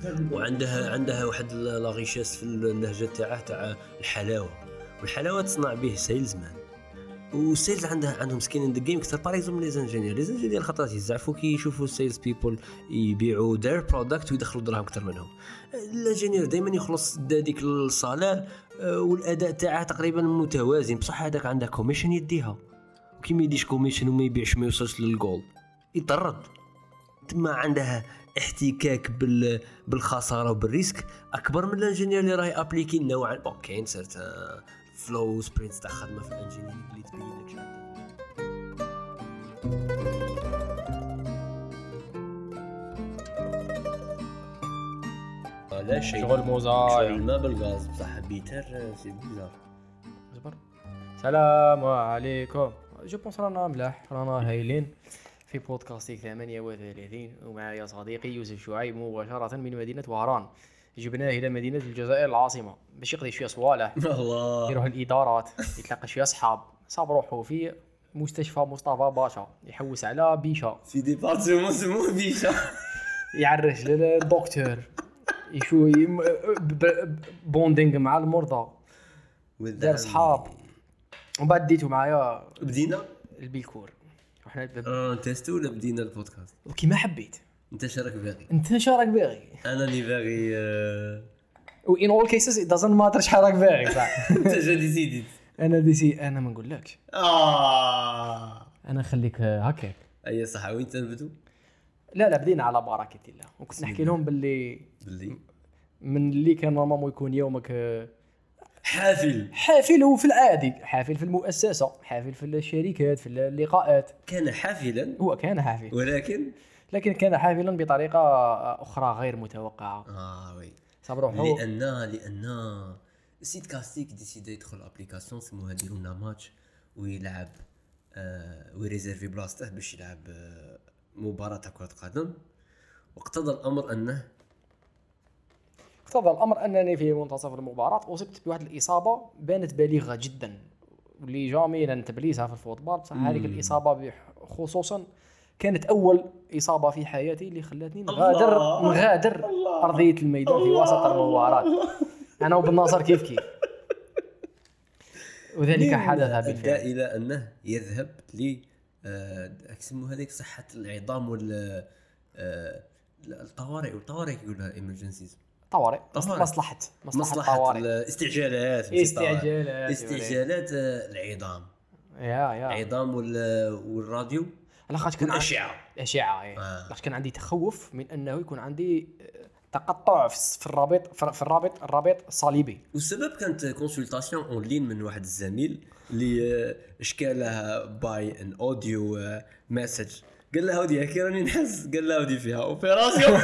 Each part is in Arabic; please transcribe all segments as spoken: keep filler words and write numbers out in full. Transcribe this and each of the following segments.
وعندها عندها واحد لا غيشاس في اللهجه تاعه تاع الحلاوه، والحلاوه تصنع به سيلزمان، والسيلز عندها عندهم سكين ان ذا جيم اكثر باغ اكزومبل لي زانجينيور لي زانجينيور خاطر يزعفوا كي يشوفوا السيلز بيبل يبيعوا دير برودكت ويدخلوا دراهم اكثر منهم. الانجينيور دائما يخلص ديك الصالير والاداء تاعه تقريبا متوازن، بصح هذاك عنده كوميشن يديها، وكي ما يديش كوميشن وما يبيعش ما يوصلش للجول يطرد. تما عندها احتكاك بال بالخساره وبالريسك اكبر من الانجينيور اللي راهي ابليكي نوعا ما. كاين سيرتا فلو سبرينتس تاع خدمه في الانجينير اللي تبين لك شنو لا شيء شغل موزاي الماء بالغاز بصح بيتر سي بيزار. اصبر. السلام عليكم. جو بونس رانا ملاح رانا هايلين في بودكاستيك ثمانية وثلاثين، ومعايا صديقي يوسف شعيب مباشرة من مدينة وهران. جبناه إلى مدينة الجزائر العاصمة باش يقضي شوية صوالح، يروح الإدارات، يتلاقى شوية أصحاب، صاب روحه في مستشفى مصطفى باشا يحوس على بيشا في ديبارتمون سموه بيشا، يعرش للدكتور، يشو بوندينغ مع المرضى، دار صحاب. ومن بعد ديتو معايا بدينا البيكور وحنا اه تيستو ولا بدينا البودكاست وكيما حبيت. انت شارك باغي انت شارك باغي، انا اللي باغي أه... و in all cases it doesn't matter شحال باغي صح. انت جا ديسيديت انا ديسي انا ما نقولكش اه انا خليك هكاك. اي صح. وين تنبدو؟ لا لا بدينا على بركه الله، وكنت نحكي لهم باللي باللي من اللي كان نورمالمون يكون يومك حافل حافل، وفي العادي حافل في المؤسسه، حافل في الشركات، في اللقاءات. كان حافلا هو كان حافل، ولكن لكن كان حافلا بطريقه اخرى غير متوقعه. اه وي صبروح لان لان سيت كاستيك ديسيدي يدخل ابليكاسيون سموها ديرونا ماتش ويلعب آه ويريزيرفي بلاصته باش يلعب آه مباراه كره قدم، واقتضى الامر انه اقتضى الامر انني في منتصف المباراه اصبت بواحد الاصابه بانت بالغه جدا، واللي جامي ننتبليسها في الفوتبول. بصح هذيك الاصابه خصوصا كانت اول اصابه في حياتي اللي خلاتني نغادر نغادر ارضيه الميدان في وسط المباراه، انا وبن ناصر كيف كيف. وذلك حدث بالفعل الى انه يذهب ل اسمه هذيك صحه العظام وال الطوارئ والطوارئ يقولها ايمرجنسيز طوارئ مصلحه مصلحه الطوارئ استعجالات استعجالات استعجالات العظام يا يا العظام والراديو لاخاطش كان الاشعه اشعه لاخاطش كان عندي تخوف من انه يكون عندي تقطع في الرابط في الرابط الرابط الصليبي. والسبب كانت كونسلطاسيون اون لين من واحد الزميل اللي اشكالها باي ان اوديو مسج، قال لها ودي كي راني نحس، قال لها ودي فيها اوبيراسيون.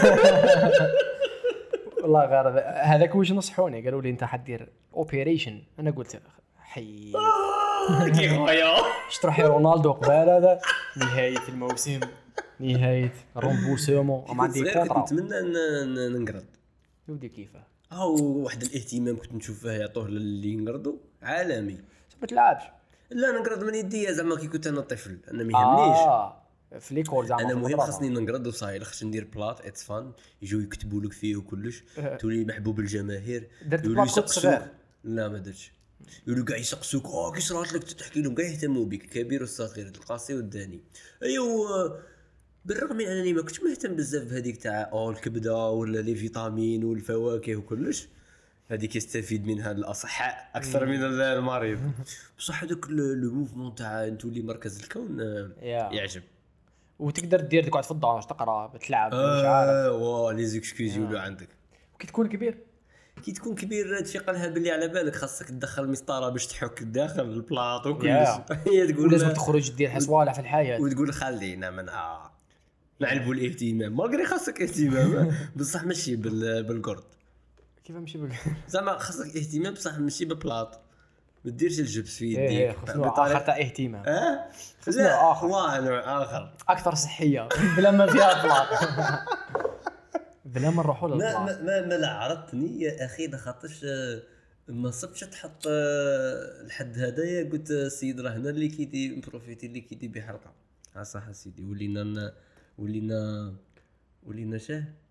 والله غير هذاك واش نصحوني، قالوا لي انت حدير اوبيريشن. انا قلت حي كي خويا اش تروحي رونالدو قبال هذا نهايه الموسم، نهايه رومبورسمون ما عندي كونطرا. نتمنى ننقرض ودي كيفاه او واحد الاهتمام كنت نشوفه يعطوه للي ينقرضوا عالمي. ما تلعبش؟ لا ننقرض من يدي زعما كي كنت انا طفل، انا ما يهمنيش آه. في ليكول زعما انا مهم خاصني ننقرض وصاي خاص ندير بلاط اتس فان يجوا يكتبوا لك فيه وكلش تولي محبوب الجماهير. يقولوا يسقسوك. لا ما درتش، يقولوا كاع يسقسوك اه كي صرات لك تحكي لهم كاع يهتموا بك كبير والصغير القاسي والداني. ايوا بالرغم من انني ما كنتش مهتم بزاف بهذيك تاع او الكبده ولا لي فيتامين والفواكه وكلش، هذيك يستفيد منها الاصحاء اكثر من المريض. بصح هذاك لو موفمون تاع نتولي مركز الكون يعجب، وتقدر دير تقعد في الدار تقرا تلعب مش آه عارف وا لي زيكسكوز يقولوا عندك. وكي تكون كبير كي تكون كبير تفيق لها باللي على بالك خاصك تدخل مسطره باش تحك الداخل البلاط وكلش. هي تقول لازم تخرج دير صوالح في الحياه وتقول خلينا منها نعلبوا الاهتمام ماغري خاصك اهتمام بصح ماشي بالقرد. كيف ماشي بال زعما خاصك اهتمام بصح ماشي ببلاط، ما ديرش الجبس في يديك. ايه خصنا اخر تاع اهتمام. اه خصنا اخر نوع اخر اكثر صحيه بلا ما فيها بلاط بلا ما نروحوا للبلاط. ما ما ما لا عرضتني يا اخي ده خاطرش ما صبتش تحط الحد هدايا. قلت السيد راه هنا اللي كيدي بروفيتي اللي كيدي بحلقه. ها صح سيدي ولينا ولينا ولينا شاه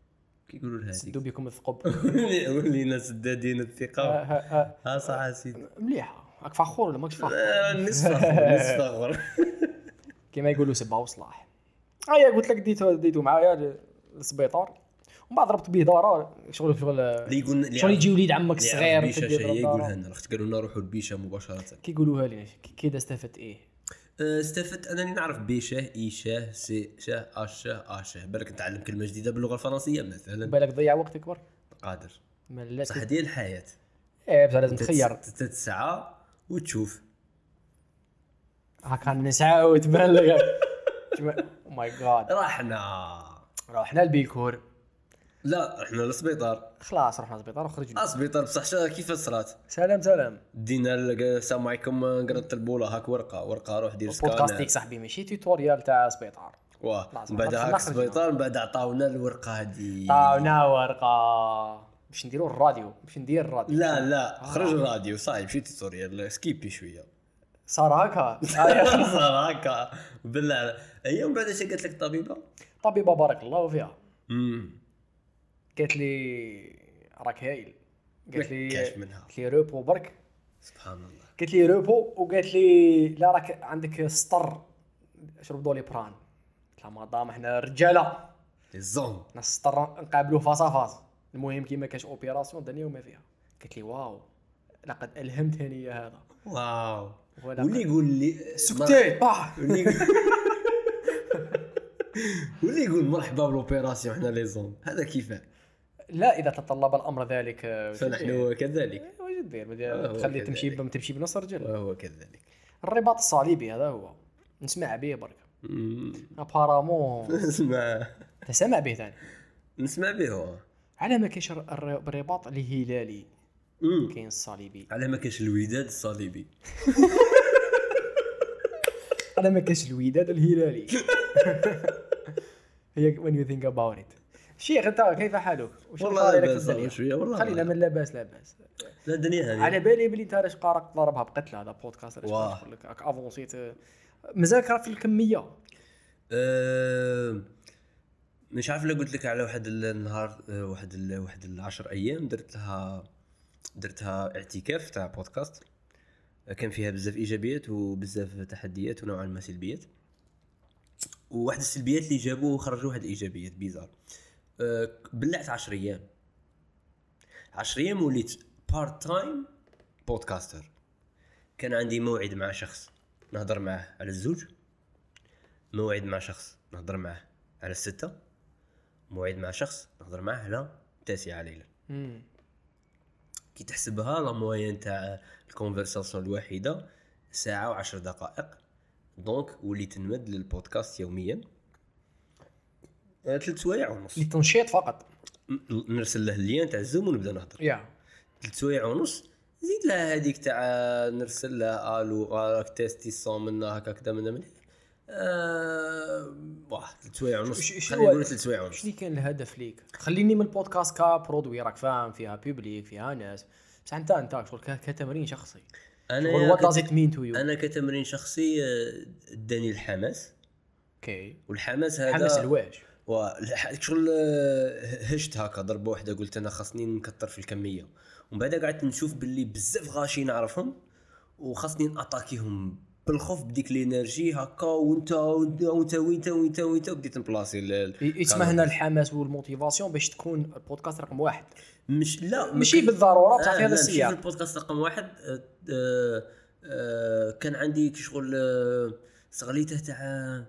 كيقولوا لها سدوا هذيك بكم الثقب. ولينا سدادين الثقه. ها صح سيدي مليحه راك فخور ولا ماكش فخور؟ نصف فخور نصف فخور كما يقولوا سبعه وصلاح. ايا قلت لك ديتو ديتو معايا للسبيطار ومن بعد ضربت به دارا شغل شغل اللي يقول شغل يجي وليد عمك الصغير بيشه هي يقولها لنا اخت قالوا لنا روحوا البيشه مباشره كيقولوها لي كذا استفدت ايه استفدت انني نعرف بيشه ايشه سي شه اشه اشه بالك نتعلم كلمه جديده باللغه الفرنسيه مثلا بالك تضيع وقتك برك قادر ما صح ديال الحياه ايه بصح لازم تخير تسعة وتشوف هاكا نسعى وتبان لك او ماي جاد رحنا رحنا البيكور لا رحنا للسبيطار خلاص رحنا للسبيطار وخرجنا السبيطار بصح كيف صرات سلام سلام دينا السلام عليكم قرات البوله هاك ورقه ورقه روح دير سكان بودكاستيك صاحبي ماشي توتوريال تاع سبيطار واه من بعد هاك السبيطار من بعد عطاونا الورقه هذه عطاونا ورقه باش نديروا الراديو باش ندير الراديو لا لا خرج الراديو صايب مشي توتوريال سكيبي شويه صار هكا صار هكا بالله هي من بعد اش قالت لك الطبيبه طبيبه بارك الله فيها امم قالت لي راك هايل قالت لي قالت لي روبو برك سبحان الله قالت لي روبو وقالت لي لا راك عندك سطر شرب دولي بران قلت لها مدام احنا رجاله الزون نسطر نقابلوه فاصا فاص المهم كي ما كاش اوبيراسيون دنيا وما فيها قالت لي واو لقد الهمتني يا هذا واو واللي يقول لي سكتيت باه واللي يقول مرحبا بالاوبيراسيون احنا لي زون هذا كيفاه لا اذا تطلب الامر ذلك فنحن كذلك واش دير تخلي تمشي تمشي بنص رجل وهو كذلك الرباط الصليبي هذا هو نسمع به برك ابارامون نسمع تسمع به ثاني نسمع به هو على ما كاينش الرباط الهلالي كاين الصليبي على ما كاينش الوداد الصليبي على ما كاينش الوداد الهلالي هي when you think about it شيخ انت كيف حالك والله لاباس شويه والله خلينا من لاباس لاباس لا الدنيا هذه على بالي بلي انت راش قارق ضربها بقتله هذا بودكاست راش نقول لك راك افونسيت مازال في الكميه أه مش عارف لا قلت لك على واحد النهار واحد ال واحد العشر ايام درت لها درتها اعتكاف تاع بودكاست كان فيها بزاف ايجابيات وبزاف تحديات ونوعا ما سلبيات وواحد السلبيات اللي جابوه وخرجوا واحد الايجابيات بيزار أه بلعت عشر ايام عشر ايام وليت بارت تايم بودكاستر كان عندي موعد مع شخص نهضر معه على الزوج موعد مع شخص نهضر معه على الستة موعد مع شخص نهضر معه على التاسعة ليلا كي تحسبها لا موين تاع الكونفرساسيون الواحدة ساعة وعشر دقائق دونك وليت نمد للبودكاست يوميا ثلاث سوايع ونص للتنشيط فقط نرسل له اللين تاع الزوم ونبدا نهضر يا ثلاث سوايع ونص زيد لها هذيك تاع نرسل لها الو راك تيستي الصوم منا هكا كذا من من ااا واه ثلاث سوايع ونص خلينا نقول ثلاث سوايع ونص شنو كان الهدف ليك خليني من البودكاست كبرودوي راك فاهم فيها بيبليك فيها ناس بس انت انت شغل كتمرين شخصي انا وات داز ات مين تو يو انا كتمرين شخصي اداني الحماس اوكي والحماس هذا حماس الواش وشغل هشت هكا ضربه واحده قلت انا خاصني نكثر في الكميه ومن بعد قعدت نشوف باللي بزاف غاشي نعرفهم وخاصني ناتاكيهم بالخوف بديك الانرجي هكا وانت وانت وانت وانت وانت, وانت بديت نبلاصي اسمه هنا الحماس والموتيفاسيون باش تكون البودكاست رقم واحد مش لا ماشي بالضروره بصح آه في هذا السياق البودكاست رقم واحد آه آه آه كان عندي شغل آه صغليته تاع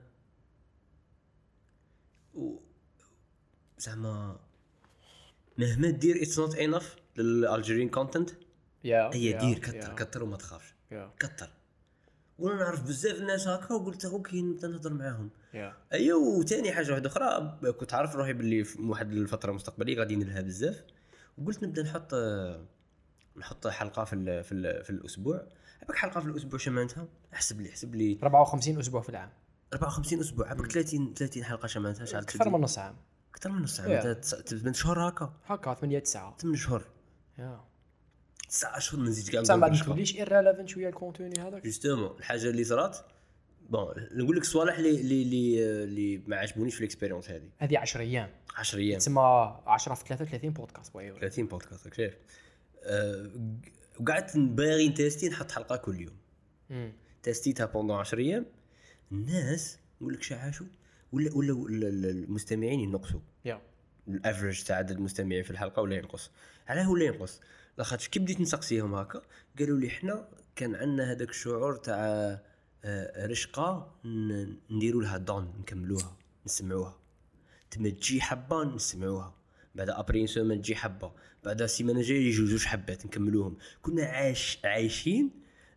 زعما مهما دير اتس نوت انف للالجيريان كونتنت يا هي دير كثر كثر وما تخافش كثر وانا نعرف بزاف الناس هكا وقلت اوكي نبدا نهضر معاهم ايوا وثاني حاجه واحده اخرى كنت عارف روحي باللي في واحد الفتره المستقبليه غادي نلها بزاف وقلت نبدا نحط نحط حلقه في ال في, ال في الاسبوع عباك حلقه في الاسبوع شمعنتها احسب لي حسب لي أربعة وخمسين اسبوع في العام أربعة وخمسين اسبوع عباك ثلاثين ثلاثين حلقه شمعنتها شحال اكثر من نص عام اكثر من نص عام ثمانية شهور هكا هكا ثمانية تسعة ثمانية شهور يا تسعة اشهر نزيد كاع بصح بعد ما توليش ايرليفنت شويه الكونتوني هذاك جوستومون الحاجه اللي صرات بون نقول لك الصوالح اللي اللي اللي, اللي ما عجبونيش في الاكسبيريونس هذه. هذه عشرة ايام عشرة ايام تسمى عشرة في ثلاثة وثلاثين بودكاست وي ثلاثين بودكاست شايف. أه وقعدت باغي نتيستي نحط حلقه كل يوم. امم تيستيتها بوندون عشرة ايام. الناس نقول لك شعاشوا ولا ولا المستمعين ينقصوا. يا الافريج تاع عدد المستمعين في الحلقه ولا ينقص. علاه ولا ينقص؟ لاخاطش كي بديت نسقسيهم هكا قالوا لي حنا كان عندنا هذاك الشعور تاع رشقه نديروا لها دون نكملوها نسمعوها تما تجي حبه نسمعوها بعد ابري سيمين تجي حبه بعد السيمانه الجايه يجوا جوج حبات نكملوهم. كنا عايش عايشين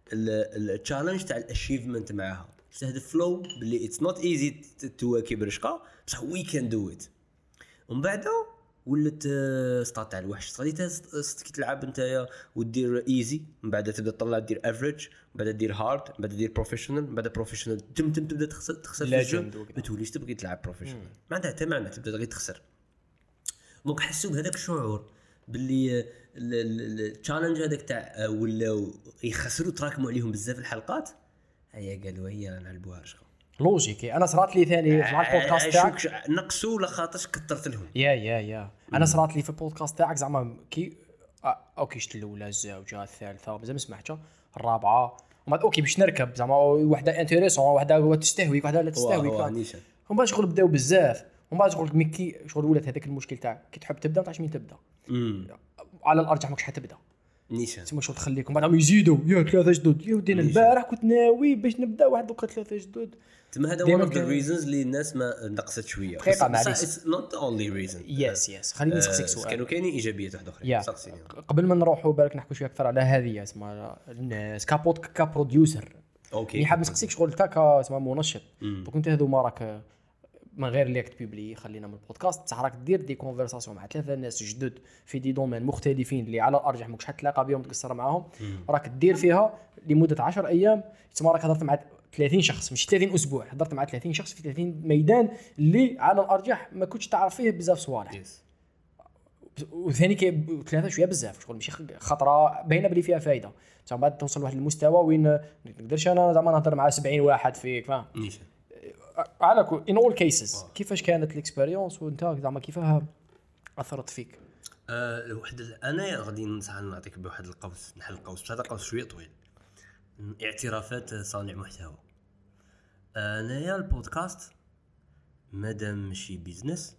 التشالنج تاع الاشيفمنت معاها. هذا فلو باللي اتس نوت ايزي تواكب رشقه بصح وي كان دو ات. ومن بعد ولات ستات تاع الوحش غادي كي تلعب نتايا ودير ايزي من بعد تبدا تطلع دير افريج من بعد دير هارد من بعد دير بروفيشنال من بعد بروفيشنال تم تم تبدا تخسر تخسر في الجو ما توليش تبغي تلعب بروفيشنال ما عندها حتى معنى تبدا غير تخسر. دونك حسوا بهذاك الشعور باللي التشالنج هذاك تاع ولاو يخسروا تراكموا عليهم بزاف الحلقات. هيا قالوا هيا نلعبوها رشقه لوجيكي. انا صرات لي ثاني مع البودكاست تاعك نقصوا ولا خاطرش كثرت لهم. يا يا يا انا صرات لي في البودكاست تاعك زعما كي اوكي شت الاولى الزوجه الثالثه مازال ما سمعتها الرابعه وما اوكي باش نركب زعما وحده انتريسون وحده تستهويك وحده لا تستهويك ومن بعد شغل بداو بزاف ومن بعد شغل مكي شغل ولات هذاك المشكل تاع كي تحب تبدا ما تعرفش مين تبدا. امم على الارجح ماكش حتبدا نيشان تسمى شغل تخليكم بعدهم يزيدوا يا ثلاثه جدد يا ودينا البارح كنت ناوي باش نبدا واحد دوكا ثلاثه جدد. تما هذا one of the reasons اللي الناس ما نقصت شويه. دقيقه معليش it's not the only reason. يس يس خليني نسقسيك سؤال. كانوا كاينين ايجابيات واحده اخرى سقسيني قبل ما نروحوا بالك نحكوا شويه اكثر على هذه اسمها الناس كابوت كبروديوسر. اوكي حاب نسقسيك شغل تاع اسمها منشط كنت هذو ما راك من غير اللي كتبيبلي خلينا من البودكاست بصح راك دير دي كونفرساسيون مع ثلاثه ناس جدد في دي دومين مختلفين اللي على الارجح ماكش حتلاقى بهم تقصر معاهم راك دير فيها لمده عشرة ايام تسمى راك هضرت مع ثلاثين شخص مش ثلاثين اسبوع هضرت مع ثلاثين شخص في ثلاثين ميدان اللي على الارجح ما كنتش تعرف فيه بزاف صوالح. yes. وثاني كي ثلاثه شويه بزاف شغل ماشي خطره باينه بلي فيها فايده تسمى بعد توصل لواحد المستوى وين ما نقدرش انا زعما نهضر مع سبعين واحد فيك فاهم على كل in all cases أوه. كيفاش كانت الاكسبيريونس وانت زعما كيفاش اثرت فيك؟ أه واحد انا غادي نعطيك بواحد القوس نحل القوس هذا قوس شويه طويل. اعترافات صانع محتوى. انايا البودكاست مادام ماشي بيزنس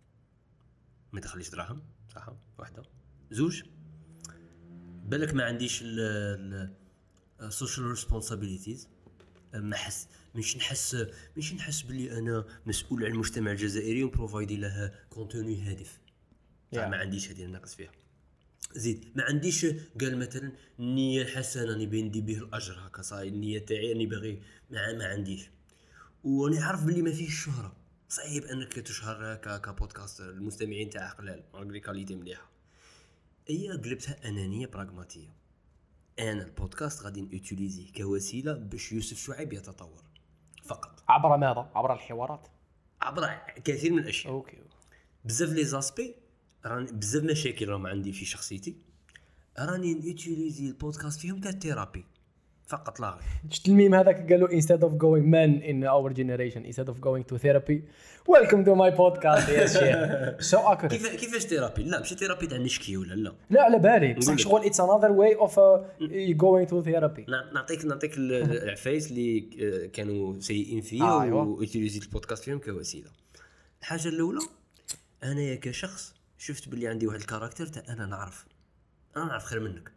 ما تخليش دراهم صح واحده زوج بالك ما عنديش السوشيال ريسبونسابيلتيز ما حس مش نحس مش نحس بلي انا مسؤول على المجتمع الجزائري وبروفايدي له كونتوني هادف yeah. ما عنديش هذه النقص فيها. زيد ما عنديش قال مثلا النيه الحسنه راني بندي به الاجر هكا صاي النيه تاعي راني باغي ما, ما عنديش. وانا عارف بلي ما فيش الشهره صعيب انك تشهر كبودكاست المستمعين تاعها قلال مالغري كاليتي مليحه. هي قلبتها انانيه براغماتيه. انا البودكاست غادي نوتيليزيه كوسيله باش يوسف شعيب يتطور فقط. عبر ماذا؟ عبر الحوارات عبر كثير من الاشياء. اوكي بزاف لي زاسبي راني بزاف مشاكل راهم عندي في شخصيتي راني نوتيليزي البودكاست فيهم كثيرابي فقط لا غير. شفت الميم هذاك قالوا instead of going men in our generation instead of going to therapy welcome to my podcast يا شيخ. سو اكر كيف كيفاش ثيرابي؟ لا ماشي ثيرابي تاع نشكي ولا لا لا على بالي بصح شغل it's another way of uh, going to therapy. نعطيك نعطيك العفايس اللي كانوا سيئين فيه آه أيوة. ويوتيليزي البودكاست فيهم كوسيله. الحاجه الاولى انا كشخص شفت باللي عندي واحد الكاركتر تاع انا نعرف انا نعرف خير منك.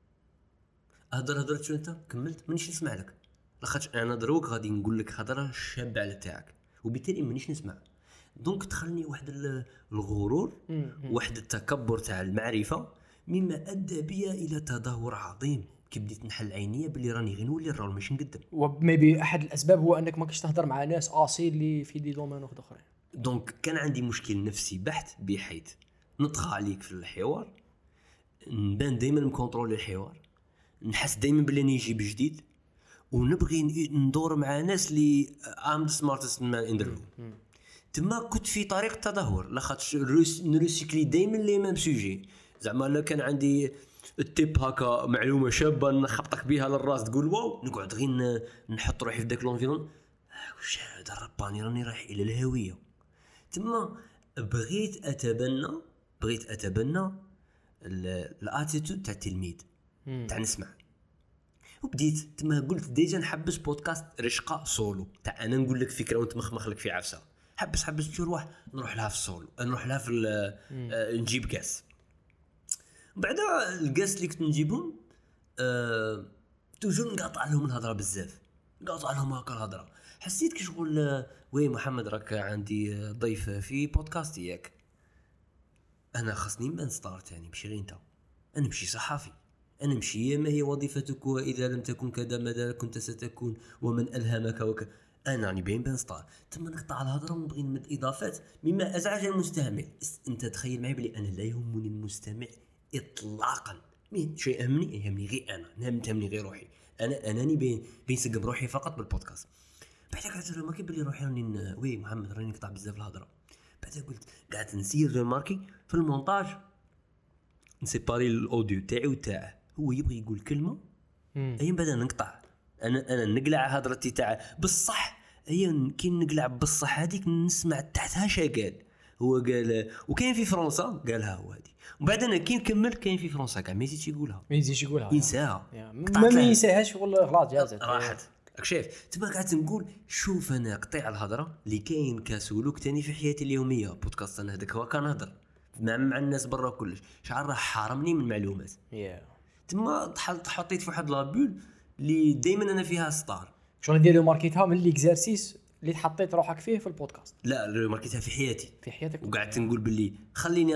هضر هضرت شو انت كملت مانيش نسمع لك لاخاطش انا دروك غادي نقول لك هضره شابه على تاعك وبالتالي مانيش نسمع. دونك دخلني واحد الغرور واحد التكبر تاع المعرفه مما ادى بيا الى تدهور عظيم كي بديت نحل عينيا باللي راني غير نولي الرول ماشي نقدم. وميبي احد الاسباب هو انك ما كنتش تهضر مع ناس اصيل اللي في دي دومين اخرين. دونك كان عندي مشكل نفسي بحت بحيث نطغى عليك في الحوار نبان دائما مكونترولي الحوار نحس دائما بلي نيجي بجديد ونبغي ندور مع ناس اللي ام سمارتست مان ان ذا روم. تما كنت في طريق تدهور لاخاطش نريسيكلي دائما لي ميم سوجي زعما لا كان عندي التيب هكا معلومه شابه نخبطك بها للراس تقول واو نقعد غير نحط روحي في داك لونفيرون واش هذا الرباني راني رايح الى الهويه. تما بغيت اتبنى بغيت اتبنى الاتيتود تاع التلميذ تاع نسمع. وبديت تما قلت ديجا نحبس بودكاست رشقه سولو تاع انا نقول لك فكره ونتمخمخ لك في عفسه. حبس حبس تروح نروح لها في السولو، نروح لها في آه نجيب كاس. بعدا الكاس اللي كنت نجيبهم آه توجور نقاطع لهم الهضره بزاف، نقاطع لهم هكا الهضره. حسيت كي شغل آه وي محمد راك عندي آه ضيف في بودكاست ياك، انا خصني نبان ستار يعني ماشي غير انت، انا ماشي صحفي، انا ماشي ما هي وظيفتك واذا لم تكن كذا ماذا كنت ستكون ومن الهمك وك. انا راني باين بان ستار. تما نقطع الهضره ونبغي نمد اضافات مما ازعج المستمع. انت تخيل معي بلي انا لا يهمني المستمع اطلاقا، مين شيء يهمني يهمني غير انا، نهم تهمني غير روحي انا. اناني بين بين سقم روحي فقط بالبودكاست. بعد قعدت ما كيبان لي روحي راني وي محمد راني نقطع بزاف الهضره. بعد قلت قعدت نسير ريماركي في المونتاج نسيباري الاوديو تاعي وتاعه. هو يبغي يقول كلمه اي بعد نقطع، انا انا نقلع هضرتي تاع بصح. هي كي نقلع بصح هذيك نسمع تحتها شا قال هو قال. وكاين في فرنسا قالها هو هذه. وبعد انا كي نكمل كاين في فرنسا كاع ما يزيدش يقولها ما يزيدش يقولها ينساها ما ما ينساهاش شغل خلاص جازت راحت. شايف تما قعدت نقول شوف انا قطيع الهضره اللي كاين كسلوك تاني في حياتي اليوميه. بودكاست انا هذاك هو كنهضر مع مع الناس برا كلش شعر راه حارمني من المعلومات. yeah. تما حطيت في واحد لابول اللي دائما انا فيها ستار. شغل نديرو ماركيتها من ليكزارسيس اللي تحطيت روحك فيه في البودكاست. لا ماركيتها في حياتي في حياتك. وقعدت نقول باللي خليني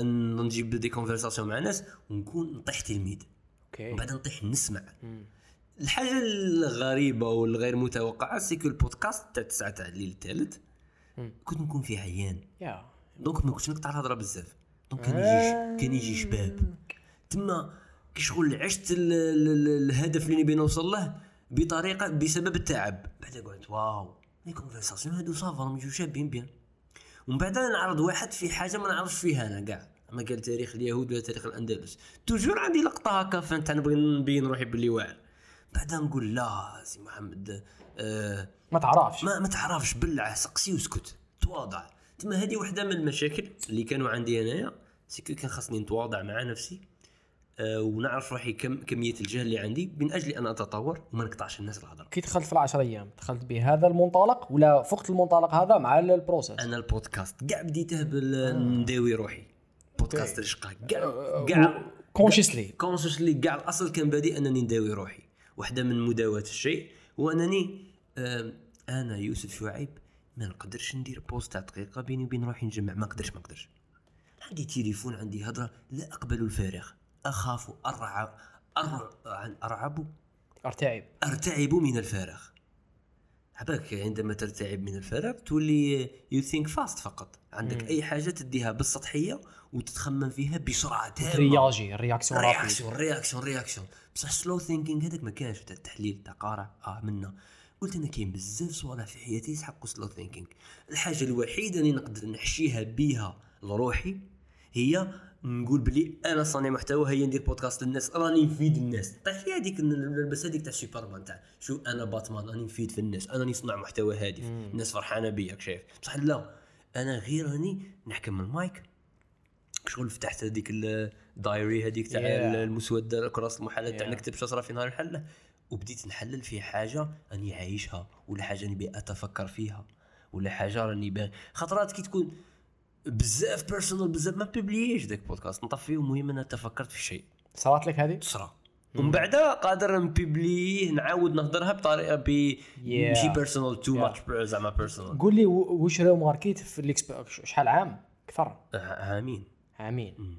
نجيب دي كونفرساسيون مع ناس ونكون نطيح تلميذ اوكي وبعد نطيح نسمع. مم. الحاجه الغريبه والغير متوقعه سيكو البودكاست تاع تسعة تاع الليل الثالث كنت نكون فيه عيان يا دونك ما كنتش نقطع الهضره بزاف. دونك كان يجي كان يجي شباب تما كي شغل عشت ال ال الهدف اللي نبي نوصل له بطريقه بسبب التعب. بعد قلت واو لي كونفرساسيون هادو صافا راهم يجيو شابين بيان. ومن بعد نعرض واحد في حاجه ما نعرفش فيها انا كاع، ما قال تاريخ اليهود ولا تاريخ الاندلس توجور عندي لقطه هكا فانت نبغي نبين روحي باللي واعر. بعدا نقول لا سي محمد آه ما تعرفش ما, ما تعرفش بلع سقسي وسكت تواضع. تما هذه وحده من المشاكل اللي كانوا عندي انايا سيكو كان خاصني نتواضع مع نفسي آه ونعرف روحي كم كميه الجهل اللي عندي من اجل ان اتطور وما نقطعش الناس الهضره. كي دخلت في العشر ايام دخلت بهذا المنطلق ولا فقت المنطلق هذا مع البروسيس؟ انا البودكاست كاع بديته بالنداوي روحي بودكاست رشقه كاع كاع كونشسلي كونشسلي كاع الاصل كان بادئ انني نداوي روحي. واحده من مداوات الشيء هو انني آه انا يوسف شعيب ما نقدرش ندير بوست تاع دقيقه بيني وبين روحي نجمع ما نقدرش ما نقدرش عندي تليفون عندي هضره لا اقبل الفارغ اخاف ارعب عن ارعب ارتعب ارتعب من الفارغ. عباك عندما ترتعب من الفارغ تولي يو ثينك فاست فقط عندك مم. اي حاجه تديها بالسطحيه وتتخمم فيها بسرعه تامه رياجي الرياكسيون رياكسيون رياكسيون رياكسيون بصح سلو ثينكينغ هذاك ما كانش تاع التحليل تاع قارع اه منا. قلت انا كاين بزاف صوالح في حياتي يسحقوا سلو ثينكينغ. الحاجه الوحيده اللي نقدر نحشيها بيها لروحي هي نقول بلي انا صانع محتوى هي ندير بودكاست للناس راني نفيد الناس. طيح في هذيك نلبس هذيك تاع سوبرمان تاع شو انا باتمان راني نفيد في الناس انا نصنع محتوى هادف الناس فرحانه بيا شايف. بصح لا انا غير راني نحكم المايك شغل فتحت هذيك الدايري هذيك تاع yeah. المسوده كراس المحلات yeah. تاع نكتب شجره في نهار الحله وبديت نحلل في حاجه راني عايشها ولا حاجه نبي اتفكر فيها ولا حاجه راني باغي. خطرات كي تكون بزاف بيرسونال بزاف ما ببليش داك بودكاست نطفيه ومهم انا تفكرت في شيء صارت لك هذه تصرا ومن بعد قادر نبيبليه نعاود نهضرها بطريقه ب ماشي بيرسونال تو ماتش زعما بيرسونال. قول لي واش راهو ماركيت في شحال عام اكثر عامين عامين مم.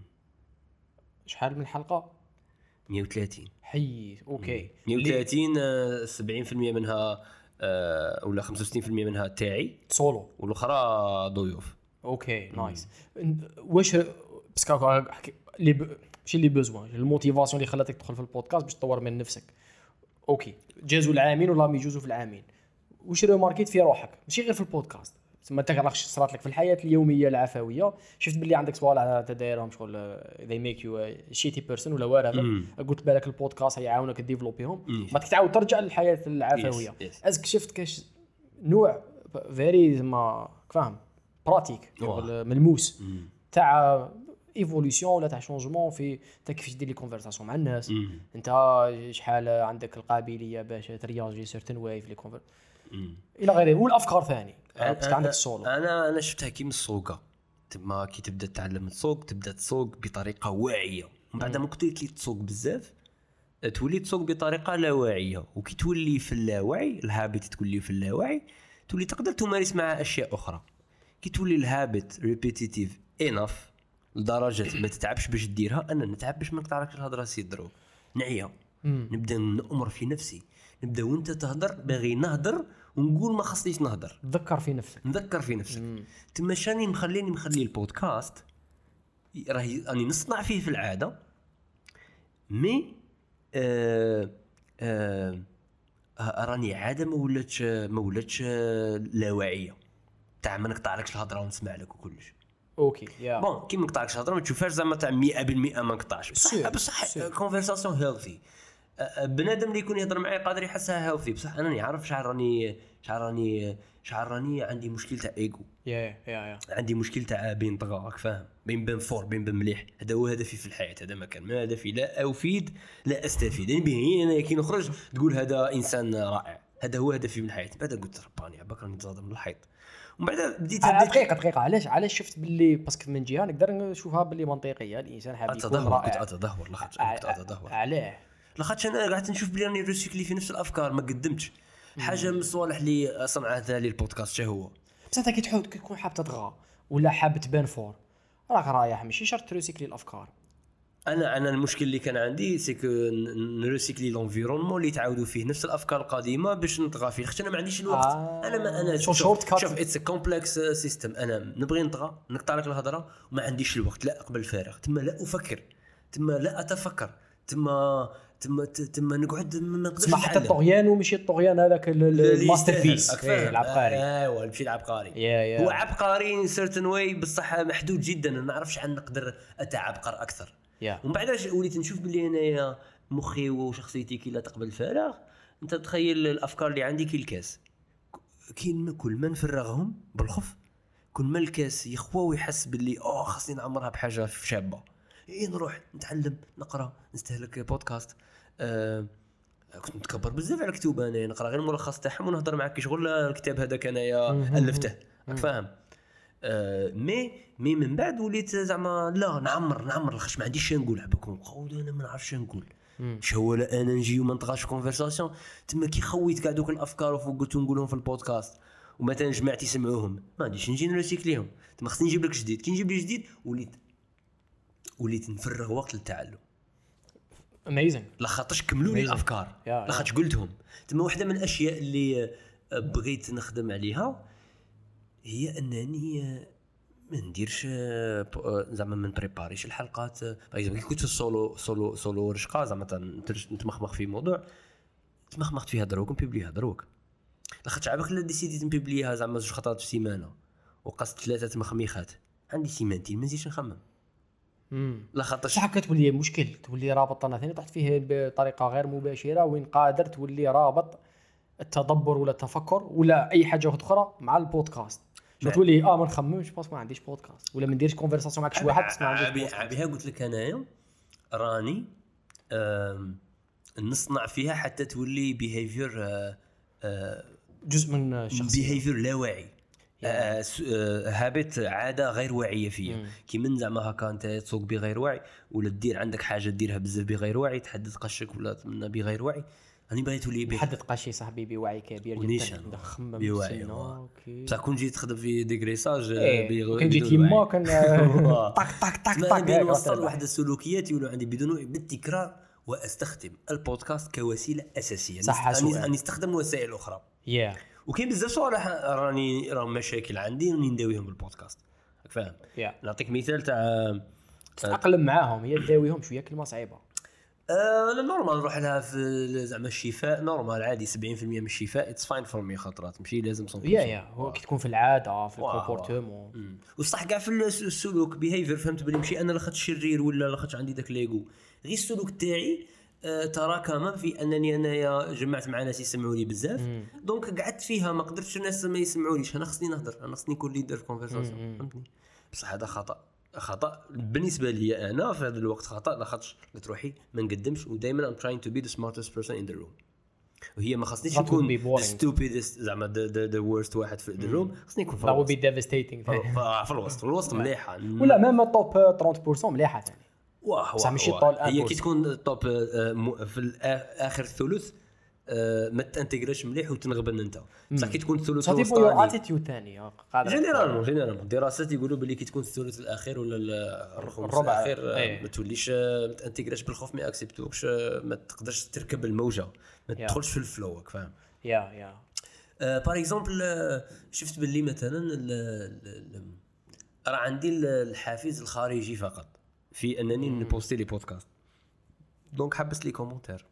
شحال من حلقه؟ مية وثلاثين حي اوكي مية وثلاثين سبعين بالمية منها أه ولا خمسة وستين بالمية منها تاعي سولو والاخرى ضيوف. اوكي نايس. واش باسكو لي ب... ماشي لي بوزوان الموتيفاسيون اللي خلاتك تدخل في البودكاست باش تطور من نفسك اوكي جازوا العامين ولا ما يجوزوا في العامين واش راه ماركيت في روحك ماشي غير في البودكاست ما تغلقش صرات لك في الحياه اليوميه العفويه شفت باللي عندك صوالح تدايرهم شغل they make you a shitty person ولا وراها قلت بالك البودكاست هيعاونك تديفلوبيهم ما تعاود ترجع للحياه العفويه. yes, yes. ازك شفت كاش نوع فيري زعما فاهم براتيك ملموس تاع ايفولوشن ولا تاع شونجمون في تا كيفاش دير لي كونفرساسيون مع الناس. مم. انت شحال عندك القابليه باش ترياجي سيرتن واي في لي كونفر الى غيره، والافكار ثاني باسكو عندك السولو. انا انا شفتها كي من السوق تما كي تبدا تتعلم السوق تبدا تسوق بطريقه واعيه، ومن بعد ما كنت لي تسوق بزاف تولي تسوق بطريقه لا واعيه، وكي تولي في اللاوعي الهابيت تولي في اللاوعي تولي تقدر تمارس مع اشياء اخرى. كي تولي الهابيت ريبيتيتيف انف لدرجه ما تتعبش باش ديرها، انا نتعب باش ما نقطعلكش الهضره سي دروك نعيا نبدا نأمر في نفسي، نبدا وانت تهضر باغي نهضر ونقول ما خصنيش نهضر، تذكر في نفسك نذكر في نفسك. تما شاني مخليني مخلي البودكاست راهي راني نصنع فيه في العاده مي آه آه راني عاده ما ولاتش ما ولاتش لا واعيه تاع ما نقطعلكش الهضره ونسمع لك وكلش. اوكي يا بون كي ما نقطعلكش الهضره ما تشوفهاش زعما تاع مية بالمية ما نقطعش، بصح بصح كونفرساسيون هيلثي. بنادم اللي يكون يهضر معايا قادر يحسها هيلثي، بصح انا نعرف شحال راني شحال راني شحال راني عندي مشكل تاع ايجو، يا يا يا عندي مشكل تاع بين طغى، راك فاهم، بين بين فور بين بين مليح. هذا هو هدفي في الحياه، هذا ما كان ما هدفي لا افيد لا استفيد. يعني به انا كي نخرج تقول هذا انسان رائع، هذا هو هدفي من الحياه. بعد قلت رباني عباك راني نتزادم من الحيط، ومن بعد بديت دقيقه دقيقه علاش علاش شفت باللي باسكو من جهه نقدر نشوفها باللي منطقيه الانسان حاب يكون رائع. اتدهور لاخاطش كنت اتدهور علاه لاخاطش انا قعدت نشوف بلي راني ريسيكلي في نفس الافكار، ما قدمتش حاجه من الصوالح اللي صنعتها لي البودكاست. شنو هو بصح كي تحاول تكون حاب تطغى ولا حاب تبان فور راك رايح، ماشي شرط تريسيكلي الافكار. انا انا المشكل اللي كان عندي سي كو نريسيكلي لونفيرونمون اللي تعاودوا فيه نفس الافكار القديمه باش نطغى فيه، خاطر انا ما عنديش الوقت. آه. انا ما انا شوف شوف اتس كومبلكس سيستم. انا نبغي نطغى نقطع لك الهضره وما عنديش الوقت، لا اقبل فارغ، تما لا افكر، تما لا اتفكر، تما تما تما نقعد ما نقدرش نتعلم. حتى الطغيان وماشي الطغيان هذاك الماستر بيس العبقري. ايوا ماشي العبقري، yeah, yeah. هو عبقري سيرتن واي بصح محدود جدا، ما نعرفش عن نقدر اتعبقر اكثر. yeah. ومن بعد وليت نشوف بلي انايا مخي وشخصيتي كي لا تقبل الفراغ. انت تخيل الافكار اللي عندي كي الكاس، كي كل ما نفرغهم بالخف كل ما الكاس يخوى ويحس باللي اوه خاصني نعمرها بحاجه شابه. ايه نروح نتعلم نقرا نستهلك بودكاست. أه كنت متكبر بزاف على الكتب، انا نقرا غير الملخص تاعهم ونهضر معاك كي شغل الكتاب هذاك انايا الفته، راك فاهم. أه مي مي من بعد وليت زعما لا نعمر نعمر لاخاطش ما عنديش نقول بكم قول انا ما نعرفش نقول شو ولا انا نجي وما نطغاش كونفرساسيون. تما كي خويت كاع دوك الافكار وقلت نقولهم في البودكاست ومثلا جماعتي يسمعوهم ما عنديش نجي نريسيكليهم، تما خصني نجيب لك جديد. كي نجيب لي جديد وليت وليت نفرغ وقت للتعلم. اميزين لاخاطش كملوا لي الافكار لاخاطش قلتهم. تما واحده من الاشياء اللي بغيت نخدم عليها هي انني ما نديرش زعما ما نبريباريش الحلقات. باغ كنت في السولو سولو سولو رشقه زعما نتمخمخ في موضوع تمخمخت فيها دروك نبيبليها دروك، لاخاطش عباك لا ديسيديت نبيبليها زعما زوج خطرات في السيمانه وقصت ثلاثه تمخميخات عندي سيمانتين ما نزيدش نخمم. امم لاخاطش صح كتولي مشكل، تولي رابط انا ثاني طحت فيه بطريقه غير مباشره وين قادر تولي رابط التدبر ولا التفكر ولا اي حاجه اخرى مع البودكاست. شو تقولي اه ما نخممش باسكو ما عنديش بودكاست ولا ما نديرش كونفرساسيون معك شي واحد ما عنديش. بها قلت لك انايا راني نصنع فيها حتى تولي بيهيفير جزء من الشخصيه، بيهيفير لا واعي، هابت عاده غير واعيه فيا. كي من زعما هكا انت تسوق بغير وعي ولا دير عندك حاجه ديرها بزاف بغير وعي تحدد قشك ولا من بغير وعي. راني بغيت تولي بحدد قشي صاحبي بوعي كبير جدا نخمم بوعي. اوكي بصح كون جيت تخدم في ديغريساج كون جيت يما كان طق طق طق طق نوصل واحد السلوكيات يولوا عندي بدون وعي بالتكرار، واستخدم البودكاست كوسيله اساسيه. راني نستخدم وسائل اخرى يا yeah. وكاين بزاف صوالح راني راه مشاكل عندي راني نداويهم بالبودكاست، راك فاهم. yeah. نعطيك مثال تاع تتاقلم معاهم، هي تداويهم شويه كلمه صعيبه. انا نورمال نروح لها في زعما الشفاء نورمال عادي سبعين بالمية من الشفاء اتس فاين فور مي خطرات ماشي لازم صنف. يا يا هو كي تكون في العاده في الكومبورتمون وصح كاع في السلوك بيهيفير. فهمت بلي ماشي انا لاخاطش شرير ولا لاخاطش عندي داك ليغو، غير السلوك تاعي آه تراكم في انني انايا جمعت مع ناس يسمعوا لي بزاف دونك قعدت فيها ما قدرتش الناس ما يسمعونيش انا خصني نهضر انا خصني نكون ليدر كونفرساسيون فهمتني بصح هذا خطا خطا بالنسبه لي انا في هذا الوقت خطا لاخاطش قلت روحي ما نقدمش ودائما ام تراين تو بي ذا سمارتست بيرسون ان ذا روم وهي ما خصنيش نكون ستوبيدست زعما ذا ذا ورست واحد في الروم خصني نكون راهو بي ديفاستيتنج في الوسط الوسط مليحه ولا ميم توب ثلاثين بالمية مليحه ثاني واه بصح ماشي طول هي كي تكون توب في اخر الثلث ما تانتجريش مليح وتنغبن انت بصح كي تكون الثلث الوسطاني صافي اتيتيود ثاني جينيرالمون جينيرالمون الدراسات يقولوا بلي كي تكون الثلث الاخير ولا الربع الاخير ما توليش ما تانتجريش بالخوف ما اكسبتوكش ما تقدرش تركب الموجه ما تدخلش في الفلو فاهم يا يا بار اكزومبل شفت باللي مثلا راه عندي الحافز الخارجي فقط في انني نبوستي لي بودكاست دونك حبست لي كومونتير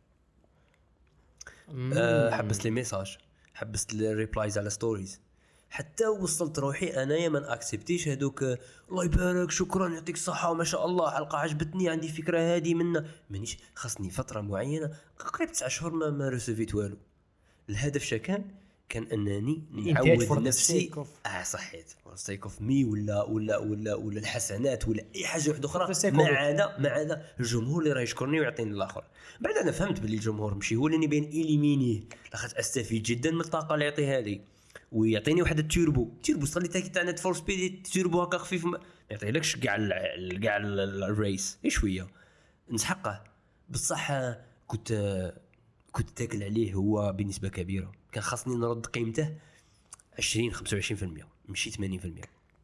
أه حبست لي ميساج حبست لي ريبلايز على ستوريز حتى وصلت روحي انايا ما اكسبتيش هذوك الله يبارك شكرا يعطيك الصحه وما شاء الله حلقه عجبتني عندي فكره هذه منا مانيش خاصني فتره معينه قريب تسعة شهور ما ما ريسيفيت والو الهدف شكان كان انني نعود نفسي اه صحيت سيك اوف مي ولا ولا ولا ولا الحسنات ولا اي حاجه واحده اخرى ما عدا ما عدا الجمهور اللي راه يشكرني ويعطيني الاخر بعد انا فهمت باللي الجمهور ماشي هو اللي نبين اليمينيه لاخاطش استفيد جدا من الطاقه اللي يعطيها لي ويعطيني واحد التوربو توربو صلي تاكي تاع نت فور سبيد توربو هكا خفيف ما يعطيلكش كاع كاع الريس اي شويه نسحقه بصح كنت كنت تاكل عليه هو بنسبه كبيره كان خاصني نرد قيمته عشرين خمسة وعشرين بالمية ماشي ثمانين بالمية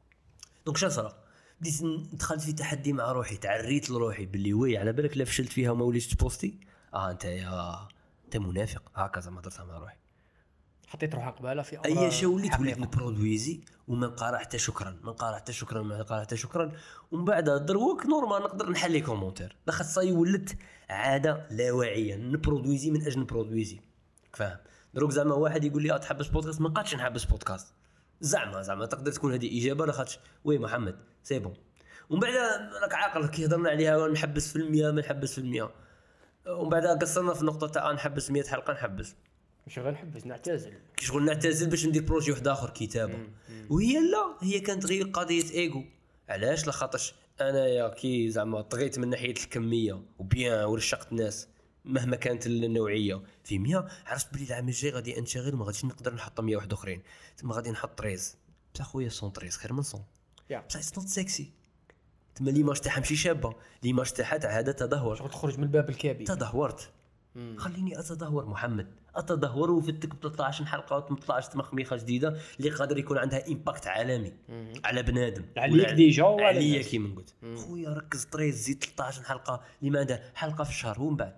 دونك شنو صرا بديت دخلت في تحدي مع روحي تعريت لروحي باللي وي على بالك لا فشلت فيها وما وليتش بوستي اه انت يا انت منافق هكذا زعما درتها مع روحي حطيت روحك قباله في امر اي شيء وليت وليت نبرودويزي وما نقرا حتى شكرا ما نقرا حتى شكرا ما نقرا حتى شكرا ومن بعد دروك نورمال نقدر نحلي كومونتير لاخاطش صاي ولت عاده لا واعيه نبرودويزي من اجل نبرودويزي فاهم دروك زعما واحد يقول لي تحبس بودكاست ما قادش نحبس بودكاست زعما زعما تقدر تكون هذه اجابه لاخاطش وي محمد سي بون ومن بعد راك عاقل كي هضرنا عليها نحبس في المية ما نحبس في المية ومن بعد قصرنا في النقطه تاع نحبس مية حلقه نحبس مش غير نحبس نعتزل كي شغل نعتزل باش ندير بروجي واحد اخر كتابه وهي لا هي كانت غير قضيه ايغو علاش لاخاطش انايا كي زعما طغيت من ناحيه الكميه وبيان ورشقت الناس مهما كانت النوعيه في مية عرفت بلي العام الجاي غادي انشغل ما غاديش نقدر نحط مية واحد اخرين تما غادي نحط طريز بصح خويا صون طريز خير من صون بصح اتس نوت سكسي تما ليماج تاعها ماشي شابه ليماج تاعها تاع هذا تدهور شغل تخرج من الباب الكابي تدهورت مم. خليني اتدهور محمد اتدهور وفتك ب ثلاثة عشر حلقه و ثلاثة عشر تمخميخه جديده اللي قادر يكون عندها امباكت عالمي مم. على بنادم عليك ديجا عليا كيما قلت خويا ركز طريز زيد ثلاثة عشر حلقه اللي ما عندها حلقه في الشهر ومن بعد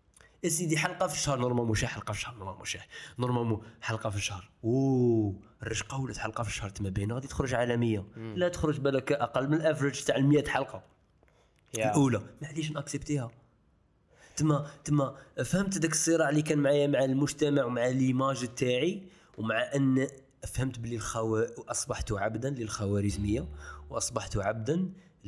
سيدي حلقه في الشهر نورمالمون مش حلقه في الشهر نورمالمون مش نورمالمون حلقه في الشهر اوه الرشقه ولات حلقه في الشهر تما باينه غادي تخرج عالميه مم. لا تخرج بالك اقل من الافريج تاع مية حلقه yeah. الاولى معليش ناكسبتيها تما تما فهمت داك الصراع اللي كان معايا مع المجتمع ومع ليماج تاعي ومع ان فهمت بلي الخوا اصبحت عبدا للخوارزميه واصبحت عبدا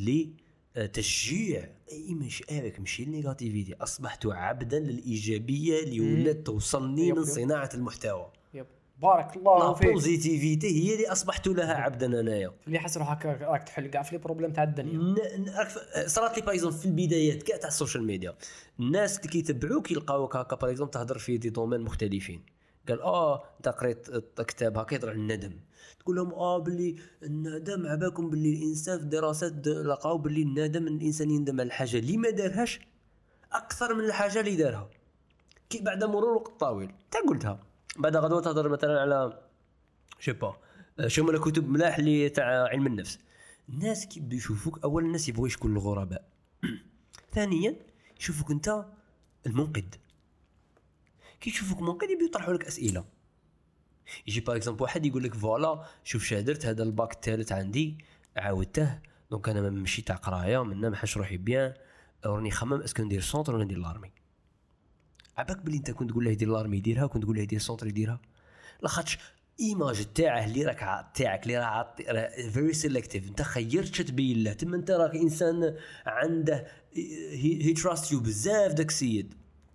لتشجيع اي مش ابك ماشي النيجاتيفيتي اصبحت عبدا للايجابيه اللي ولات توصلني من صناعه المحتوى يب بارك الله فيك البوزيتيفيتي هي اللي اصبحت لها عبدا انايا اللي حس روحك راك تحل كاع في لي بروبليم تاع الدنيا صارت لي بايزون في البدايات كاع تاع السوشيال ميديا الناس اللي كيتبعوك يلقاوك هكا بايزون تهضر في دي دومين مختلفين قال اه انت قريت كتاب هكا يهضر على الندم تقول لهم اه باللي الندم عباكم باللي الانسان في الدراسات لقاو باللي الندم الانسان يندم على الحاجه اللي ما دارهاش اكثر من الحاجه اللي دارها كي بعد مرور وقت طويل تا قلتها بعد غدوه تهضر مثلا على شيبا شو من كتب ملاح اللي تاع علم النفس الناس كيبداو يشوفوك اولا الناس يبغوا يشكون الغرباء ثانيا يشوفوك انت المنقذ كي يشوفوك منقذ يبداو يطرحوا لك اسئله يجي باغ اكزومبل واحد يقول لك فوالا شوف شادرت هذا الباك الثالث عندي عاودته دونك انا ماشي تاع قرايه منا ما حاش روحي بيان راني خمم اسكو ندير سونتر ولا ندير لارمي عباك بلي انت كنت تقول له يدير لارمي يديرها وكنت تقول له يدير سونتر يديرها لاخاطش ايماج تاعه اللي راك تاعك اللي راه فيري سيلكتيف انت خيرت تبين له تما انت راك انسان عنده هي تراست يو بزاف داك السيد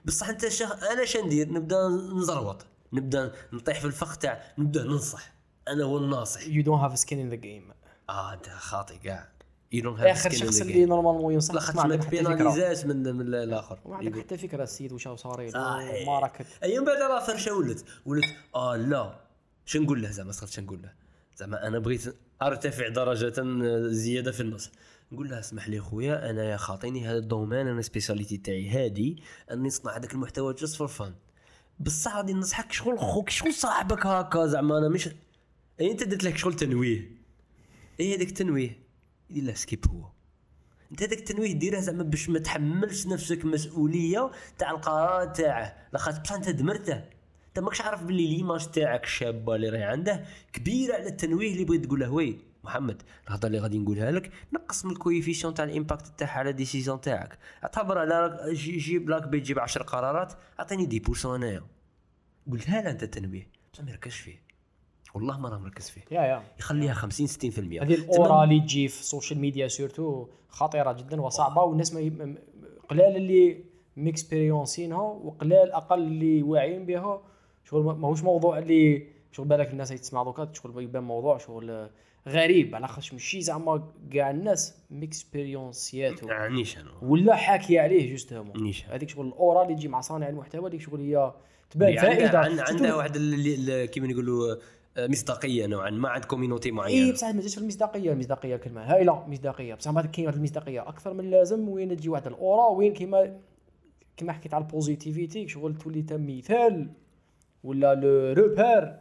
بصح انت شخ... انا شندير نبدا نزروط، نبدا نطيح في الفخ تاع نبدا ننصح، انا هو الناصح. you don't have skin in the game. اه انت خاطئ كاع. you don't have اخر skin in شخص the اللي game. نورمالمون ينصح لا ما خاطر عندك ما حتى فكره، تبيناليزاش من من الاخر. ما عندك حتى فكره السيد واش صاري صحيح. ما راك ايام بعد راه فرشه ولت ولت اه لا شنو نقول له زعما صرت نقول له زعما انا بغيت ارتفع درجه زياده في النص، نقول له اسمح لي خويا انا يا خاطيني هذا الدومين انا سبيساليتي تاعي هادي اني نصنع هذاك المحتوى جست فور فان، بصح غادي ننصحك شغل خوك شغل صاحبك هكا زعما انا مش اي انت درت لك شغل تنويه، اي هذاك التنويه يدير له سكيب هو، انت هذاك التنويه ديره زعما باش ما تحملش نفسك مسؤوليه تاع القرار تاعه، لاخاطش بصح انت دمرته، انت ماكش عارف باللي ليماج تاعك الشابه اللي راهي عنده كبيره على التنويه اللي بغيت تقول له. وي محمد الهضره اللي غادي نقولها لك نقص من الكويفيسيون تاع الامباكت تاعها على ديسيزيون تاعك، اعتبر على جيب لك بيجيب عشر قرارات اعطيني عشرة بالمية انايا، قلتها له انت التنويه بصح ما يركزش فيه، والله ما راه مركز فيه، يا يا يخليها خمسين ستين بالمية. هذه الاورا اللي تجي في السوشيال ميديا سورتو خطيره جدا وصعبه، والناس ما قلال اللي ميكسبيريونسينها وقلال اقل اللي واعيين بها. شغل ماهوش موضوع اللي شغل بالك الناس يتسمع دوكا شغل يبان موضوع شغل غريب على خاطر ماشي زعما كاع الناس ميكسبيريونسياتو عنيش انا ولا حاكي عليه جوستومون. نيش هذيك شغل الاورا اللي تجي مع صانع المحتوى هذيك شغل هي تبان فائده عنده عنده واحد كيما يقولوا مصداقيه نوعا ما عند كوميونيتي معينه. اي بصح ما تجيش في المصداقيه، المصداقيه كلمه هايله مصداقيه، بصح بعد كاين واحد المصداقيه اكثر من اللازم وين تجي واحد الاورا وين كيما كيما حكيت على البوزيتيفيتي شغل تولي مثال ولا لو روبير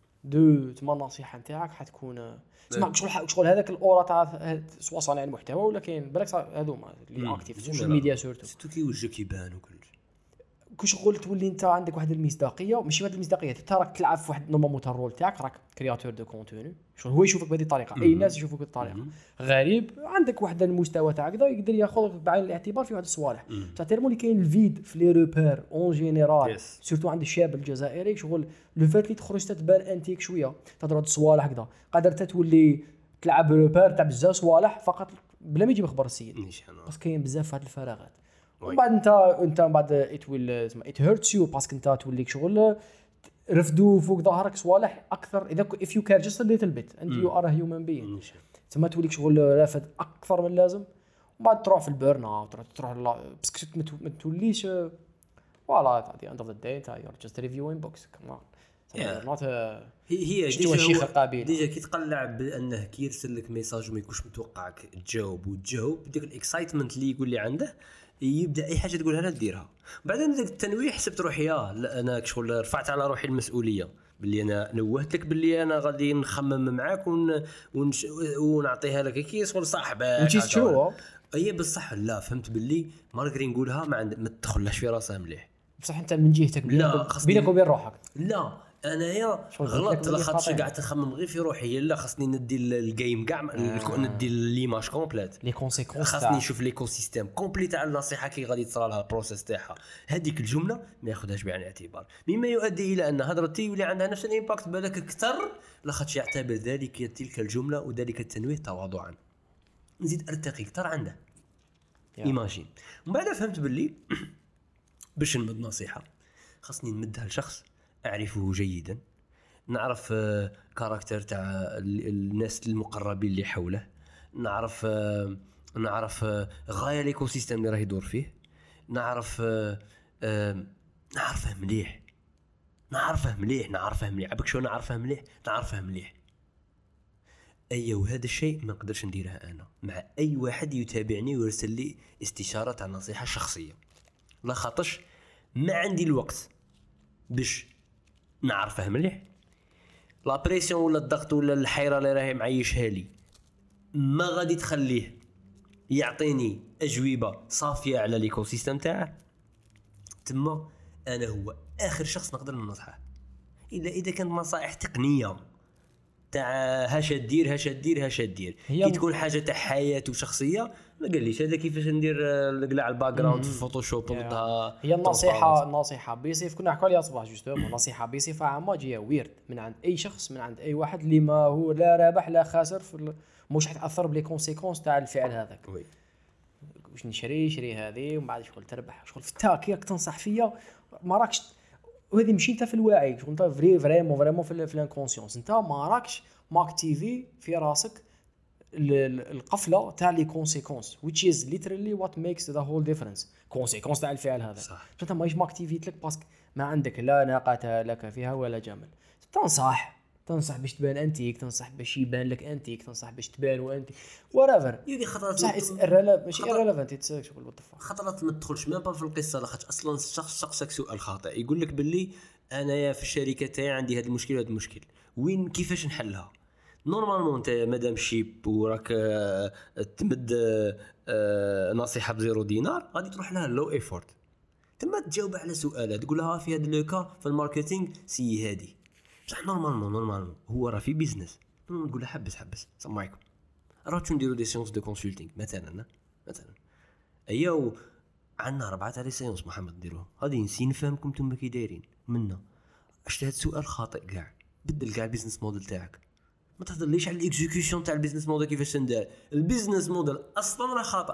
دو تما النصيحه نتاعك حتكون تسمع شغل شغل هذاك الاورا تاع سواء صانع المحتوى ولا كاين بالك هذوما اللي اكتيف في السوشيال ميديا سورتو سورتو كي وجهك يبان وكل كشغل تولي انت عندك واحد المصداقيه، ماشي واحد المصداقيه انت راك تلعب في واحد نورمالمون تاع الرول تاعك، راك كرياتور دو كونتوني شغل هو يشوفك بهذه الطريقه، اي ناس يشوفوك بهذه الطريقه غريب عندك واحد المستوى تاعك دا يقدر ياخذك بعين الاعتبار في واحد الصوالح تاع تيرمون اللي كاين الفيد في لي روبير اون جينيرال سورتو عند الشاب الجزائري شغل لو فات اللي تخرج تتبان انتيك شويه تهضر الصوالح هكذا قادر تولي تلعب روبير تاع بزاف صوالح فقط بلا ما يجيب خبر السيد بس كاين بزاف هاد الفراغات. ومن بعد انت انت من بعد اتويل ات هيرتس يو باسكو انت توليك شغل رفدوا فوق ظهرك صوالح اكثر اذا if you care just a little bit and you are a human being تما توليك شغل رافد اكثر من اللازم ومن بعد تروح في البيرن اوت تروح تروح باسكو ما توليش فوالا at the end of the day انت you're just reviewing books come on not هي ديجا ديجا كي تقلع بانه كي يرسل لك ميساج وما يكونش متوقعك تجاوب وتجاوب ديك الاكسايتمنت اللي يقول لي عنده يبدا اي حاجه تقولها له ديرها. بعدين داك التنويه حسبت روحي يا لا انا شغل رفعت على روحي المسؤوليه باللي انا نوهت لك باللي انا غادي نخمم معاك ون... ونش... ونعطيها لك كي شغل صاحبك شو اي بصح لا فهمت باللي ما نقدر نقولها ما عند ما تدخلش في راسها مليح بصح انت من جهتك بينك وبين روحك لا انا يا غلط لاخاطش قاعد تخمم غير في روحي لا خاصني ندي الجيم كاع آه. ندي ليماج كومبليت لي كونسيكونس خاصني نشوف ليكو سيستيم كومبلي تاع النصيحه كي غادي تصرا لها البروسيس تاعها هذيك الجمله ما ياخذهاش بعين الاعتبار مما يؤدي الى ان هضرتي يولي عندها نفس الامباكت بالك اكثر لاخاطش يعتبر ذلك تلك الجمله وذلك التنويه تواضعا نزيد ارتقي اكثر عنده ايماجين ومن بعد فهمت باللي باش نمد نصيحه خاصني نمدها لشخص اعرفه جيدا نعرف كاركتر تاع الناس المقربين اللي حوله نعرف نعرف غايه ليكو سيستم اللي راه يدور فيه نعرف نعرفه مليح نعرفه مليح نعرفه مليح عبك شو نعرفه مليح نعرفه مليح اي وهذا الشيء ما نقدرش نديرها انا مع اي واحد يتابعني ويرسل لي استشاره تاع نصيحه شخصيه لا خاطش ما عندي الوقت باش نعرفه مليح لا بريسيون ولا الضغط ولا الحيره اللي راهي معيشها لي ما غادي تخليه يعطيني اجوبه صافيه على ليكو سيستم تاعه تما انا هو اخر شخص نقدر ننصحه الا اذا كانت نصائح تقنيه تاع هاش دير هاش دير هاش دير كي تكون حاجه تاع حياه وشخصيه ما قاليش هذا كيفاش ندير نقلع الباك جراوند في فوتوشوب ونردها هي النصيحه النصيحه بيصيف كنا نحكوا عليها صباح جوستومون نصيحه بصفه عامه جايه ويرد من عند اي شخص من عند اي واحد اللي ما هو لا رابح لا خاسر في مش حتاثر بلي كونسيكونس تاع الفعل هذاك واش نشري شري هذه ومن بعد شغل تربح شغل في التاك ياك تنصح فيا ما راكش. وهذه ماشي انت في الواعي شغل انت فري فريمون فريمون في في الانكونسيونس انت ما راكش ماكتيفي في راسك القفله تاع لي كونسيكونس which is literally what makes the whole difference. كونسيكونس تاع الفعل هذا صح. انت مايش ماكتيفيت لك باسكو ما عندك لا ناقه لك فيها ولا جمل. تنصح تنصح باش تبان انتيك تنصح باش يبان لك انتيك تنصح باش تبان وانت whatever يدي خطرات صح irrelevant ماشي irrelevant يتسالك شغل وطفا خطرات ما تدخلش ما با في القصه لاخاطش اصلا الشخص شخصك سؤال خاطئ يقول لك باللي انايا في الشركه تاعي عندي هذا المشكل وهذا المشكل وين كيفاش نحلها. نورمالمون انت مادام شيب وراك تمد نصيحه بزيرو دينار غادي تروح لها لو ايفورت تما تجاوب على سؤالات تقول لها في هذا لوكا في الماركتينغ سي هذه صح. نورمالمون نورمالمون هو راه في بيزنس نقول له حبس حبس السلام عليكم راه نديرو دي سيونس دو كونسلتينغ مثلا مثلا ايوا عندنا اربعه تاع لي سيونس محمد نديروهم غادي نسي نفهمكم نتوما كي دايرين منا اش هذا السؤال خاطئ كاع بدل كاع البيزنس موديل تاعك ما تهضرليش على الاكزيكيوشن تاع البيزنس موديل كيفاش تندار. البيزنس موديل اصلا راه خاطئ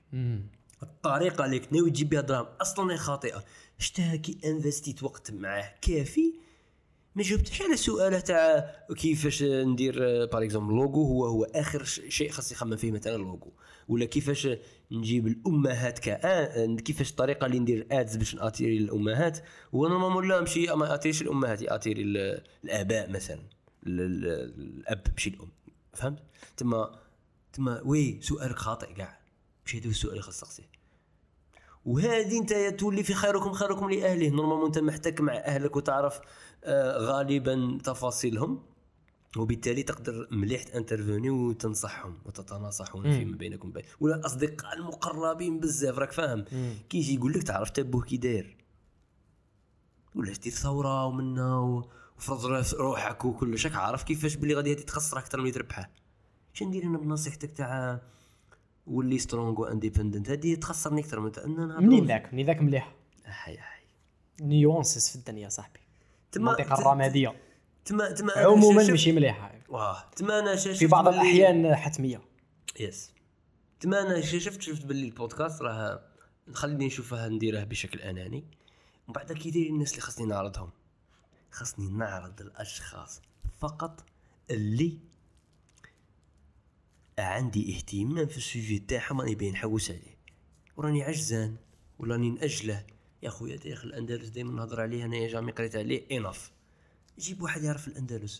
الطريقه اللي ناوي تجيب بها دراهم اصلا هي خاطئه. شتها كي انفستيت وقت معاه كافي ما جاوبتش على سؤال تاع كيفاش ندير بار اكزومبل لوغو هو هو اخر شيء خاص يخمم فيه مثلا اللوغو ولا كيفاش نجيب الامهات كا كيفاش الطريقه اللي ندير ادز باش ناتيري الامهات وانا ما مولا نمشي ما اتيريش الامهات اتيري الاباء مثلا الاب ماشي الام فهمت تما تما وي سؤالك خاطئ كاع ماشي هذا السؤال اللي خاص تسقسيه. وهذه انت تولي في خيركم خيركم لاهله. نورمالمون انت محتك مع اهلك وتعرف آه غالبا تفاصيلهم وبالتالي تقدر مليح انترفيني وتنصحهم وتتناصحون فيما بينكم بين ولا اصدقاء المقربين بزاف راك فاهم كي يجي يقول لك تعرف تابوه كي داير ولا دير ثوره ومنا وفرض روحك وكل شيء عارف كيفاش بلي غادي تخسر اكثر من تربحها. شنو ندير انا بنصيحتك تاع ولي سترونغ وانديبندنت هذه تخسرني اكثر من اننا منين ذاك منين ذاك مليح حي حي نيوانسز في الدنيا صاحبي المنطقه الرماديه تما تما عموما ماشي مليحه واه تما انا شفت في بعض الاحيان حتميه يس تما انا شفت شفت باللي البودكاست راه نخليني نشوفها نديرها بشكل اناني ومن بعد كي يدير الناس اللي خاصني نعرضهم خاصني نعرض الاشخاص فقط اللي عندي اهتمام في السوجي تاعهم راني باين نحوس عليه وراني عجزان ولا راني ناجله. يا خويا تاريخ الاندلس دائما نهضر عليه انا جامي قريت عليه انف يجيب واحد يعرف الاندلس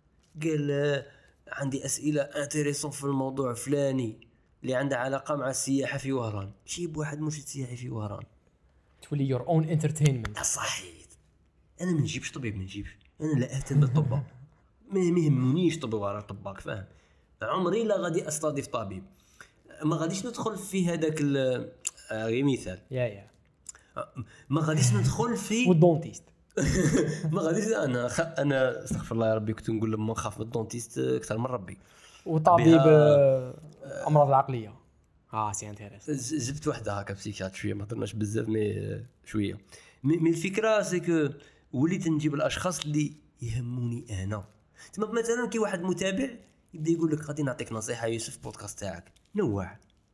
قال عندي اسئله انتريسون في الموضوع فلاني اللي عنده علاقه مع السياحه في وهران جيب واحد مرشد سياحي في وهران تولي يور اون انترتينمنت. صحيح انا ما نجيبش طبيب ما نجيبش انا لا اهتم بالطب ما يهمنيش طب ولا طباك فاهم عمري لا غادي استضيف طبيب ما غاديش ندخل في هذاك غير مثال يا يا ما غاديش ندخل في والدونتيست ما غاديش انا خ... انا استغفر الله يا ربي كنت نقول لما نخاف من الدونتيست اكثر من ربي وطبيب امراض العقليه اه سي انتريس جبت وحده هكا بسيكياتري ما هضرناش بزاف مي شويه مي الفكره سي كو وليت نجيب الاشخاص اللي يهموني انا. تما مثلا كي واحد متابع يبدا يقول لك غادي نعطيك نصيحه يوسف بودكاست تاعك نوع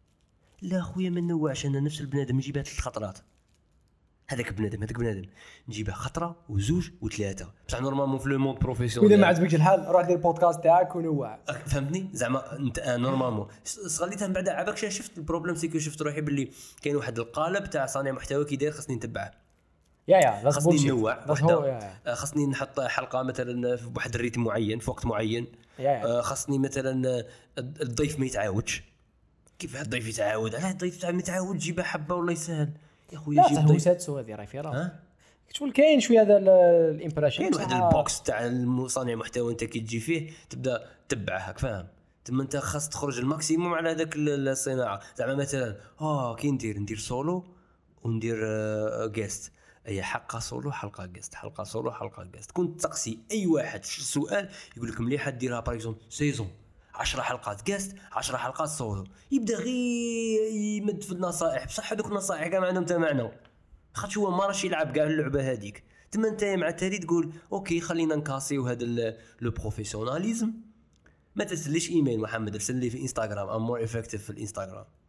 لا خويا ما نوعش انا نفس البنادم نجيبها ثلاث خطرات هذاك بنادم هذاك بنادم نجيبها خطره وزوج وثلاثه بصح نورمالمون في لو موند بروفيسيونيل اذا ما عجبكش الحال روح دير البودكاست تاعك ونوع فهمتني زعما انت نورمالمون صغليتها من بعد عباك شفت البروبليم سيكو شفت روحي باللي كاين واحد القالب تاع صانع محتوى كي داير خاصني نتبعه يا يا خاصني نوع خاصني نحط حلقه مثلا في واحد الريتم معين في وقت معين خاصني مثلا الضيف ما يتعاودش كيف الضيف يتعاود علاه الضيف تاع متعاود جيبها حبه والله يسهل يا خويا جيب ضيف سادسو هذه راهي في راسك شغل كاين شويه هذا الامبريشن كاين واحد البوكس تاع المصانع محتوى انت كي تجي فيه تبدا تتبعه هاك فاهم تما انت خاص تخرج الماكسيموم على هذاك الصناعه زعما مثلا اه كي ندير ندير سولو وندير جيست اي حلقه سولو حلقه جيست حلقه سولو حلقه جيست كنت تقسي اي واحد سؤال يقول لك مليح ديرها باغ اكزومبل سيزون عشرة حلقات جيست عشرة حلقات سولو يبدا غير يمد في النصائح بصح هذوك النصائح كاع ما عندهم حتى معنى خاطش هو ما راش يلعب كاع اللعبه هذيك تما انت مع التالي تقول اوكي خلينا نكاسيو هذا لو بروفيسيوناليزم ما ترسليش ايميل محمد ارسل لي في انستغرام ام مور افكتيف في الانستغرام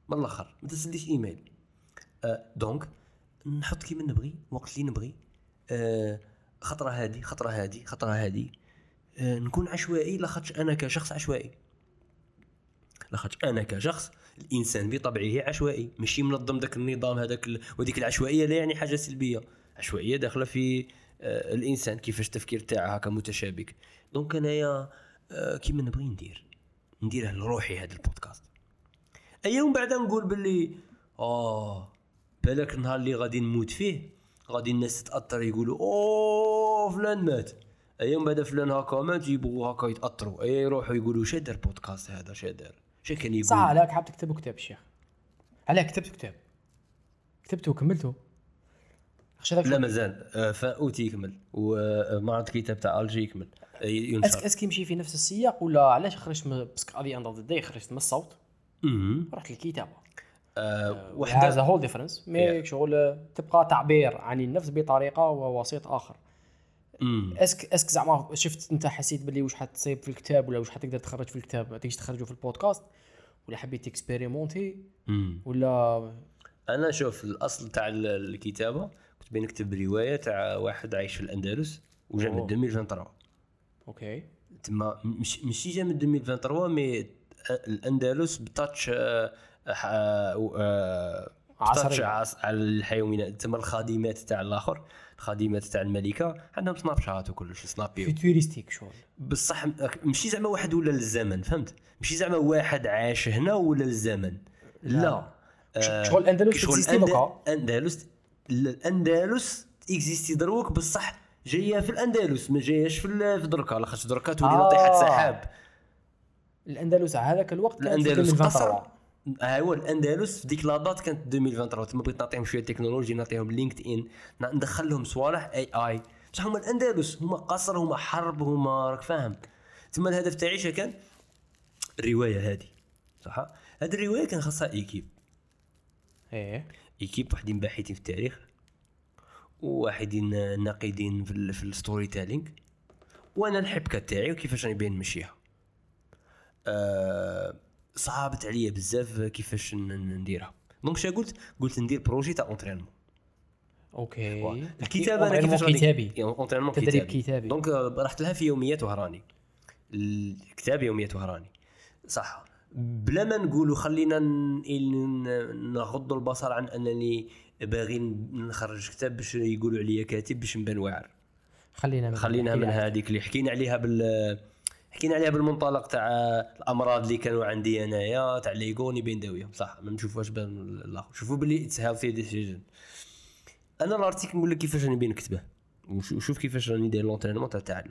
من الاخر ما تسديش ايميل. آه دونك نحط كيما نبغي وقت اللي نبغي، آه خطره هذه خطره هذه خطره هذه، آه نكون عشوائي لاخاطش انا كشخص عشوائي، لاخاطش انا كشخص الانسان بطبعه عشوائي، ماشي منظم داك النظام هذاك ال... وديك العشوائيه لا يعني حاجه سلبيه، عشوائيه داخله في آه الانسان كيفاش التفكير تاعه هكا متشابك. دونك انايا آه كيما نبغي ندير نديره لروحي هذا البودكاست. ايام بعد نقول باللي اه بالك النهار اللي غادي نموت فيه غادي الناس تاثر يقولوا اوه فلان مات، ايام بعد فلان هكا مات يبغوا هكا يتاثروا، اي يروحوا يقولوا شا دار بودكاست هذا شا دار شا كان يقول. صح عليك حاب تكتب كتاب الشيخ، عليك كتبت كتاب كتبته وكملته؟ لا مازال آه فاوتي يكمل ومعرض كتاب تاع الجي يكمل ينشر. اسك يمشي في نفس السياق ولا علاش خرجت باسكو غادي اند اوف ذا داي خرجت من الصوت رحت للكتابه؟ أه وحده هذا هول ديفرنس مي شغل تبقى تعبير عن النفس بطريقه ووسيط اخر. مم. اسك اسك زعما شفت انت حسيت باللي واش حتصيب في الكتاب ولا واش حتقدر تخرج في الكتاب ما تقدرش تخرجه في البودكاست، ولا حبيت اكسبيريمونتي ولا؟ انا شوف الاصل تاع الكتابه كنت بين نكتب روايه تاع واحد عايش في الاندلس وجا من ألفين وثلاثة. اوكي تما مش ماشي جا من ألفين وثلاثة مي الاندلس بتاتش عصري على الحيوانات. تما الخادمات تاع الاخر الخادمات تاع الملكه عندهم سناب شات وكلش سنابي فيتوريستيك شغل بصح ماشي زعما واحد ولا للزمن فهمت، ماشي زعما واحد عاش هنا ولا للزمن لا, لا. آه شغل الاندلس اكزيستي دوكا الاندلس الاندلس اكزيستي دروك بصح جايه في الاندلس ما جاياش في دركا لاخاطش دركا تولي آه. نطيحه سحاب. الاندلس هذاك الوقت كان في ألفين وثلاثة. ها هو الاندلس في ديك لادات كانت ألفين وثلاثة. تما بغيت نعطيهم شويه تكنولوجي نعطيهم لينكد ان ندخل لهم صوالح اي اي بصح هما الاندلس هما قصر هما حرب هما راك فاهم. تما الهدف تاعي كان الروايه هذه صح. هذه الروايه كان خاصها ايكيب ايه ايكيب وحدين باحثين في التاريخ وواحدين ناقدين في, في الستوري تيلينغ وانا الحبكه تاعي وكيفاش راني باين نمشيها. أه صعبت عليا بزاف كيفاش نديرها. دونك شا قلت قلت ندير بروجي تاع اونترينمون. اوكي الكتابه انا كيفاش كتابي اونترينمون تدريب كتابي. دونك رحت لها في يوميات وهراني الكتاب يوميات وهراني صح بلا ما نقولوا خلينا نغض البصر عن انني باغي نخرج كتاب باش يقولوا عليا كاتب باش نبان واعر. خلينا من خلينا من هذيك اللي حكينا عليها بال حكينا عليها بالمنطلق تاع الامراض اللي كانوا عندي انايا تاع ليغوني بين داويه صح ما نشوفوش بان الاخر شوفوا باللي اتس هيلثي ديسيجن. انا الارتيكل نقول لك كيفاش راني بين نكتبه وشوف كيفاش راني داير لونترينمون تاع التعلم.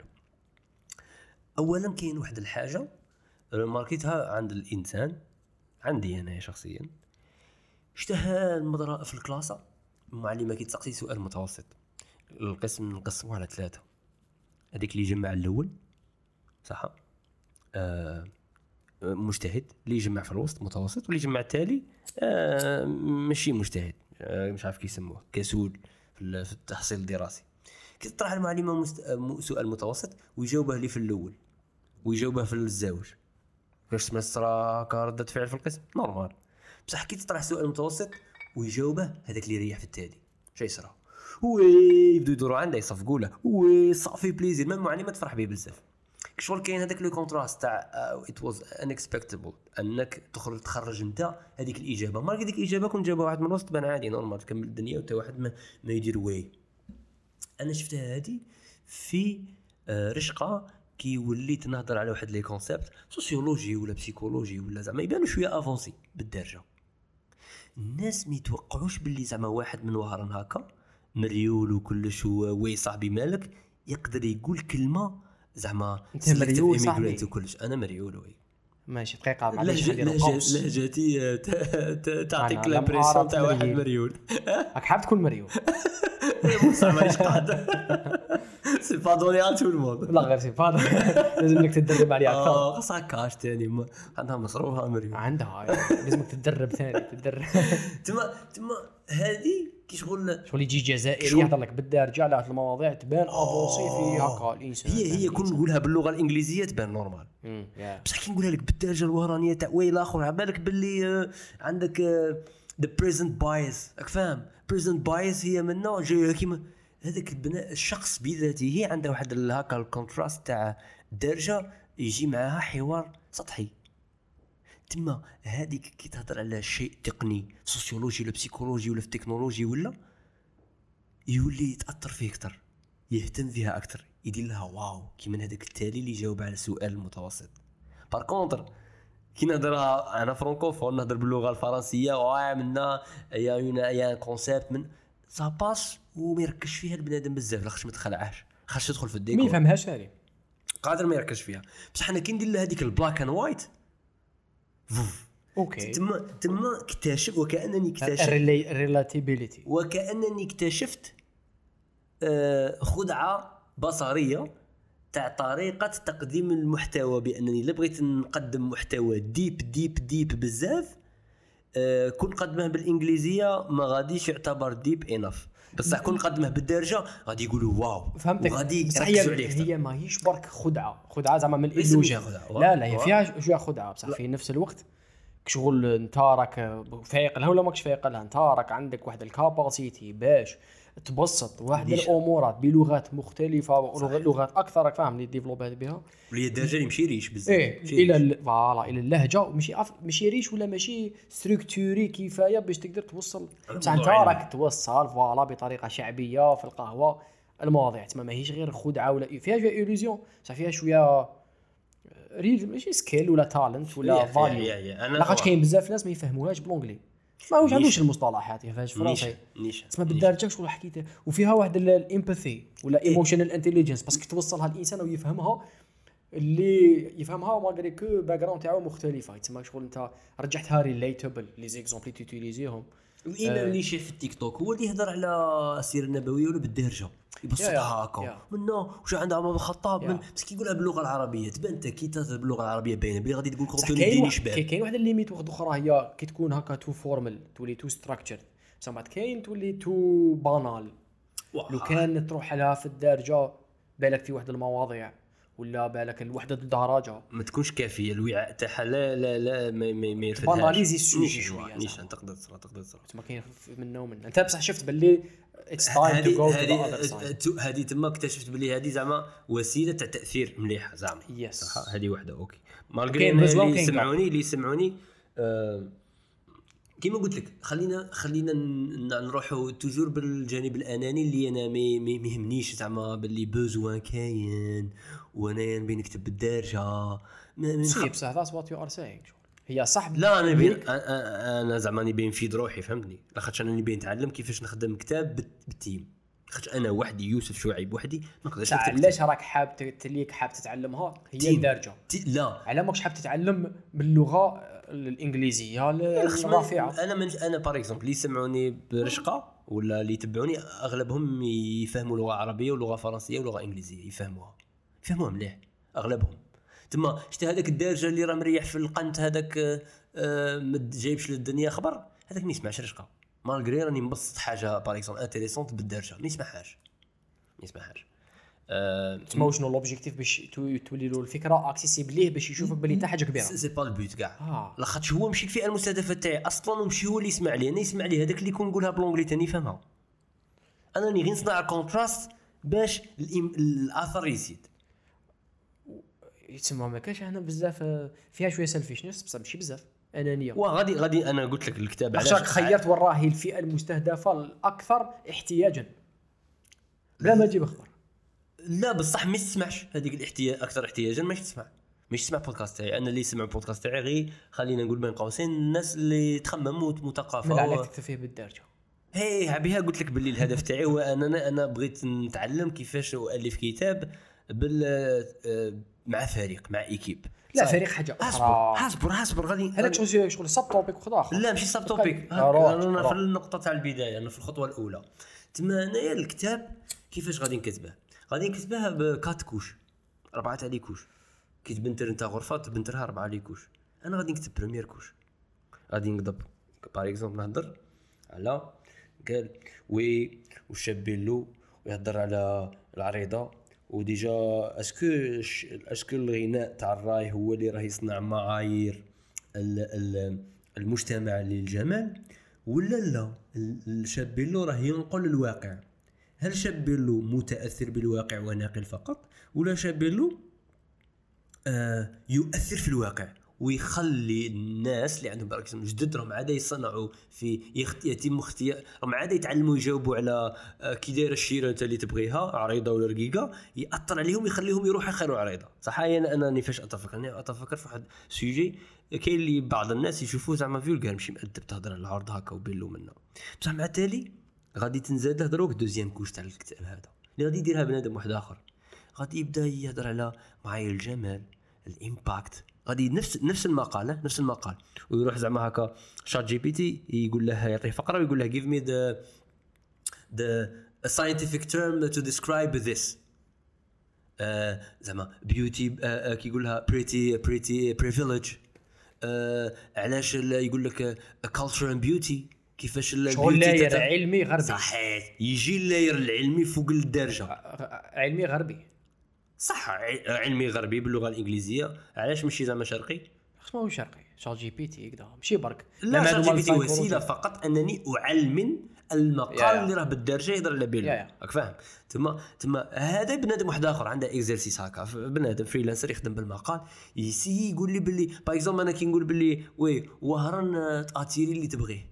اولا كاين واحد الحاجه ماركتها عند الانسان عندي انا شخصيا اشتهى المدرسه في الكلاسه المعلمه كيتسقسي سؤال متوسط القسم نقسموه على ثلاثه هذيك اللي يجمع الاول صح آه مجتهد اللي يجمع في الوسط متوسط واللي يجمع التالي آه ماشي مجتهد آه مش عارف كيسموه كسول في التحصيل الدراسي. كتطرح المعلمه مست... سؤال متوسط ويجاوبه لي في الاول ويجاوبه في الزوج واش سمسرا كردة فعل في القسم نورمال بصح كي تطرح سؤال متوسط ويجاوبه هذاك اللي يريح في التالي شي يصرى وي يبدو يدوروا عنده يصفقوا له وي صافي بليزير. ما المعلمه تفرح به بزاف شغل كاين هذاك لو كونتراست تاع ات واز انكسبكتبل انك تخرج تخرج انت هذيك الاجابه ما ديك الاجابه كنت جابها واحد من الوسط بان عادي نورمال تكمل الدنيا وتا واحد ما, ما يدير وي. انا شفتها هذه في رشقه كي وليت نهضر على واحد لي كونسيبت سوسيولوجي ولا بسيكولوجي ولا زعما يبانوا شويه افونسي بالدرجه. الناس ما يتوقعوش باللي زعما واحد من وهران هكا مريول وكلش وي صاحبي مالك يقدر يقول كلمه زعما مريول صاحبي وكلش. انا مريول وي ماشي دقيقه معليش نديرو بوز لهجتي تعطيك لامبريسيون تاع واحد مريول راك حاب تكون مريول بصح مانيش قادر سي با دوني على تو الموند لا غير سي با لازم انك تدرب عليها اكثر. اه خاصها كاش ثاني عندها مصروفها مريول عندها لازمك تتدرب ثاني تتدرب تما تما هذه كي شغل شغل يجي جزائري يهضر لك بالدارجه على هاد المواضيع تبان افونسي في هكا الانسان. هي هي كون نقولها باللغه الانجليزيه تبان نورمال، بصح كي نقولها لك بالدارجه الوهرانيه تاع ويل اخر على بالك باللي عندك ذا بريزنت بايس، راك فاهم؟ بريزنت بايس هي منه جايه كيما هذاك البناء الشخص بذاته هي عنده واحد هكا الكونتراست تاع الدارجه يجي معها حوار سطحي. تما هذيك كي تهضر على شيء تقني سوسيولوجي ولا بسيكولوجي ولا في التكنولوجي ولا يولي يتاثر فيه اكثر، يهتم فيها اكثر، يدير لها واو كيما هذاك التالي اللي جاوب على السؤال المتوسط. بار كونتر كي نهضرها انا فرانكوفون نهضر باللغه الفرنسيه وعملنا يا يا كونسيبت من سا باس وما يركزش فيها البنادم بزاف لاخاطش ما تخلعهاش، خاص تدخل في الديكور ما يفهمهاش هذه قادر ما يركزش فيها. بصح حنا كي ندير لها هذيك البلاك اند وايت اوكي تما تما اكتشف وكانني اكتشفت الريلاتيبيليتي وكانني اكتشفت آه خدعه بصريه تاع طريقه تقديم المحتوى، بانني لا بغيت نقدم محتوى ديب ديب ديب بزاف آه كون نقدمه بالانجليزيه ما غاديش يعتبر ديب انف، بصح كون نقدمه بالدارجه غادي يقولوا واو فهمتك. وغادي يركزوا عليه. هي ماهيش برك خدعه خدعه زعما من الالوجين، لا لا هي فيها شويه خدعه بصح في نفس الوقت شغل انت راك فايق لها ولا ماكش فايق لها، انت راك عندك واحد الكاباسيتي باش تبسط واحد الامورات بلغات مختلفه ولغات اكثر، راك فاهم اللي ديفلوبات بها اللي الدارجه يمشي ريش بزاف إيه الى فوالا الى اللهجه ماشي أف... ماشي ريش ولا ماشي ستركتوري كفايه باش تقدر توصل، بصح انت راك توصل فوالا بطريقه شعبيه في القهوه المواضيع تما ماهيش غير خدعه ولا فيها شويه ايلوزيون، بصح فيها شويه ريل ماشي سكيل ولا تالنت ولا فاليو. لاخاطش كاين بزاف ناس ما يفهموهاش بالانجلي ما واش عندوش المصطلحات يفهمش فرنسي تسمى بالدارجه شغل حكيته وفيها واحد الامباثي ولا ايموشنال انتليجنس باسكو توصلها الانسان ويفهمها اللي يفهمها ماغري كو باك جراوند تاعو مختلفه تسمى شغل انت رجعتها ريليتابل لي زيكزامبل اللي تيوتيليزيهم. الامام اللي شاف في التيك توك هو اللي يهضر على السيره النبويه ولا بالدارجه يبسطها هكا منه واش عند عمر بن الخطاب من بس كي يقولها باللغه العربيه تبان انت كي تهضر باللغه العربيه باينه بلي غادي تقول كونتوني ديني شباب. كاين واحد الليميت واحده اخرى هي كي تكون هكا تو فورمال تولي تو ستراكتشر سما كاين تولي تو بانال لو كان تروح لها في الدارجه بالك في واحد المواضيع ولا بالك الوحده الدرجه ما تكونش كافيه الوعاء تاعها لا لا لا ما ما يرفدهاش باناليزي السوجي شويه نيشان تقدر تصرا تقدر تصرا ما كاين منه ومن انت بصح شفت باللي اتس تايم تو جو تو ذا اذر سايد هذه تما اكتشفت باللي هذه زعما وسيله تاع تاثير مليحه زعما yes. صح هذه وحده اوكي مالغري اللي يسمعوني اللي يسمعوني آه كيما قلت لك خلينا خلينا نروحوا توجور بالجانب الاناني اللي انا ما يهمنيش زعما باللي بوزوان كاين وانا نبي نكتب بالدارجه سي بصح ذاتس وات يو ار سينغ هي صح. لا انا نبي انا زعما نبي نفيد روحي فهمتني لاخاطش انا نبي نتعلم كيفاش نخدم كتاب بالتيم لاخاطش انا وحدي يوسف شعيب وحدي ما نقدرش نكتب. علاش راك حاب تليك حاب تتعلمها هي الدارجه لا على ماكش حاب تتعلم باللغه الانجليزيه الرافعه. انا من انا بار اكزومبل اللي يسمعوني برشقه ولا اللي يتبعوني اغلبهم يفهموا لغه عربيه ولغه فرنسيه ولغه انجليزيه يفهموها يفهموها مليح اغلبهم. تما شتي هذاك الدارجه اللي راه مريح في القنت هذاك آه ما جايبش للدنيا خبر هذاك ما يسمعش رشقه مالغري راني مبسط حاجه بار اكزومبل انتريسونت بالدارجه ما يسمعهاش ما يسمعهاش. تسمى واش شنو لوبجيكتيف باش تولي له الفكره اكسيسيبل ليه باش يشوفك بلي حتى حاجه كبيره سي با البوت كاع لاخاطش هو ماشي الفئه المستهدفه تاعي اصلا ومشي هو اللي يسمع لي انا يسمع لي هذاك اللي يكون نقولها بالونجلي ثاني يفهمها. انا راني غير نصنع كونتراست باش الاثر يزيد. يتسمى ما كاش هنا بزاف فيها شويه سيلفيشنس بصح ماشي بزاف انانيه وغادي غادي انا قلت لك الكتاب علاش خيرت وراهي الفئه المستهدفه الاكثر احتياجا بلا ما تجيب اخبار. لا بصح ما تسمعش هذيك الاحتياج اكثر احتياجا ما تسمع مش تسمع بودكاست تاعي انا اللي يسمع بودكاست تاعي غير خلينا نقول بين قوسين الناس اللي تخمم ومثقفه. من عليك تكتفي بالدارجه هي بها قلت لك باللي الهدف تاعي هو انا انا بغيت نتعلم كيفاش اؤلف كتاب بال مع فريق مع ايكيب. لا فريق حاجه اخرى اصبر اصبر غادي هذاك شغل شغل سب توبيك اخر. لا ماشي سب توبيك انا في النقطه تاع البدايه انا في الخطوه الاولى. تما انايا الكتاب كيفاش غادي نكتبه غادي نكتبها بكات كوش أربعة تاع لي كوش كي تبنتر نتا غرفه تبنترها أربعة لي كوش. انا غادي نكتب بريمير كوش غادي نكتب بار اكزومبل نهضر على مكال وي وشابين له ويهضر على العريضه وديجا اسكو اسكو الغناء تاع الراي هو اللي راه يصنع معايير المجتمع للجمال ولا لا الشابين له راه ينقل الواقع. هل شابين له متاثر بالواقع وناقل فقط ولا شابين له آه يؤثر في الواقع ويخلي الناس اللي عندهم بركز جدد راهم عاده يصنعوا في يتم اختيار راهم عاده يتعلموا يجاوبوا على آه كي دايره الشيره انت اللي تبغيها عريضه ولا رقيقه ياثر عليهم يخليهم يروحوا يخيروا عريضه. صح انا انا فاش اتفق انا اتفكر في واحد سوجي كاين اللي بعض الناس يشوفوه زعما فيولغار ماشي مؤدب تهضر على العرض هكا وبيلو منه بصح مع تالي غادي تنزاد هضروك دوزيام كوش تاع الكتاب هذا اللي غادي يديرها بنادم واحد اخر غادي يبدا يهضر على معايير الجمال الامباكت غادي نفس نفس المقاله نفس المقال ويروح زعما هكا شات جي بي تي يقول له يعطيه فقره ويقول له give me the the a scientific term to describe this uh, زعما beauty uh, uh, كي يقول لها pretty pretty privilege uh, علاش يقول لك uh, culture and beauty كيفاش البيوتي تاع علمي غربي. صحيح يجي اللاير العلمي فوق الدرجه علمي غربي صح علمي غربي باللغه الانجليزيه علاش ماشي زعما شرقي خصو هو شرقي شات جي بي تي كذا ماشي برك لا شات جي بي تي وسيله فقط انني اعلم المقال يا يا. اللي راه بالدرجه يهضر على بالو راك فاهم تما تما هذا بنادم واحد اخر عنده اكزرسيس هكا بنادم فريلانسر يخدم بالمقال يسي يقول لي باللي باغ اكزومبل انا كي نقول باللي وي وهران تاتيري اللي تبغيه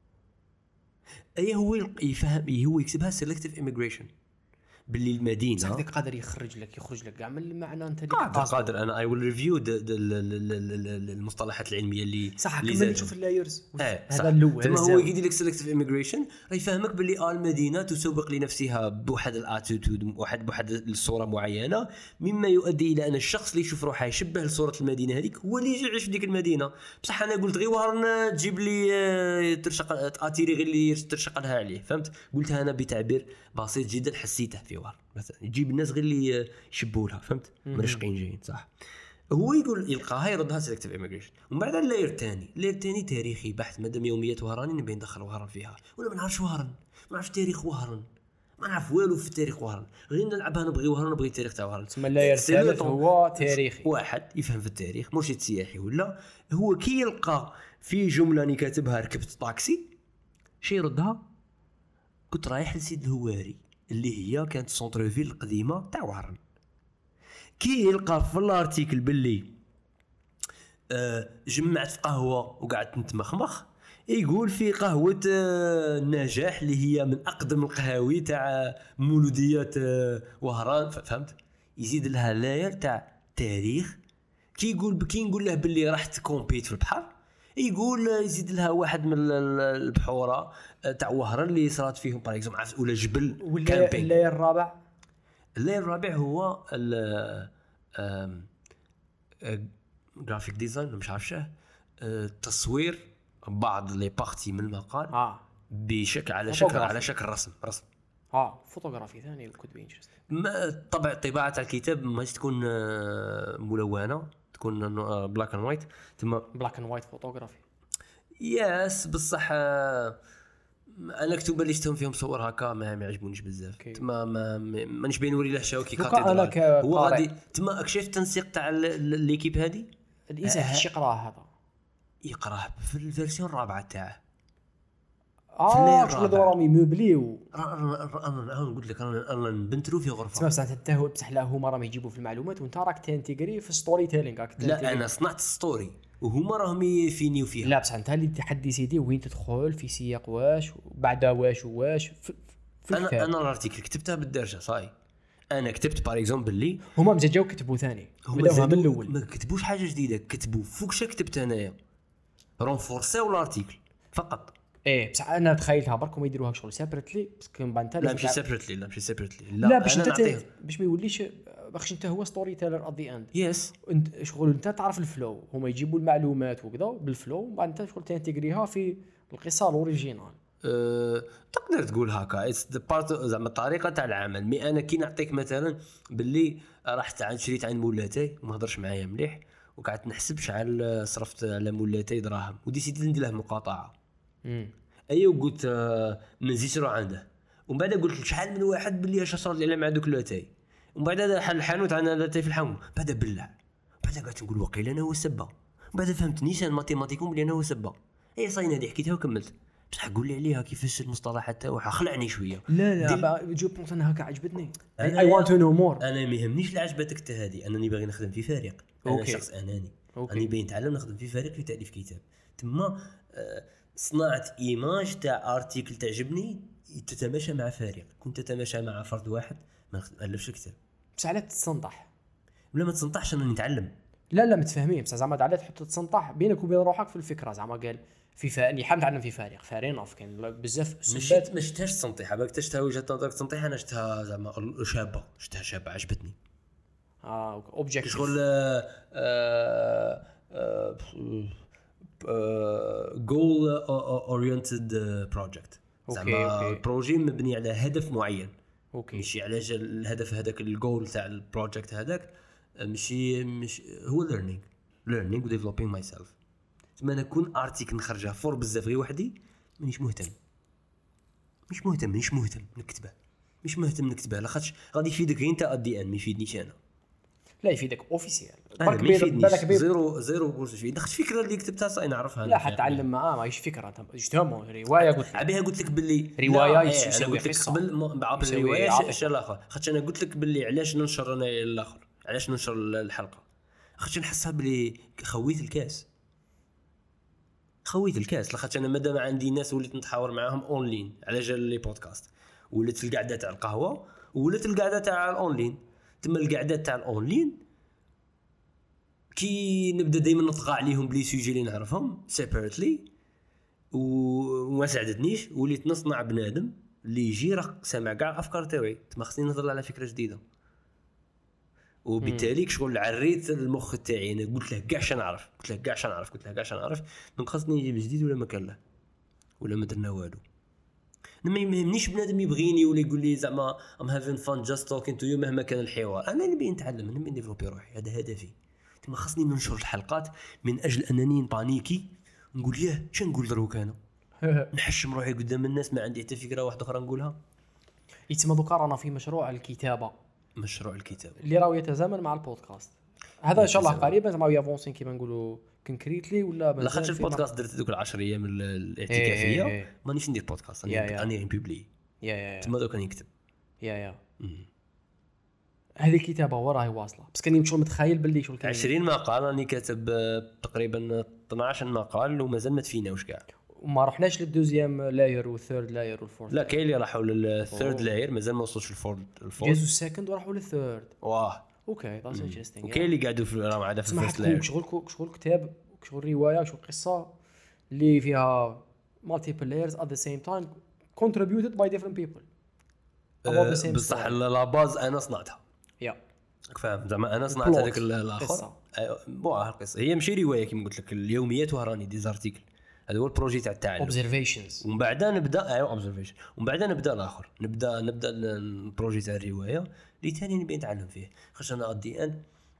اي هو يفهم هو يكتبها سيلكتيف ايميغريشن باللي المدينه صح ديك قادر يخرج لك يخرج لك كاع من المعنى انت اللي قادر, قادر انا اي ويل ريفيو المصطلحات العلميه اللي صح كمل نشوف اللايرز آه هذا الاول تما هو يدير لك سيلكتيف ايميغريشن راه يفهمك باللي اه المدينه تسوق لنفسها بواحد الاتيتود واحد بواحد الصوره معينه مما يؤدي الى ان الشخص اللي يشوف روحه يشبه لصوره المدينه هذيك هو اللي يجي يعيش في ديك المدينه. بصح انا قلت غير وهرنا تجيب لي ترشق تاتيري غير اللي ترشق لها عليه فهمت قلتها انا بتعبير بسيط جدا حسيته في وهر مثلا يجيب الناس غير اللي يشبوا لها فهمت مرشقين جايين صح. هو يقول يلقاها يردها سيلكتيف ايميغريشن ومن بعد اللاير الثاني اللاير الثاني تاريخي بحث مادام يوميات وهراني نبي ندخل وهران فيها ولا ما نعرفش وهران ما نعرفش تاريخ وهران ما نعرف والو في التاريخ وهران غير نلعبها نبغي وهران نبغي التاريخ تاع وهران. ثم اللاير الثالث هو تاريخي واحد يفهم في التاريخ مرشد سياحي ولا هو كي يلقى في جمله اني كاتبها ركبت طاكسي شي يردها كنت رايح لسيد الهواري اللي هي كانت سونتر فيل القديمه تاع وهران. كي يلقى في الارتيكل باللي آه جمعت في قهوه وقعدت نتمخمخ يقول في قهوه آه النجاح اللي هي من اقدم القهاوي تاع مولوديات آه وهران فهمت يزيد لها لاير تاع تاريخ. كي يقول كي نقول له باللي راح تكومبيت في البحر يقول يزيد لها واحد من البحوره تاع وهران اللي صارت فيهم باغ اكزومبل عرفت ولا جبل كامبينغ. اللاير الرابع اللاير الرابع هو ال جرافيك ديزاين مش عارفه تصوير بعض لي بارتي من المقال اه بشكل على شكل على شكل رسم رسم اه فوتوغرافي ثاني كود بي انتريستين. طبع طباعه تاع الكتاب ما تكون ملونه تكون بلاك اند وايت ثم بلاك اند وايت فوتوغرافي يس بصح انا كتب اللي شفتهم فيهم صور هكا ما يعجبونيش بزاف تما ما مانيش بين نوري له شاو كي كاتدرال هو غادي تما اكشف التنسيق تاع ليكيب هذه الانسان باش يقراه هذا يقراه في الفيرسيون الرابعه تاعه اه شغل دوراهم يمبليو انا نقول لك انا انا نبنتلو في غرفه تسمع ساعه انت هو بصح لا هما راهم يجيبوا في المعلومات وانت راك تنتيغري في ستوري تيلينغ. لا انا صنعت ستوري وهما راهم يفينيو فيها. لا بصح انت اللي تحدي سيدي وين تدخل في سياق واش وبعد واش واش في, في انا انا الارتيكل كتبتها بالدرجه صاي انا كتبت باغ اكزومبل اللي هما مزال جاو كتبوا ثاني بداوها من الاول ما كتبوش حاجه جديده كتبوا فوقش كتبت انايا رونفورسيو الارتيكل فقط. ايه بصح انا تخيلتها برك هما يديروها شغل سيبريتلي باسكو من بعد انت لا ماشي سيبريتلي لا ماشي سيبريتلي لا, لا باش انت باش ما يوليش باش انت هو ستوري تيلر ات ذا اند يس انت شغل انت تعرف الفلو هما يجيبوا المعلومات وكذا بالفلو ومن بعد انت شغل تنتجريها في القصه الاوريجينال. أه، تقدر تقول هكا اتس ذا بارت زعما الطريقه تاع العمل. مي انا كي نعطيك مثلا باللي رحت عند شريت عند مولاتي وما هضرش معايا مليح وقعدت نحسب شحال صرفت على مولاتي دراهم وديسيت ندير له مقاطعه. امم ايوا قلت آه ما نزيدش نروح عنده. ومن بعد قلت شحال من واحد باللي اش صار لي مع دوك لاتاي. ومن بعد هذا حل الحانوت عندنا لاتاي في الحوم. بعد بلع بعد قعدت نقول وقيل انا هو السبه. بعد فهمت نيشان ماتيماتيكوم بلي انا هو السبه. اي صاينا هذه حكيتها وكملت. بصح قول لي عليها كيفاش المصطلحات تاعها خلعني شويه. لا لا جو بونس انها هكا عجبتني. اي وانت تو نو مور. انا ما يهمنيش اللي عجبتك حتى هذه. انني باغي نخدم في فريق. انا أوكي. شخص اناني. أوكي. اني باغي نتعلم نخدم في فريق في تاليف كتاب. تما آه صناعه ايماج تاع ارتيكل تعجبني تتماشى مع فريق. كنت تتماشى مع فرد واحد ما نالفش الكتاب. بصح على تتصنطح ولا ما تصنطحش انا نتعلم. لا لا متفاهمين. بصح زعما على تحط تتصنطح بينك وبين روحك في الفكره. زعما قال في فاني حاب نتعلم في فريق فريق اوف كاين بزاف سبات ما شفتهاش تنطيحه. باك تشتها وجهه نظرك تنطيحه. انا شفتها زعما شابه. شفتها شابه عجبتني. اه اوبجيكتيف شغل جول اورينتد بروجكت. زعما بروجي مبني على هدف معين. اوكي ماشي على الهدف هذاك الجول تاع البروجيكت هذاك. ماشي مش هو ليرنينغ ليرنينغ وديفلوبينغ ماي سيلف. تما نكون ارتيكل نخرجها فور بزاف غير وحدي مانيش مهتم. مش مهتم مش مهتم نكتبه. مش مهتم نكتبه لاخاطش غادي يفيدك انت ادي ان ما يفيدنيش انا. لا يفيدك اوفيسيال برك بير بالك بير زيرو زيرو بوش يفيد. دخلت فكره اللي كتبتها صاي نعرفها. لا حتعلم معاه ماهيش فكره اجتمع روايه قلت لك عبيها قلت لك باللي روايه يسوي قصه قبل بعض الروايات اش الاخر. خاطش انا قلت لك باللي علاش ننشر انا الاخر علاش ننشر الحلقه. خاطش نحسها باللي خويت الكاس خويت الكاس لاخاطش انا مادام عندي ناس وليت نتحاور معاهم اونلاين على جال لي بودكاست. ولات القعده تاع القهوه ولات القعده تاع الاونلاين. تما القعده تاع الاونلاين كي نبدا دائما نطغى عليهم بلي سوجي اللي نعرفهم سيبريتلي وما ساعدتنيش. وليت نصنع بنادم اللي يجي راه سامع كاع الافكار تاعي. تما خصني نهضر على فكره جديده. وبالتالي شغل عريت المخ تاعي. انا قلت له كاع شنو نعرف قلت له كاع شنو نعرف قلت له كاع شنو نعرف. دونك خاصني نجيب جديد ولا ما كان له ولا ما درنا والو. ما يهمنيش بنادم يبغيني ولا يقول لي زعما ام هافين فان جاست توكين تو يو مهما كان الحوار. انا نبي نتعلم نبي نديفلوبي روحي. هذا هدفي. تما خاصني ننشر الحلقات من اجل انني بانيكي نقول ياه شنو نقول دروك انا نحشم روحي قدام الناس ما عندي حتى فكره واحده اخرى نقولها. يتسمى دوكا رانا في مشروع الكتابه. مشروع الكتابه اللي راهو يتزامن مع البودكاست هذا ان شاء الله قريبا زعما يافونسين كيما نقولوا كونكريتلي ولا لا خاطر البودكاست درت دوك العشر ايام الاعتكافيه. إيه إيه. مانيش ندير بودكاست انا اني نبوبلي يا يا تما دوك نكتب يا يا هذه الكتابه هو راهي واصله بس كاني مشغل متخيل باللي شغل كان عشرين مقال راني كاتب تقريبا اثناش مقال ومازال ما تفيناوش كاع. وما رحناش للدوزيام لاير والثيرد لاير والفورث. لا كاين اللي راحوا للثيرد لاير مازال ما وصلوش للفورد الفورد. جازوا السكند وراحوا للثيرد. واه اوكي ذاتس انتريستينغ. وكاين اللي قاعدوا في راه عاده في الفيرست لاير. شغل شغل كتاب شغل روايه شغل قصه اللي فيها multiple layers at the same time contributed by different people about the same بصح لا باز انا صنعتها. يا فاهم زعما انا صنعت هذاك الاخر. بواه القصه هي ماشي روايه كيما قلت لك اليوميات وهراني ديزارتيكل. هذا هو البروجي تاع التعلم observations. ومن بعد نبدا ايوا اوبزرفيشن ومن بعد نبدا الاخر. نبدا نبدا البروجي تاع الروايه اللي ثاني نبي نتعلم فيه. خاطر انا غادي ان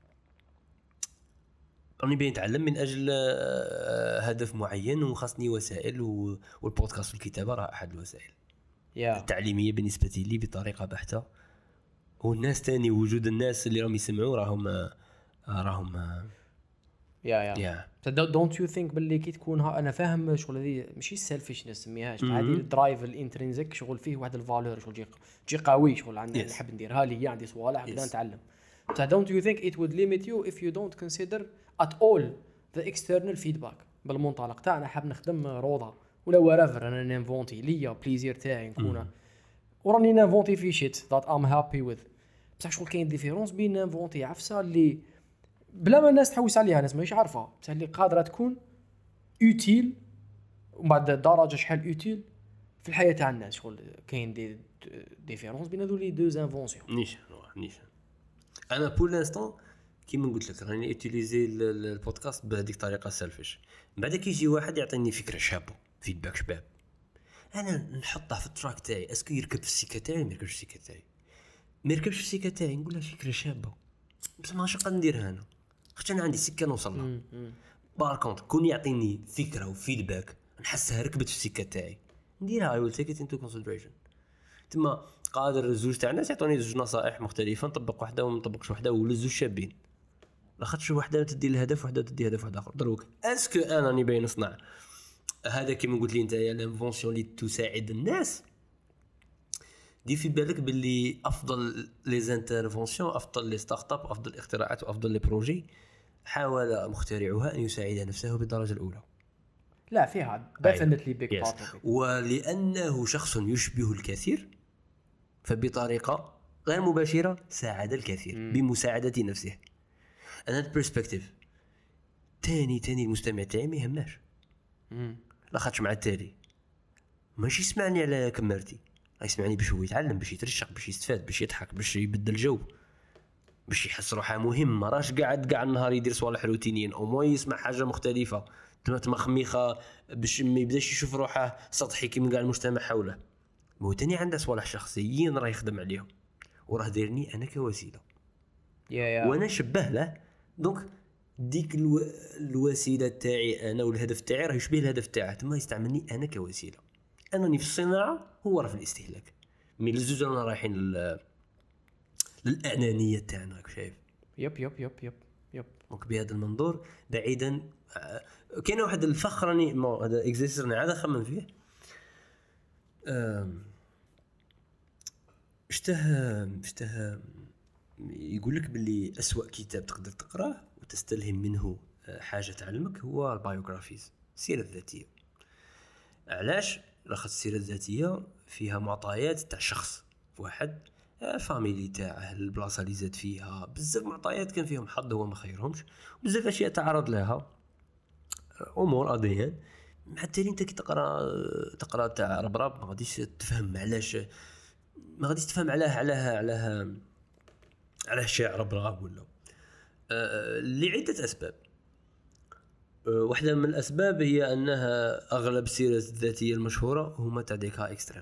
راني باغي نتعلم من اجل هدف معين وخاصني وسائل. والبودكاست والكتابه راه احد الوسائل yeah. التعليميه بالنسبه لي بطريقه بحته. والناس تاني وجود الناس اللي راهم يسمعوا راهم راهم يا يا دونت يو ثينك باللي كي تكون انا فاهم شغل هذه ماشي سيلفيش نسميهاش هذه الدرايف الانترينزيك شغل فيه واحد الفالور شغل جي جي قوي شغل عندي yes. نحب نديرها لي عندي صوالح نبدا yes. نتعلم. بصح don't you think it would limit you if you don't consider at all the external feedback بالمنطلق تاعنا حاب نخدم روضه ولا ورافر انا نانفونتي ليا بليزير تاعي نكون وراني نانفونتي في شيت ذات ام هابي وذ. بصح شغل كاين ديفيرونس بين نانفونتي عفسه اللي بلا ما الناس تحوس عليها الناس ماهيش عارفه بصح اللي قادره تكون اوتيل ومن بعد درجه شحال اوتيل في الحياه تاع الناس. شغل كاين دي ديفيرونس بين هذو لي دو انفونسيون. نيش نيش انا بور لانستون كيما قلت لك راني يوتيليزي البودكاست بهذيك الطريقه سيلفيش. بعد كيجي واحد يعطيني فكره شابه فيدباك شباب انا نحطها في التراك تاعي. اسكو يركب في السيكه تاعي ما يركبش في السيكه تاعي ما يركبش في السيكه تاعي نقول له فكره شابه بس ماشي قادر نديرها انا خاطر انا عندي سكه نوصل لها. بار كونت كون يعطيني فكره وفيدباك نحسها ركبت في السكه تاعي نديرها اي ويل تيك ات انتو كونسيدريشن. تما قادر زوج تاع ناس يعطوني زوج نصائح مختلفه، نطبق وحده وما نطبقش وحده، ولا زوج شابين لاخاطش وحده تدي الهدف وحده تدي هدف واحد اخر. دروك اسكو انا راني باين نصنع هذا كيما قلت لي انت يا لانفونسيون اللي تساعد الناس، دي في بالك باللي افضل لي زانترفونسيون، افضل لي ستارت اب، افضل الاختراعات وافضل لي بروجي حاول مخترعها ان يساعد نفسه بالدرجه الاولى. لا فيها definitely big yes. part of it. ولانه شخص يشبه الكثير فبطريقه غير مباشره ساعد الكثير م. بمساعده نفسه. انا البرسبكتيف تاني تاني المستمع تاعي ما يهماش لاخاطش مع التالي ماشي يسمعني على كمرتي، يسمعني باش هو يتعلم، باش يترشق، باش يستفاد، باش يضحك، باش يبدل جو، باش يحس روحه مهم. ما راش قاعد قاع النهار يدير صوالح روتينيين، او مو يسمع حاجه مختلفه تما خميخه باش ما يبداش يشوف روحه سطحي كيما قاع المجتمع حوله. مو تاني عنده صوالح شخصيين راه يخدم عليهم وراه دايرني انا كوسيله يا يا وانا شبه له. دونك ديك الو... الوسيله تاعي انا والهدف تاعي راه يشبه الهدف تاعه، تما يستعملني انا كوسيله. انني في الصناعه هو راه في الاستهلاك، مي الزوج رانا رايحين لل... للانانيه تاعنا. راك شايف؟ يب يب يب يب يب دونك بهذا المنظور بعيدا كاين واحد الفخ راني هذا اكزيستر راني عاد نخمم فيه. اشته اشته يقول لك باللي أسوأ كتاب تقدر تقراه وتستلهم منه حاجة تعلمك هو البايوغرافيز، السيرة الذاتية. علاش؟ لخص السيرة الذاتية فيها معطيات تاع شخص واحد، الفاميلي تاعه، البلاصة اللي زاد فيها، بزاف معطيات كان فيهم حظ هو ما خيرهمش، بزاف أشياء تعرض لها، أمور أديان. مع التالي انت كي تقرا تقرا تاع ربراب ما غاديش تفهم علاش، ما غاديش تفهم علاه علاه علاه علاه شاعر ربراب ولا أه لعده اسباب. أه واحده من الاسباب هي انها اغلب السيرات الذاتيه المشهوره هما تاع ديكا اكستريم،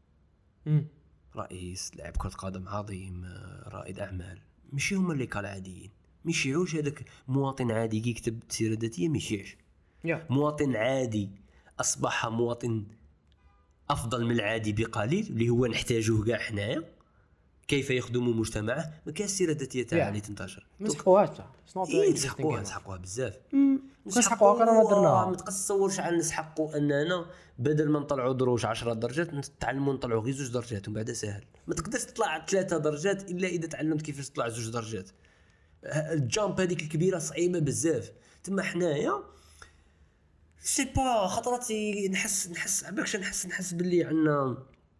رئيس لاعب كره قدم عظيم، رائد اعمال، ماشي هما اللي كال عاديين. مش يعوش هذاك مواطن عادي يكتب سيره ذاتيه، مش يعيش yeah. مواطن عادي اصبح مواطن افضل من العادي بقليل، اللي هو نحتاجوه كاع حنايا كيف يخدم مجتمعه. ما كاين السيره الذاتيه تاعها اللي تنتشر مسحوها مسحوها مسحوها بزاف مسحوها رانا درناها. ما تصورش على نسحقوا اننا بدل ما نطلعوا دروج عشرة درجات نتعلموا نطلعوا غير زوج درجات ومن بعد سهل. ما تقدرش تطلع ثلاثة درجات الا اذا تعلمت كيفاش تطلع زوج درجات. الجامب هذيك الكبيره صعيبه بزاف. تما حنايا سي با خطرات نحس نحس عباكش نحس نحس باللي عندنا.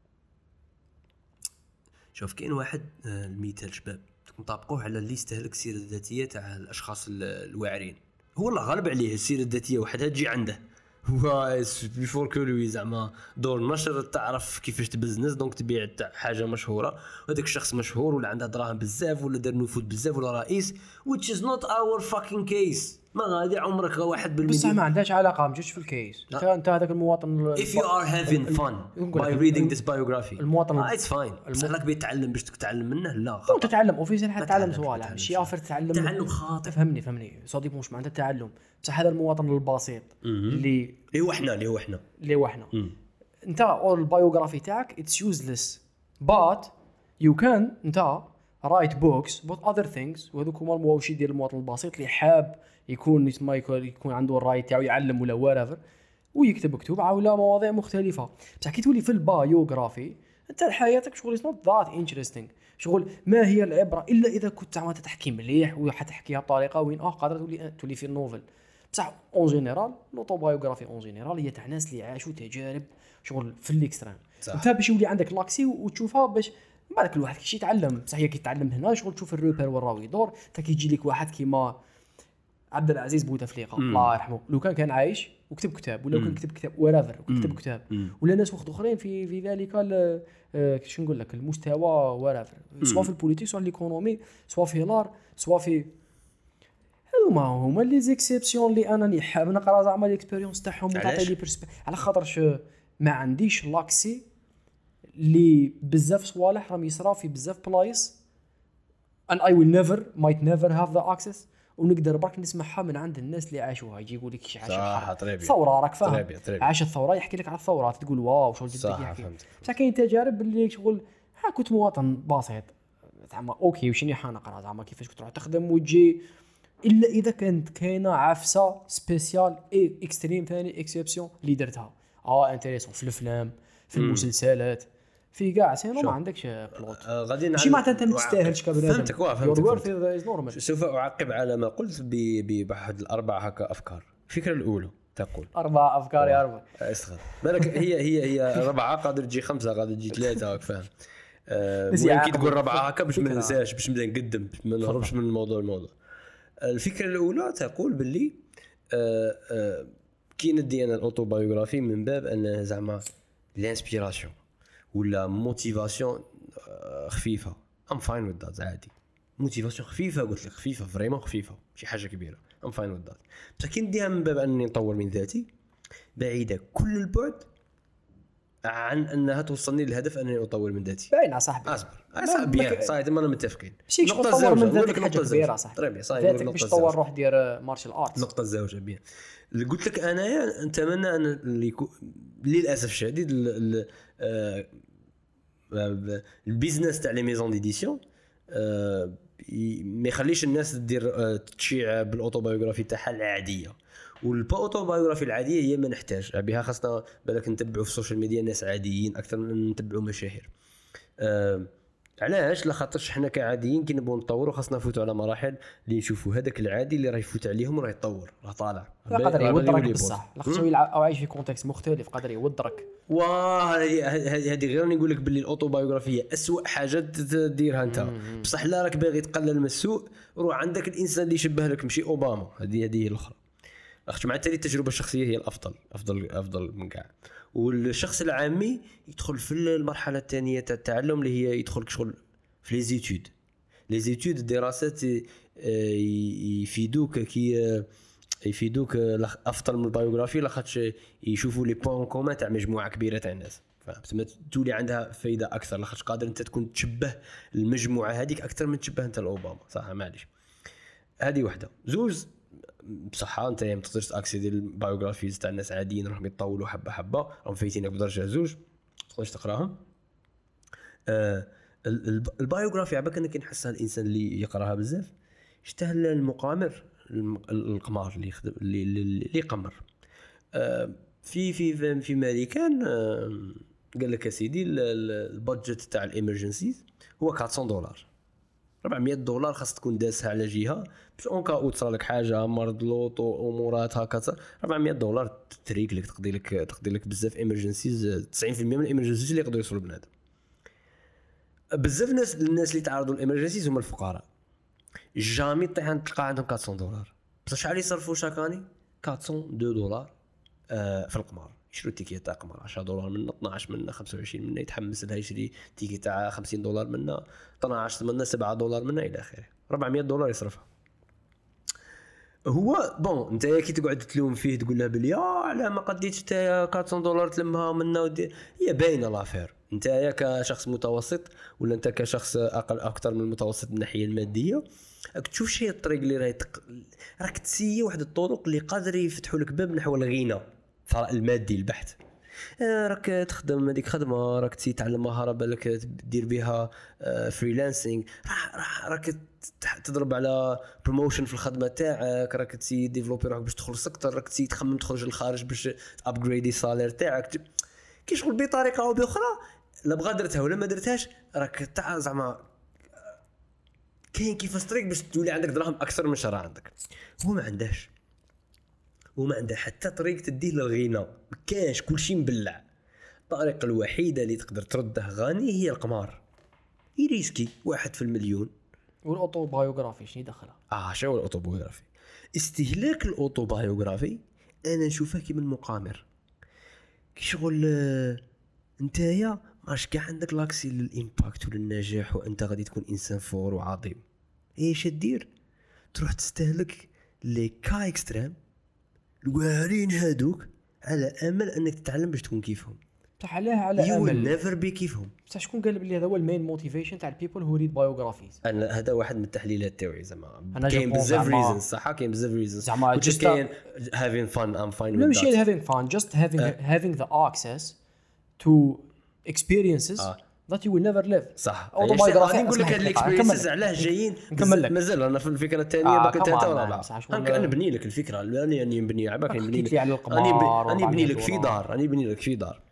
شوف كاين واحد المثال شباب نطابقوه على اللي يستهلك السيره الذاتيه تاع الاشخاص الواعرين. هو الله غالب عليه السيره الذاتيه وحدها تجي عنده هو بيفور كولوي زعما دور نشر تعرف كيفاش تبزنس، دونك تبيع حاجه مشهوره وهذاك الشخص مشهور ولا عنده دراهم بزاف ولا دار نفوذ بزاف ولا رئيس which is not our fucking case. ما غادي عمرك واحد بالمليون بصح ما عندهاش علاقه مجيش في الكيس. انت انت هذاك المواطن if you are having fun by reading this biography المواطن ah, it's fine. بصح راك بيتعلم باش تتعلم منه لا خاطر تتعلم اوفيسيال حتى تتعلم صوالح شي افر تتعلم تعلم خاطئ. فهمني فهمني صديق مش معناتها تعلم. بصح هذا المواطن البسيط اللي اللي هو احنا اللي هو احنا اللي هو احنا انت البايوغرافي تاعك it's useless but you can انت write books but other things. وهذوك هما المواوشي ديال المواطن البسيط اللي حاب يكون ما يكون عنده الراي تاعو يعلم ولا whatever ويكتب كتب على مواضيع مختلفه. بصح كي تولي في البايوغرافي انت حياتك شغل not that interesting. شغل ما هي العبره الا اذا كنت عم تحكي مليح وحتحكيها بطريقه وين اه قادره تولي تولي في النوفل. بصح اون جينيرال لوطوبايوغرافي اون جينيرال هي تاع ناس اللي عاشوا تجارب شغل في الاكستريم. انت باش يولي عندك لاكسي وتشوفها باش من بعد كل واحد كيشي يتعلم. بصح هي كي يتعلم هنا شغل تشوف الروبر والراوي يدور حتى كيجي لك واحد كيما عبد العزيز بوتفليقه الله يرحمه لو كان كان عايش وكتب كتاب ولا كان كتب كتاب ورافر وكتب كتاب ولا ناس واحد اخرين في في ذلك كيفاش نقول لك المستوى ورافر سواء في البوليتيك سواء الايكونومي سواء في لار سواء في هما هما لي زيكسيبسيون اللي انا حاب نقرا زعما ليكسبيريونس تاعهم وتعطي لي برسبكتيف على خاطرش ما عنديش لاكسي اللي بزاف صوالح راهم يصرا في بزاف بلايص and I will never might never have the access ونقدر برك نسمعها من عند الناس اللي عاشوها، يجي يقول لك ايش عاش صح الحرب ثوره راك فاهم طريبي طريبي. عاش الثوره يحكي لك على الثورات تقول واو شغل جدا صح يحكي. فهمت. بصح كاين تجارب اللي شغل ها كنت مواطن بسيط زعما اوكي وشني حنقرا زعما كيفاش كنت تروح تخدم وتجي، الا اذا كانت كاينه عفسه سبيسيال اي اكستريم ثاني اكسبسيون اللي درتها اه انتريسون في الافلام في المسلسلات في كاع سينو ما عندكش بلوت آه غادي ماشي معناتها انت ما تستاهلش كبنادم. فهمتك واه يور فهمتك, وورث فهمتك. از نورمال. سوف اعقب على ما قلت بواحد الاربع هكا افكار. الفكره الاولى تقول اربع افكار يا اربع اسخر بالك هي هي هي ربعه قادر تجي خمسه قادر تجي ثلاثه راك فاهم. آه كي تقول ربعه هكا باش ما ننساش باش نبدا نقدم باش ما نهربش من الموضوع الموضوع الفكره الاولى تقول باللي آه آه كي ندي انا الاوتوبايوغرافي من باب ان زعما الانسبيراسيون ولا موتيفاسيون خفيفه ام فاين وذ ذات عادي موتيفاسيون خفيفه قلت لك خفيفه فريمون خفيفه شي حاجه كبيره ام فاين وذ ذات بصح كي نديها من باب اني نطور من ذاتي بعيده كل البعد عن انها توصلني للهدف انني اطور من ذاتي. باين صاحبي اصبر اصبر بيان صايد ما انا متفقين. نقطه الزوجه نقول لك نقطه كبيره صح طيب صايد ذاتك باش تطور روح دير مارشال ارتس. نقطه الزوجه بيان اللي قلت لك انايا نتمنى ان اللي يكون للاسف الشديد البيزنس تاع لي ميزون ديديسيون ما يخليش الناس تدير تشيع بالاوتوبايوغرافي تاعها العاديه والباوتوبايوغرافي العاديه هي ما نحتاج بها خاصنا بالك نتبعوا في السوشيال ميديا ناس عاديين اكثر من نتبعوا مشاهير. أه علاش؟ لخاطرش حنا كعاديين كي نبغوا نطوروا خاصنا نفوتوا على مراحل اللي نشوفوا هذاك العادي اللي راه يفوت عليهم وراه يتطور راه طالع قادر يودرك بصح لاخاطش او عايش في كونتكست مختلف قادر يودرك. واه هذه غير نقول لك باللي الاوتوبايوغرافيه اسوء حاجه تديرها انت بصح لا راك باغي تقلل من السوء روح عندك الانسان اللي يشبه لك ماشي اوباما هذه هذه الاخرى اخت مع التالي التجربه الشخصيه هي الافضل افضل افضل من كاع. والشخص العامي يدخل في المرحله الثانيه تاع التعلم اللي هي يدخل شغل في لي زيتود لي زيتود الدراسات يفيدوك كي يفيدوك افضل من البايوغرافي لاخاطش يشوفوا لي بوين كومون تاع مجموعه كبيره تاع الناس فهمت تولي عندها فايده اكثر لاخاطش قادر انت تكون تشبه المجموعه هذيك اكثر من تشبه انت لاوباما صح معليش. هذه واحده. زوز بصحه انت ما تقدرش تاكسيدي البايوغرافيز تاع الناس عاديين راهم يطولوا حبه حبه راهم فايتينك بدرجه زوج تقدرش تقراهم. آه البايوغرافي عباك انك نحسها الانسان اللي يقراها بزاف يشتهى المقامر القمار اللي يخدم اللي اللي يقمر آه في في في امريكان آه قال لك يا سيدي البادجت تاع الامرجنسيز هو أربعمية دولار أربعمية دولار خاص تكون داسها على جهه باش اونكا او تصرى لك حاجه مرض لوط امورات هكذا أربعمية دولار تريك لك تقضي لك تقضي لك بزاف امرجنسيز تسعين بالمية من الامرجنسيز اللي يقدروا يوصلوا بنادم. بزاف ناس الناس اللي تعرضوا للامرجنسيز هما الفقراء جامي طيح تلقى عندهم أربعمية دولار بصح شحال يصرفوا شاكاني أربعمية دولار آه في القمار يشرو تيكي تاع قمر عشرة دولار منه اثناش منه خمسة وعشرين منه يتحمس لها يشري تيكي تاع خمسين دولار منه اثناش منه سبعة دولار منه الى اخره أربعمية دولار يصرفها هو بون انت كي تقعد تلوم فيه تقول له بلي اه على ما قديتش انت أربعمية دولار تلمها منه ودي هي باينه لافير انت يا كشخص متوسط ولا انت كشخص اقل اكثر من المتوسط من الناحيه الماديه راك تشوف شي الطريق اللي راهي تق... راك تسيي واحد الطرق اللي قادر يفتحوا لك باب نحو الغنى الثراء المادي البحت. آه راك تخدم هذيك خدمه راك تتعلم مهاره بالك دير بها آه فريلانسينغ راح راك تضرب على بروموشن في الخدمه تاعك راك تسي ديفلوبي روحك باش تخلص اكثر راك تسي تخمم تخرج للخارج باش ابجريدي السالير تاعك كي شغل بطريقه او باخرى لا بغا درتها ولا ما درتهاش راك تاع زعما كاين كيفاش طريق باش تولي عندك دراهم اكثر من شرا عندك. هو ما عندهاش وما عنده حتى طريق تديه للغنى كاش كلشي مبلع. الطريقه الوحيده اللي تقدر ترده غني هي القمار يريسكي واحد في المليون. والاوتوبايوغرافي شنو دخلها اه شو الاوتوبايوغرافي استهلاك الاوتوبايوغرافي انا نشوفه كيما المقامر كي شغل نتايا ماش كاع عندك لاكسي للامباكت وللنجاح وانت غادي تكون انسان فور وعظيم ايش دير تروح تستهلك لي كا اكستريم الواعرين هادوك على امل انك تتعلم باش تكون كيفهم بصح علاه على you will امل never be كيفهم. بصح شكون قال بلي هذا هو المين موتيفيشن تاع البيبل هو ريد بايوغرافيز؟ انا هذا واحد من التحليلات تاعي زعما أنا كاين جو بزاف بونس ريزونز صح كاين بزاف ريزونز زعما just just كاين having fun I'm fine لا with ماشي that having fun just having having the access to experiences آه. that you will never live. صح Autobiography غادي نقول لك هاد اسمح لي. الاكسبيرينسز علاه جايين نكمل لك. مازال انا في الفكره الثانيه آه، باقي come ثالثه on, ورابعه man. صح، شغل- انا نبني لك الفكره انا يعني نبني عباك حكيت نبني لي على لك القمار راني وأربعمية نبني لك في دولار. دار راني نبني لك في دار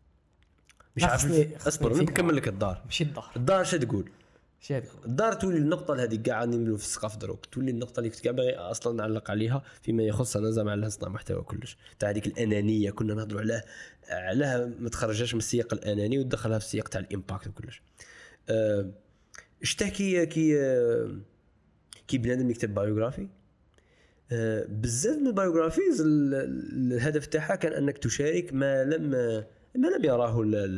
مش لا، عارف خصني- خصني اصبر فكرة. نكمل لك الدار ماشي الظهر الدار شنو تقول شي هذيك الدار تولي النقطة هذه كاع نملو في السقف دروك تولي النقطة اللي كنت كاع باغي اصلا نعلق عليها فيما يخص انا زعما على صناع محتوى كلش تاع هذيك الانانية كنا نهضروا علاه علاه ما تخرجهاش من السياق الاناني ودخلها في السياق تاع الامباكت وكلش أه اشتكي كي أه كي بنادم يكتب بايوغرافي أه بزاف من البايوغرافيز الهدف تاعها كان انك تشارك ما لم ما لم يراه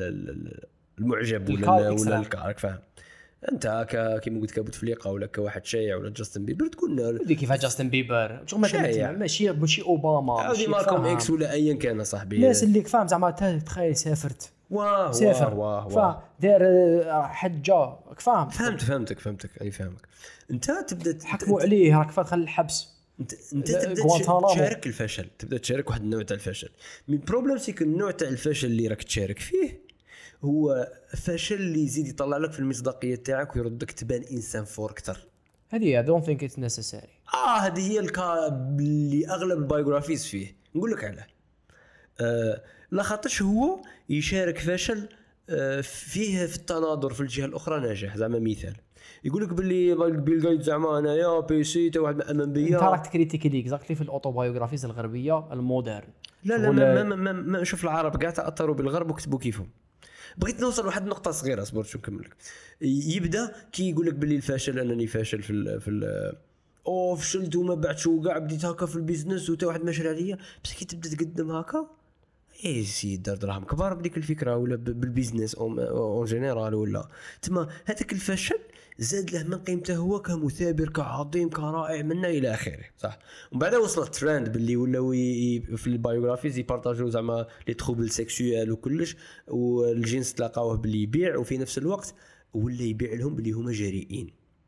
المعجب ولا ولا الكارك فاهم انت كيما قلت كبوتفليقه ولا كواحد شايع ولا جاستن بيبر تكون ودي كيف جاستن بيبر شغل مثلا ماشي ماشي اوباما ماشي مالكوم اكس ولا ايا كان صاحبي الناس اللي فاهم زعما تخيل سافرت واه سافر واه واه دار حجه فاهم فهمت فهمتك فهمتك اي فاهمك انت تبدا حكموا عليه راك فدخل الحبس انت انت تبدا تشارك الفشل تبدا تشارك واحد النوع تاع الفشل من بروبليم سيك النوع تاع الفشل اللي راك تشارك فيه هو فشل اللي يزيد يطلع لك في المصداقيه تاعك ويردك تبان انسان فور اكثر هذه I don't think it's necessary اه هذه هي الكا اللي اغلب البايوغرافيز فيه نقول لك علاه آه لا خاطرش هو يشارك فشل آه فيه في التناظر في الجهه الاخرى نجاح زعما مثال يقول لك باللي بيل جيتس زعما انايا بي سي تا واحد ما امن بيا انت راك تكريتيكي اكزاكتلي في الاوتوبايوغرافيز الغربيه المودرن لا لا ما, ما, ما, ما نشوف العرب كاع تاثروا بالغرب وكتبوا كيفهم بغيت نوصل لواحد النقطه صغيره اصبر شو نكمل لك يبدا كي يقول لك باللي الفشل انني فاشل في ال في ال او فشلت وما بعدش وكاع بديت هكا في البيزنس وتا واحد مشى عليا بس كي تبدا تقدم هكا اي سي دار دراهم كبار بديك الفكره ولا بالبيزنس اون جينيرال ولا تما هذاك الفشل زاد له من قيمته هو كمثابر كعظيم كرائع منا الى اخره صح ومن بعد وصل الترند باللي ولاو في البايوغرافيز يبارطاجيو زعما لي تروبل سيكسويال وكلش والجنس تلاقاوه باللي يبيع وفي نفس الوقت ولا يبيع لهم باللي هما جريئين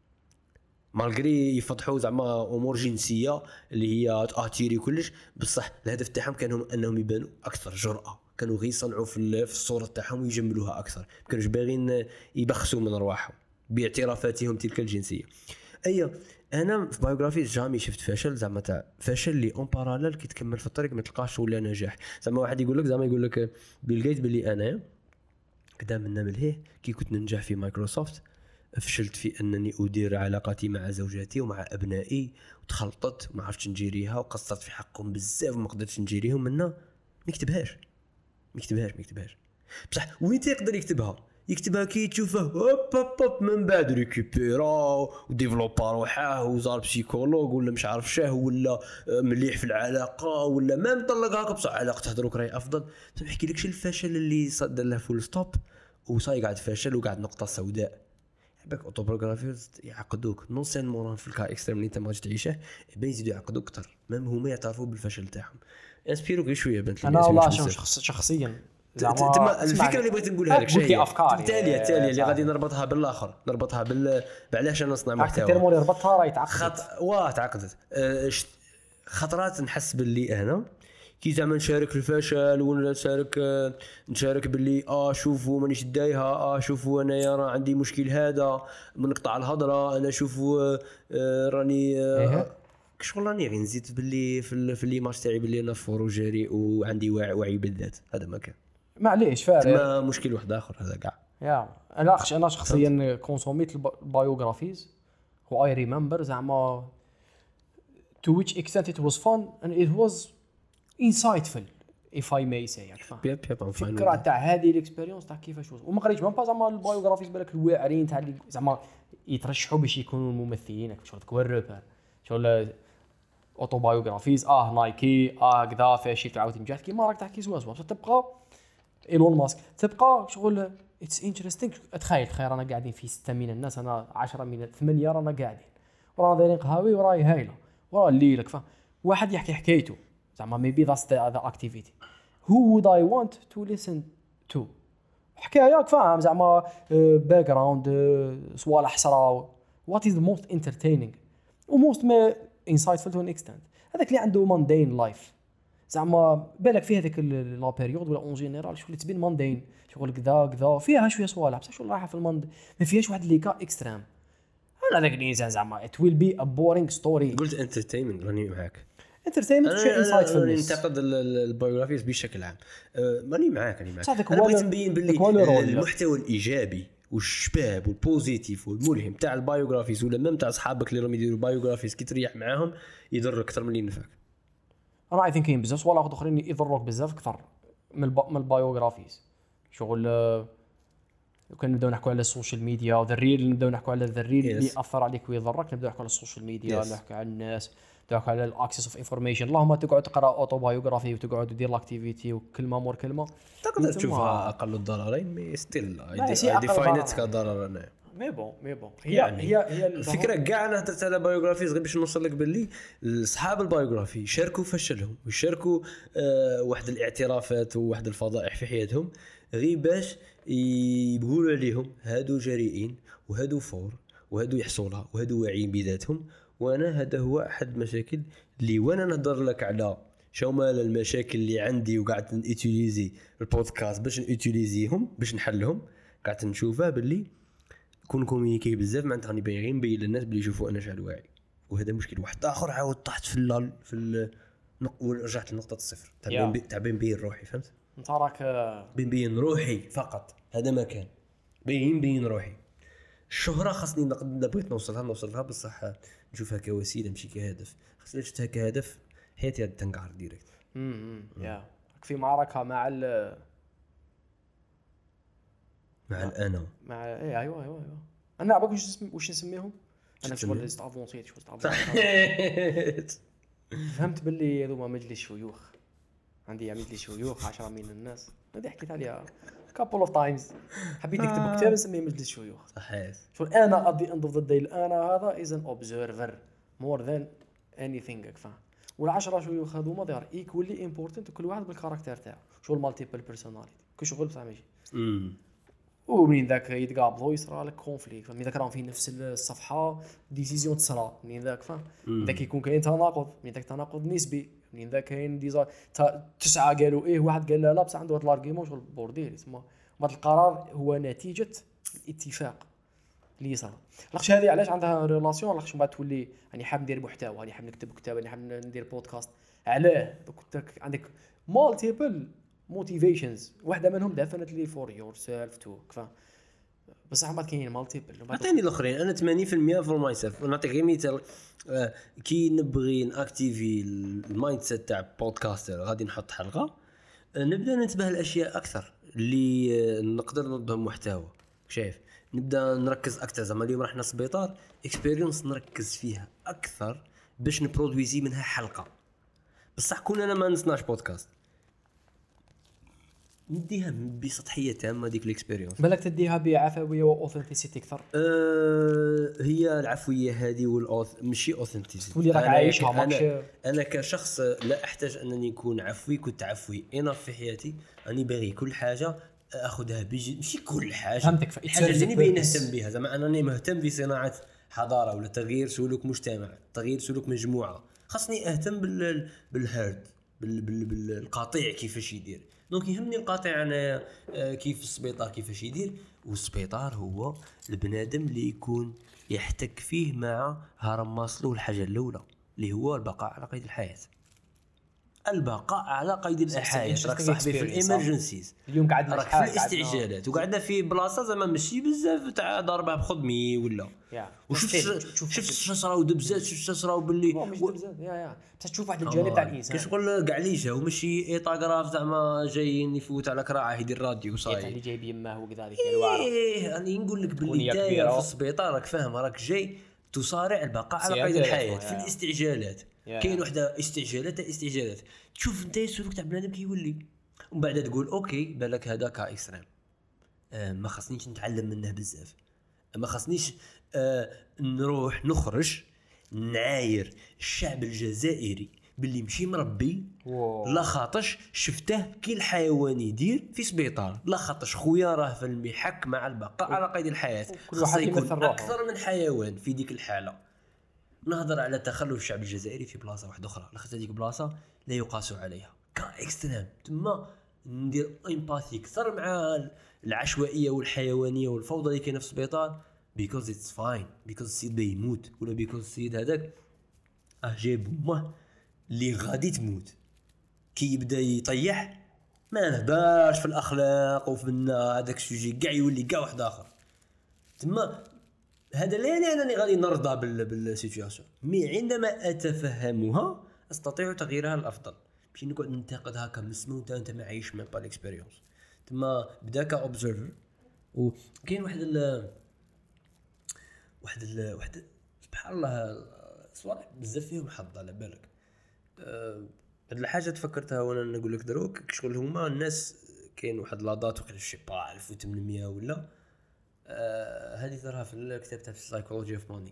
مالغري يفضحوا زعما امور جنسيه اللي هي تاثيري كلش بصح الهدف تاعهم كانوا انهم يبانوا اكثر جرأه كانوا غير يصنعوا في الصوره تاعهم ويجملوها اكثر ما كانوش باغيين يبخسوا من ارواحهم باعترافاتهم تلك الجنسيه اي انا في بايوغرافي جامي شفت فشل زعما تاع فشل اللي اون باراليل كي تكمل في الطريق ما تلقاش ولا نجاح زعما واحد يقول لك زعما يقول لك بيل جيت بلي انا قدام منا ملهيه كي كنت ننجح في مايكروسوفت فشلت في انني ادير علاقاتي مع زوجاتي ومع ابنائي وتخلطت وما عرفتش نجيريها وقصرت في حقهم بزاف وما قدرتش نجيريهم منا ما يكتبهاش ما يكتبهاش ما يكتبهاش بصح وين يقدر يكتبها يكتبها كي تشوفه هوب هوب هوب من بعد ريكوبيرا وديفلوبا روحه وزار بسيكولوج ولا مش عارف شاه ولا مليح في العلاقه ولا ما مطلق هكا بصح علاقته دروك راهي افضل ما نحكيلكش الفشل اللي صد له فول ستوب وصاي قاعد فاشل وقاعد نقطه سوداء باك اوتوبيوغرافيز يعقدوك نون سين موران في الكا اكستريم اللي انت ما غاديش تعيشه بين يزيدوا يعقدوك اكثر مام هما يعترفوا بالفشل تاعهم انسبيروك شويه بنت انا والله شخص شخصيا زعما الفكره اللي بغيت نقولها لك شيء افكار التاليه التاليه اللي غادي نربطها بالاخر نربطها بال علاش انا نصنع محتوى الترمول يربطها راه يتعقد خط واه تعقدت أه خطرات نحس باللي انا كي زعما نشارك في الفشل ولا نشارك نشارك باللي اه شوفوا مانيش دايها اه شوفوا انايا راه عندي مشكل هذا من نقطع الهضره انا شوفوا آه راني آه شغل راني غير نزيد باللي في في ليماج تاعي باللي انا فور جاري وعندي وعي, وعي بالذات هذا ما كان معليش فارق ما مشكل واحد اخر هذا كاع يا انا انا شخصيا كونسوميت البايوغرافيز و اي ريمبر زعما to which extent it was fun and it was insightful if I may say يعني بيب بيب فكرة تاع هذه الاكسبيريونس تاع كيفاش وما قريتش ما زعما البايوغرافيز بالك الواعرين تاع اللي زعما يترشحوا باش يكونوا الممثلين شغل تكون روبر شغل اوتوبايوغرافيز اه نايكي اه كذا فاشل عاود نجحت كيما راك تحكي سوا سوا تبقى ايلون ماسك تبقى شغل اتس انتريستينغ تخيل خير انا قاعدين في ستة من الناس انا عشرة من ثمانية رانا قاعدين ورانا دايرين قهاوي وراي هايله ورا الليل كفا واحد يحكي حكايته زعما maybe that's the other activity who would I want to listen تو حكايه فاهم زعما باك جراوند صوالح صراو وات از ذا موست انترتينينغ وموست ما انسايتفul تو ان اكستنت هذاك اللي عنده ماندين لايف زعما بالك في هذيك لا بيريود ولا اون جينيرال شغل تبين ماندين شغل كذا كذا فيها شويه صوالح بصح شغل رايحه في الماند ما فيهاش واحد لي كا اكستريم ولا هذاك الانسان زعما ات ويل بي ا بورينغ ستوري قلت انترتينمنت راني معاك انترتينمنت شيء انسايتفul ننتقد البايوغرافيز بشكل عام ماني معاك راني معاك هذاك انا هو بغيت نبين باللي المحتوى الايجابي والشباب والبوزيتيف والملهم تاع البايوغرافيز ولا ميم تاع اصحابك اللي راهم يديروا بايوغرافيز كي تريح معاهم يضر اكثر من اللي ينفعك. انا اي ثينك كاين بزاف ولا اخرين يضروك بزاف اكثر من الب... من البايوغرافيز شغل لو كان نبداو نحكوا على السوشيال ميديا وذا ريل نبداو نحكوا على ذا ريل اللي اثر عليك ويضرك نبداو نحكوا على السوشيال ميديا yes. نحكوا على الناس نحكوا على الاكسس اوف انفورميشن اللهم تقعد تقرا اوتوبايوغرافي وتقعد تدير لاكتيفيتي وكلمه مور كلمه تقدر تشوفها اقل الضررين مي ستيل لا، هي اي أقل ديفاينت ضرر. كضرر انا مي بون مي بون هي يعني هي هي الفكره كاع انا هضرت على بايوغرافيز غير باش نوصل لك باللي اصحاب البايوغرافي يشاركوا فشلهم ويشاركوا آه واحد الاعترافات وواحد الفضائح في حياتهم غير باش يقولوا عليهم هادو جريئين وهادو فور وهادو يحصلها وهادو واعيين بذاتهم. وانا هذا هو احد المشاكل اللي وانا نهضر لك على شومال المشاكل اللي عندي وقعدت نيوتيليزي البودكاست باش نيوتيليزيهم باش نحلهم قعدت نشوفها باللي كون كومينيكي بزاف معناتها راني باغي نبين للناس بلي يشوفوا انا شحال واعي وهذا مشكل واحد اخر عاود طحت في اللال في ال... ورجعت لنقطه الصفر تاع بين تاع بين بين روحي فهمت انت راك بين بين روحي فقط هذا ما كان بين بين روحي. الشهره خاصني نقدر بغيت نوصلها نوصلها بصح نشوفها كوسيله ماشي كهدف خاصني نشوفها كهدف حياتي غادي تنقعر ديريكت. امم يا في معركه مع ال مع الانا مع اي ايوه ايوه ايوه انا عباك واش اسم واش نسميهم انا شغل ليست افونسيت شغل فهمت باللي هذوما مجلس شيوخ عندي مجلس شيوخ عشرة من الناس هذه حكيت عليها couple of times حبيت نكتب كتاب نسميه مجلس شيوخ صحيح شغل انا at the end of the day انا هذا is an observer more than anything فاهم والعشرة شيوخ هذوما they are equally important وكل واحد بالكاركتير تاعو شغل مالتيبل بيرسوناليتي كل شغل بصح ماشي امم ومن ذاك يتقابلوا يصرى لك كونفليكت من ذاك راهم في نفس الصفحه ديسيزيون تصرى من ذاك فاهم ذاك يكون كاين تناقض من ذاك تناقض نسبي من ذاك كاين ديزا تسعه قالوا ايه واحد قال لا لا بصح عنده واحد الارغيومون شغل بورديل يسمى هذا القرار هو نتيجه الاتفاق اللي يصرى لاش هذه علاش عندها ريلاسيون لاش من بعد تولي يعني حاب ندير محتوى يعني حاب نكتب كتاب يعني حاب ندير بودكاست علاه دوك عندك مالتيبل موتيفيشنز واحده منهم definitely for yourself too كفا بصح ما كاين مالتيبل عطيني الاخرين انا ثمانين بالمئة فور ماي سيلف ونعطيك غير مثال آه كي نبغي ناكتيفي المايند سيت تاع بودكاستر غادي نحط حلقه آه نبدا ننتبه لاشياء اكثر اللي آه نقدر نضبهم محتوى شايف نبدا نركز اكثر زعما اليوم رحنا سبيطار اكسبيرينس نركز فيها اكثر باش نبرودويزي منها حلقه بصح كون انا ما نصنعش بودكاست نديها بسطحيه تامه ديك الاكسبيرينس بالك تديها بعفويه واوثنتيسيتي اكثر أه هي العفويه هذه والاوث ماشي اوثنتيسيتي تولي راك عايشها ماكش أنا, انا كشخص لا احتاج انني نكون عفوي كنت عفوي انا في حياتي راني باغي كل حاجه اخذها بيجي ماشي كل حاجه فهمتك الحاجه اللي نبي نهتم بها زعما انني مهتم بصناعه حضاره ولا تغيير سلوك مجتمع تغيير سلوك مجموعه خاصني اهتم بال بالهرد بال بالقطيع كيفاش يدير دونك يهمني القاطع انا كيف السبيطار كيفاش يدير والسبيطار هو البنادم اللي يكون يحتك فيه مع هرم ماسلو الحاجه الاولى اللي هو البقاء على قيد الحياه البقاء على قيد الحياه راك صاحبي في الامرجنسيز اليوم قعدنا راك في الاستعجالات وقعدنا في بلاصه زعما ماشي بزاف تاع ضربه بخدمي ولا وشفت شفت شصراو دبزات شفت شصراو باللي مش دبزات يا يا بس تشوف واحد الجانب تاع الانسان كشغل كاع لي جاو ماشي ايطاغراف زعما جايين يفوت على كراعه يدير راديو صاير اللي جايب يماه وكذا هذيك الوعره ايه راني نقول لك باللي تايا في السبيطار راك فاهم راك جاي تصارع البقاء على قيد الحياه في الاستعجالات كاين وحده استعجالات استعجالات تشوف انت السلوك تاع بنادم كيولي ومن بعد تقول اوكي بالك هذا كا اكستريم آه ما خصنيش نتعلم منه بزاف ما خصنيش آه نروح نخرج نعاير الشعب الجزائري باللي مشي مربي واو. لا خاطش شفته كي الحيوان يدير في سبيطار، لا خاطش خويا راه في المحك مع البقاء على قيد الحياه، كل واحد خاصه يكون يمثل روحه. اكثر من حيوان في ديك الحاله. نهضر على تخلف الشعب الجزائري في بلاصه واحده اخرى، لاخاطش هذيك بلاصه لا يقاس عليها كان اكستريم. تما ندير امباثي اكثر مع العشوائيه والحيوانيه والفوضى اللي كاينه في السبيطار، بيكوز اتس فاين، بيكوز السيد بيموت، ولا بيكوز السيد هذاك اه جاب امه اللي غادي تموت. كي يبدا يطيح ما نهدرش في الاخلاق وفي هذاك السوجي كاع يولي كاع واحد اخر. تما هذا لا يعني انني غادي نرضى بال بالسيتوياسيون، مي عندما اتفهمها استطيع تغييرها للافضل. ماشي نقعد ننتقد هكا مسمى وانت انت ما عايش ميم با ليكسبيريونس. تما بدا كاوبزرفر. وكاين واحد ال واحد ال واحد سبحان الله صوالح بزاف فيهم حظ على بالك. أه هاد الحاجه تفكرتها وانا نقول لك دروك شغل هما الناس كاين واحد لاضات وقيل شي با ألف وثمانمية ولا هذه آه تراها في الكتاب تاع السايكولوجي اوف ماني.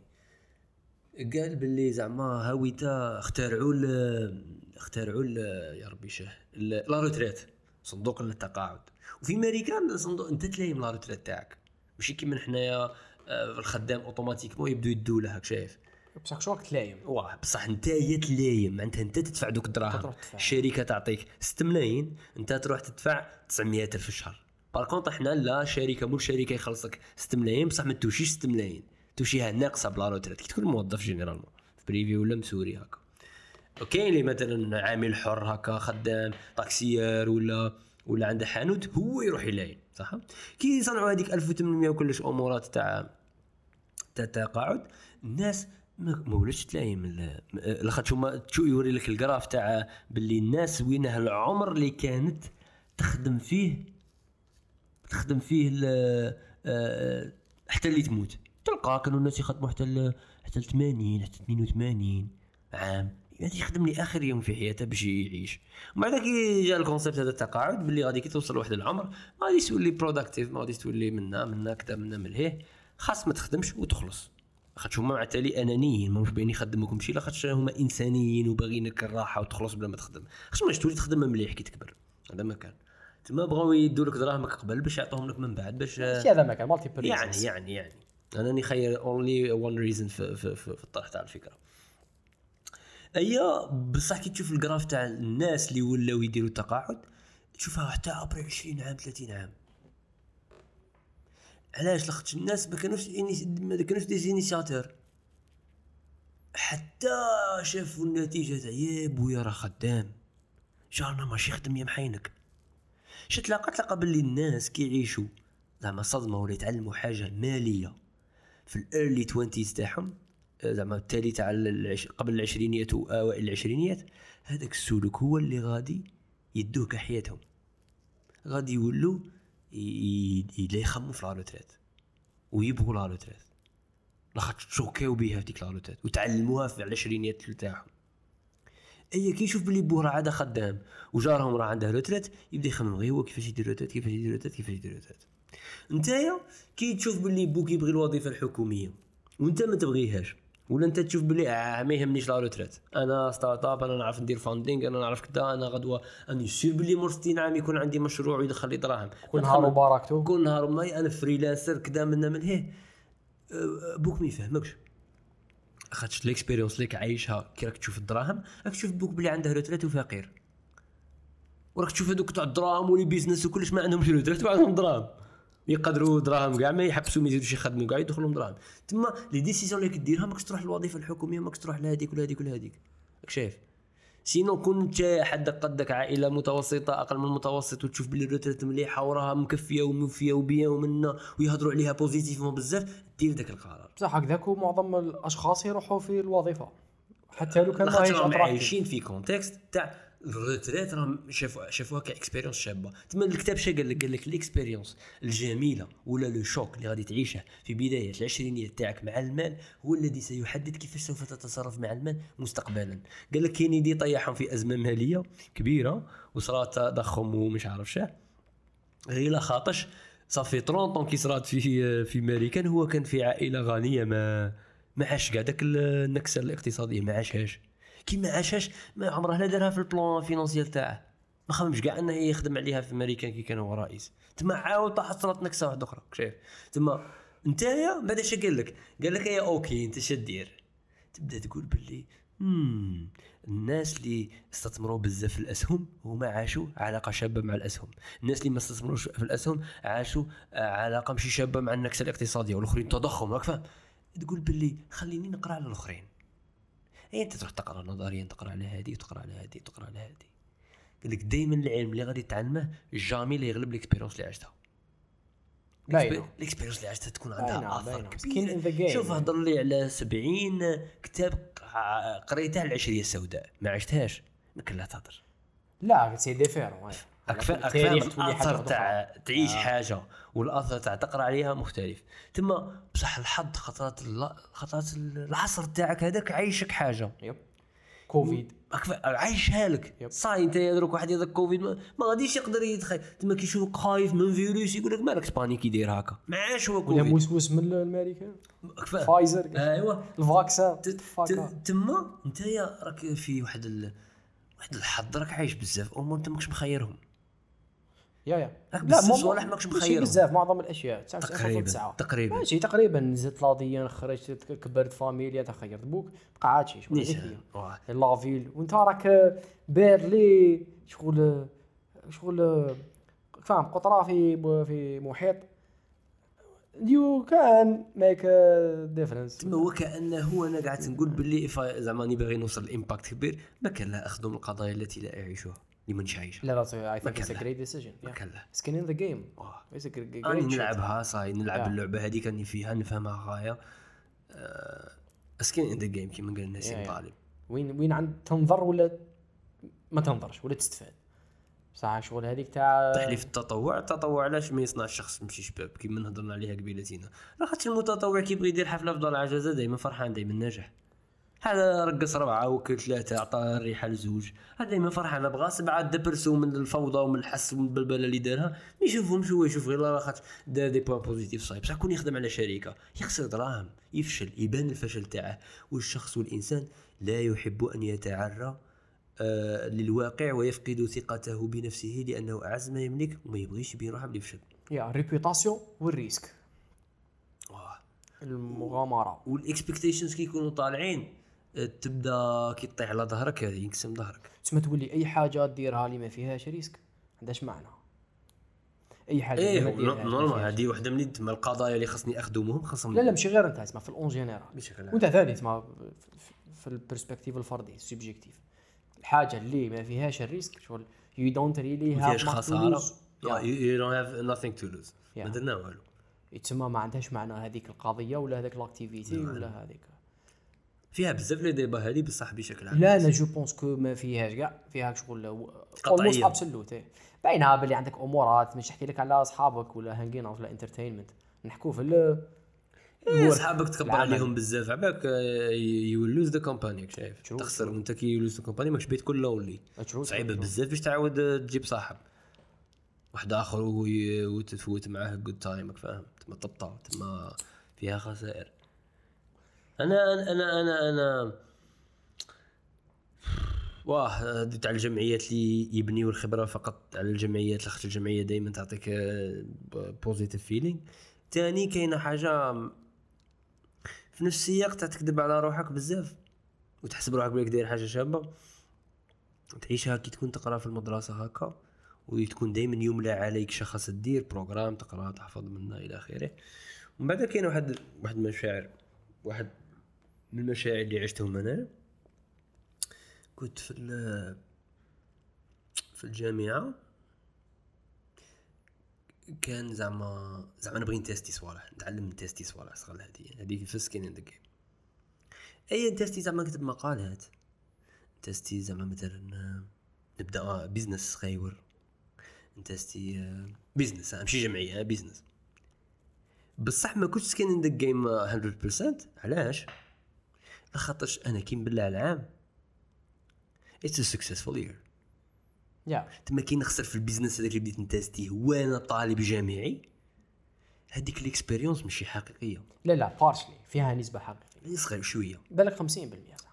قال باللي زعما هاويتا اخترعوا ال اخترعوا ال يا ربي شه لا روتريت، صندوق التقاعد. وفي امريكا صندوق انت تلايم لا روتريت تاعك، ماشي كيما حنايا آه الخدام اوتوماتيكمون يبدو يدوا له هاك شايف بصح شو راك تلايم. واه بصح انت هي تلايم، معناتها انت تدفع دوك الدراهم، الشركه تعطيك ستة ملايين انت تروح تدفع تسعمية الف في الشهر. باركونط احنا لا شركه مول شركه يخلصك ستة ملايين بصح ما توشيش ستة ملايين، توشيها ناقصه بلا روتريت كي تكون موظف جينيرالمون في بريفي ولا مسوري هكا. وكاين اللي مثلا عامل حر هكا خدام طاكسيير ولا ولا عنده حانوت هو يروح يلاين صح. كي يصنعوا هذيك ألف وثمانمية وكلش امورات تاع تاع تقاعد الناس ما ولاتش تلايم. لاخاطش هما يوري لك الجراف تاع باللي الناس وينها العمر اللي كانت تخدم فيه تخدم فيه حتى اللي تموت. تلقى كانوا الناس يخدموا حتى حتى ثمانين حتى اثنين وثمانين عام، يعني يخدم لي اخر يوم في حياته باش يعيش. ومع ذلك جاء الكونسيبت هذا التقاعد باللي غادي كي توصل لواحد العمر ما غاديش تولي بروداكتيف، ما غاديش تولي منا منا كذا منا ملهيه، خاص ما تخدمش وتخلص. خاطش هما مع تالي انانيين ماهوش باين يخدموكم شي، لا خاطش هما انسانيين وباغيينك الراحه وتخلص بلا ما تخدم. خاص ما تولي تخدم مليح كي تكبر، هذا ما كان. تما بغاو يدوا لك دراهمك قبل باش يعطوهم لك من بعد باش هذا ما كان مالتي بريزنس. يعني يعني يعني انا نخير اونلي وان ريزن في في, في, في الطرح تاع الفكره. ايا بصح كي تشوف الجراف تاع الناس اللي ولاو يديروا التقاعد تشوفها حتى عبر عشرين عام ثلاثين عام. علاش؟ لاخاطش الناس ما كانوش ما كانوش دي انيشياتور، حتى شافوا النتيجه تاع يا بويا راه خدام جارنا ماشي خدم يا محينك. شت تلاقى تلقى باللي الناس كيعيشوا زعما صدمه ولا يتعلموا حاجه ماليه في الايرلي توينتيز تاعهم، زعما التالي تاع العش... قبل العشرينيات واوائل العشرينيات، هذاك السلوك هو اللي غادي يدوه كحياتهم. غادي يولوا ي... ي... يخموا في لا روتريت ويبغوا لا روتريت لاخاطش تشوكاو بها في ديك لا روتريت وتعلموها في العشرينيات تاعهم. اي كي يشوف بلي بوه راه عاد خدام وجارهم راه عنده روتريت يبدا يخمم غير هو كيفاش يدير روتريت كيفاش يدير روتريت كيفاش يدير روتريت. نتايا كي تشوف بلي بوك يبغي الوظيفه الحكوميه وانت ما تبغيهاش، ولا انت تشوف بلي آه ما يهمنيش لا روتريت، انا ستارت اب، انا نعرف ندير فاندينغ، انا نعرف كذا، انا غدوه اني سير بلي مور ستين عام يكون عندي مشروع ويدخل لي دراهم كل نهار وبركته، كل نهار ماي انا فريلانسر كذا منا من هيه. بوك ما يفهمكش خاطش ليكسبيريونس ليك عايشها كي راك تشوف الدراهم، راك تشوف بوك بلي عنده روتريت وفقير، وراك تشوف هذوك تاع الدراهم ولي بيزنس وكلش ما عندهمش روتريت وعندهم دراهم، يقدروا دراهم كاع ما يحبسوا ما يزيدوش يخدموا كاع يدخلهم دراهم. تما لي ديسيزيون اللي كديرها ماكش تروح للوظيفه الحكوميه، ماكش تروح لهذيك ولا هذيك ولا هذيك، راك شايف. سينو كنت حدك قدك عائله متوسطه اقل من المتوسط وتشوف بلي الروتريت مليحه وراها مكفيه وموفيه وبيان ومنا ويهضروا عليها بوزيتيفمون بزاف، دير داك القرار. بصح هكذاك معظم الاشخاص يروحوا في الوظيفه حتى لو كان ماهيش عايشين في كونتكست تاع الروتريت، راهم شافوا شافوها كاكسبيريونس شابه. تما الكتاب شا قال لك قال لك الاكسبيريونس الجميله ولا لو شوك اللي غادي تعيشه في بدايه العشرينيات تاعك مع المال هو الذي سيحدد كيفاش سوف تتصرف مع المال مستقبلا. قال لك كينيدي طيحهم في ازمه ماليه كبيره وصرات تضخم ومش عارف شا، غير لا خاطش صافي ثلاثين طون كي صرات في في امريكان هو كان في عائله غنيه ما ما عاش كاع داك النكسه الاقتصاديه ما عاشهاش. كي ما عاشاش ما عمره لا دارها في البلان فينانسيال تاعه، ما خممش كاع انه يخدم عليها في امريكا كي كان هو رئيس. تما عاود حصلت نكسه واحده اخرى. شايف تما نتايا بعد اش قال لك؟ قال لك يا اوكي انت شدير تبدا تقول باللي امم الناس اللي استثمروا بزاف في الاسهم هما عاشوا علاقه شابه مع الاسهم، الناس اللي ما استثمروش في الاسهم عاشوا علاقه ماشي شابه مع النكسه الاقتصاديه، والاخرين تضخم. راك فاهم؟ تقول باللي خليني نقرا على الاخرين. اي انت تروح تقرا نظريا، تقرا على هذه وتقرا على هذه وتقرا على هذه. قال لك دائما العلم اللي غادي تعلمه جامي اللي يغلب الاكسبيريونس اللي عشتها. الاكسبيريونس اللي عشتها تكون عندها اثر كبير. شوف هضر لي على سبعين كتاب قريتها العشريه السوداء ما عشتهاش، ما كان لا تهضر. لا سي ديفيرون اكثر اكثر الاثر تاع تعيش آه. حاجه والاثر تاع تقرا عليها مختلف. تما بصح الحظ خطرات خطرات العصر تاعك هذاك عايشك حاجه. يب كوفيد عايشها لك صاي. انت يدرك واحد يدرك كوفيد ما, ما غاديش يقدر يتخيل. تما كيشوفك خايف من فيروس يقول لك مالك سبانيك يدير هكا. ما عاش هو كوفيد ولا موسوس من الامريكان فايزر ايوا الفاكسان. تما انت راك في واحد ال... واحد الحظ راك عايش بزاف امور انت ماكش مخيرهم. يا يا لا مو صالح ماكش مخيرهم بزاف. معظم الاشياء تقريبا تقريبا ماشي تقريبا نزلت لاديا خرجت كبرت فاميليا تخيرت بوك بقى عاد شي شغل هذيك لافيل وانت راك بيرلي شغل شغل فاهم قطره في في محيط يو كان ميك ديفرنس. تما هو كانه هو انا قاعد نقول باللي زعما نبغي نوصل الامباكت كبير ما كان لا اخذهم القضايا التي لا يعيشوها اللي منش عايشه. لا لا اي ثينك اتس ا جريت ديسيجن سكين ان ذا جيم. انا نلعبها صاي نلعب اللعبه هذيك اني فيها نفهمها غايه سكين ان ذا جيم كيما قال الناس طالب. وين وين عند تنظر ولا ما تنظرش ولا تستفاد صح شغل هذيك تاع تحليف التطوع. التطوع علاش ما يصنع الشخص ماشي شباب كيما هضرنا عليها قبيلتنا. لاخاطش المتطوع كيبغي يدير حفله في دار العجزه دائما فرحان دائما ناجح. هذا رقص ربعه وكل ثلاثه عطى الريحه لزوج هذا دائما فرحان. بغى سبعه دبرسو من الفوضى ومن الحس ومن البلبله اللي دارها ما يشوفهمش هو يشوف غير لاخاطش دار دي بوين بوزيتيف صايب. بصح كون يخدم على شركه يخسر دراهم يفشل يبان الفشل تاعه. والشخص والانسان لا يحب ان يتعرى آه للواقع ويفقد ثقته بنفسه لانه اعز ما يملك وما يبغيش يبين روحه بيفشل. يا ريبيوتاسيون والريسك المغامره والاكسبكتيشنز كي يكونوا طالعين تبدا كي تطيح على ظهرك ينقسم ظهرك. تسمى تولي اي حاجه ديرها اللي ما فيهاش ريسك عندهاش معنى. اي حاجه ايه نورمال هذه وحده من تما القضايا اللي خصني اخدمهم خصهم. لا لا ماشي غير انت تسمى في الاون جينيرال وانت ثاني تسمى في البرسبكتيف الفردي السوبجيكتيف. الحاجه اللي ما فيهاش الريسك شغل يو دونت ريلي هاف خساره يو دونت هاف nothing to lose ما درنا والو. تسمى ما عندهاش معنى هذيك القضيه ولا هذاك الاكتيفيتي ولا هذيك فيها بزاف لي ديبا هذه بصح بشكل عام. لا لا جو بونس كو ما فيهاش كاع فيها شغل اولموست ابسولوت. باينها بلي عندك امورات مش نحكي لك على اصحابك ولا هانجين ولا انترتينمنت نحكوا في ال اصحابك تكبر عليهم بزاف عباك يولوز ذا كومباني شايف تخسر وانت كي يولوز ذا كومباني ماكش بيت كل لونلي صعيبه بزاف باش تعاود تجيب صاحب واحد اخر وتفوت معاه جود تايم فاهم. تما طبطه تما فيها خسائر. انا انا انا انا واه تاع الجمعيات اللي يبنيوا الخبره فقط على الجمعيات لاخاطش الجمعيه دائما تعطيك بوزيتيف فيلينغ. ثاني كاينه حاجه في نفس السياق تاع تكذب على روحك بزاف وتحسب روحك بليك داير حاجه شابه تعيشها كي تكون تقرا في المدرسه هكا وتكون دائما يملى عليك شخص تدير بروغرام تقرا تحفظ منه الى اخره. ومن بعد كاين واحد واحد المشاعر واحد من المشاعر اللي عشتهم انا كنت في في الجامعه كان زعما زعما نبغي نتيستي صوالح نتعلم نتيستي صوالح صغال هذه هذيك في سكين ان ذا جيم. اي نتيستي زعما نكتب مقالات نتيستي زعما مثلا نبدا بيزنس صغير نتيستي بيزنس ماشي جمعيه بيزنس. بصح ما كنتش سكين ان ذا جيم مية بالمية. علاش؟ لخاطرش انا كي نبلع العام it's a successful year. يا تما كي نخسر في البيزنس هذاك اللي بديت نتاستيه وانا طالب جامعي هذيك الاكسبيريونس ماشي حقيقيه. لا لا بارشلي فيها نسبه حقيقيه صغير شويه بالك خمسين بالمية صح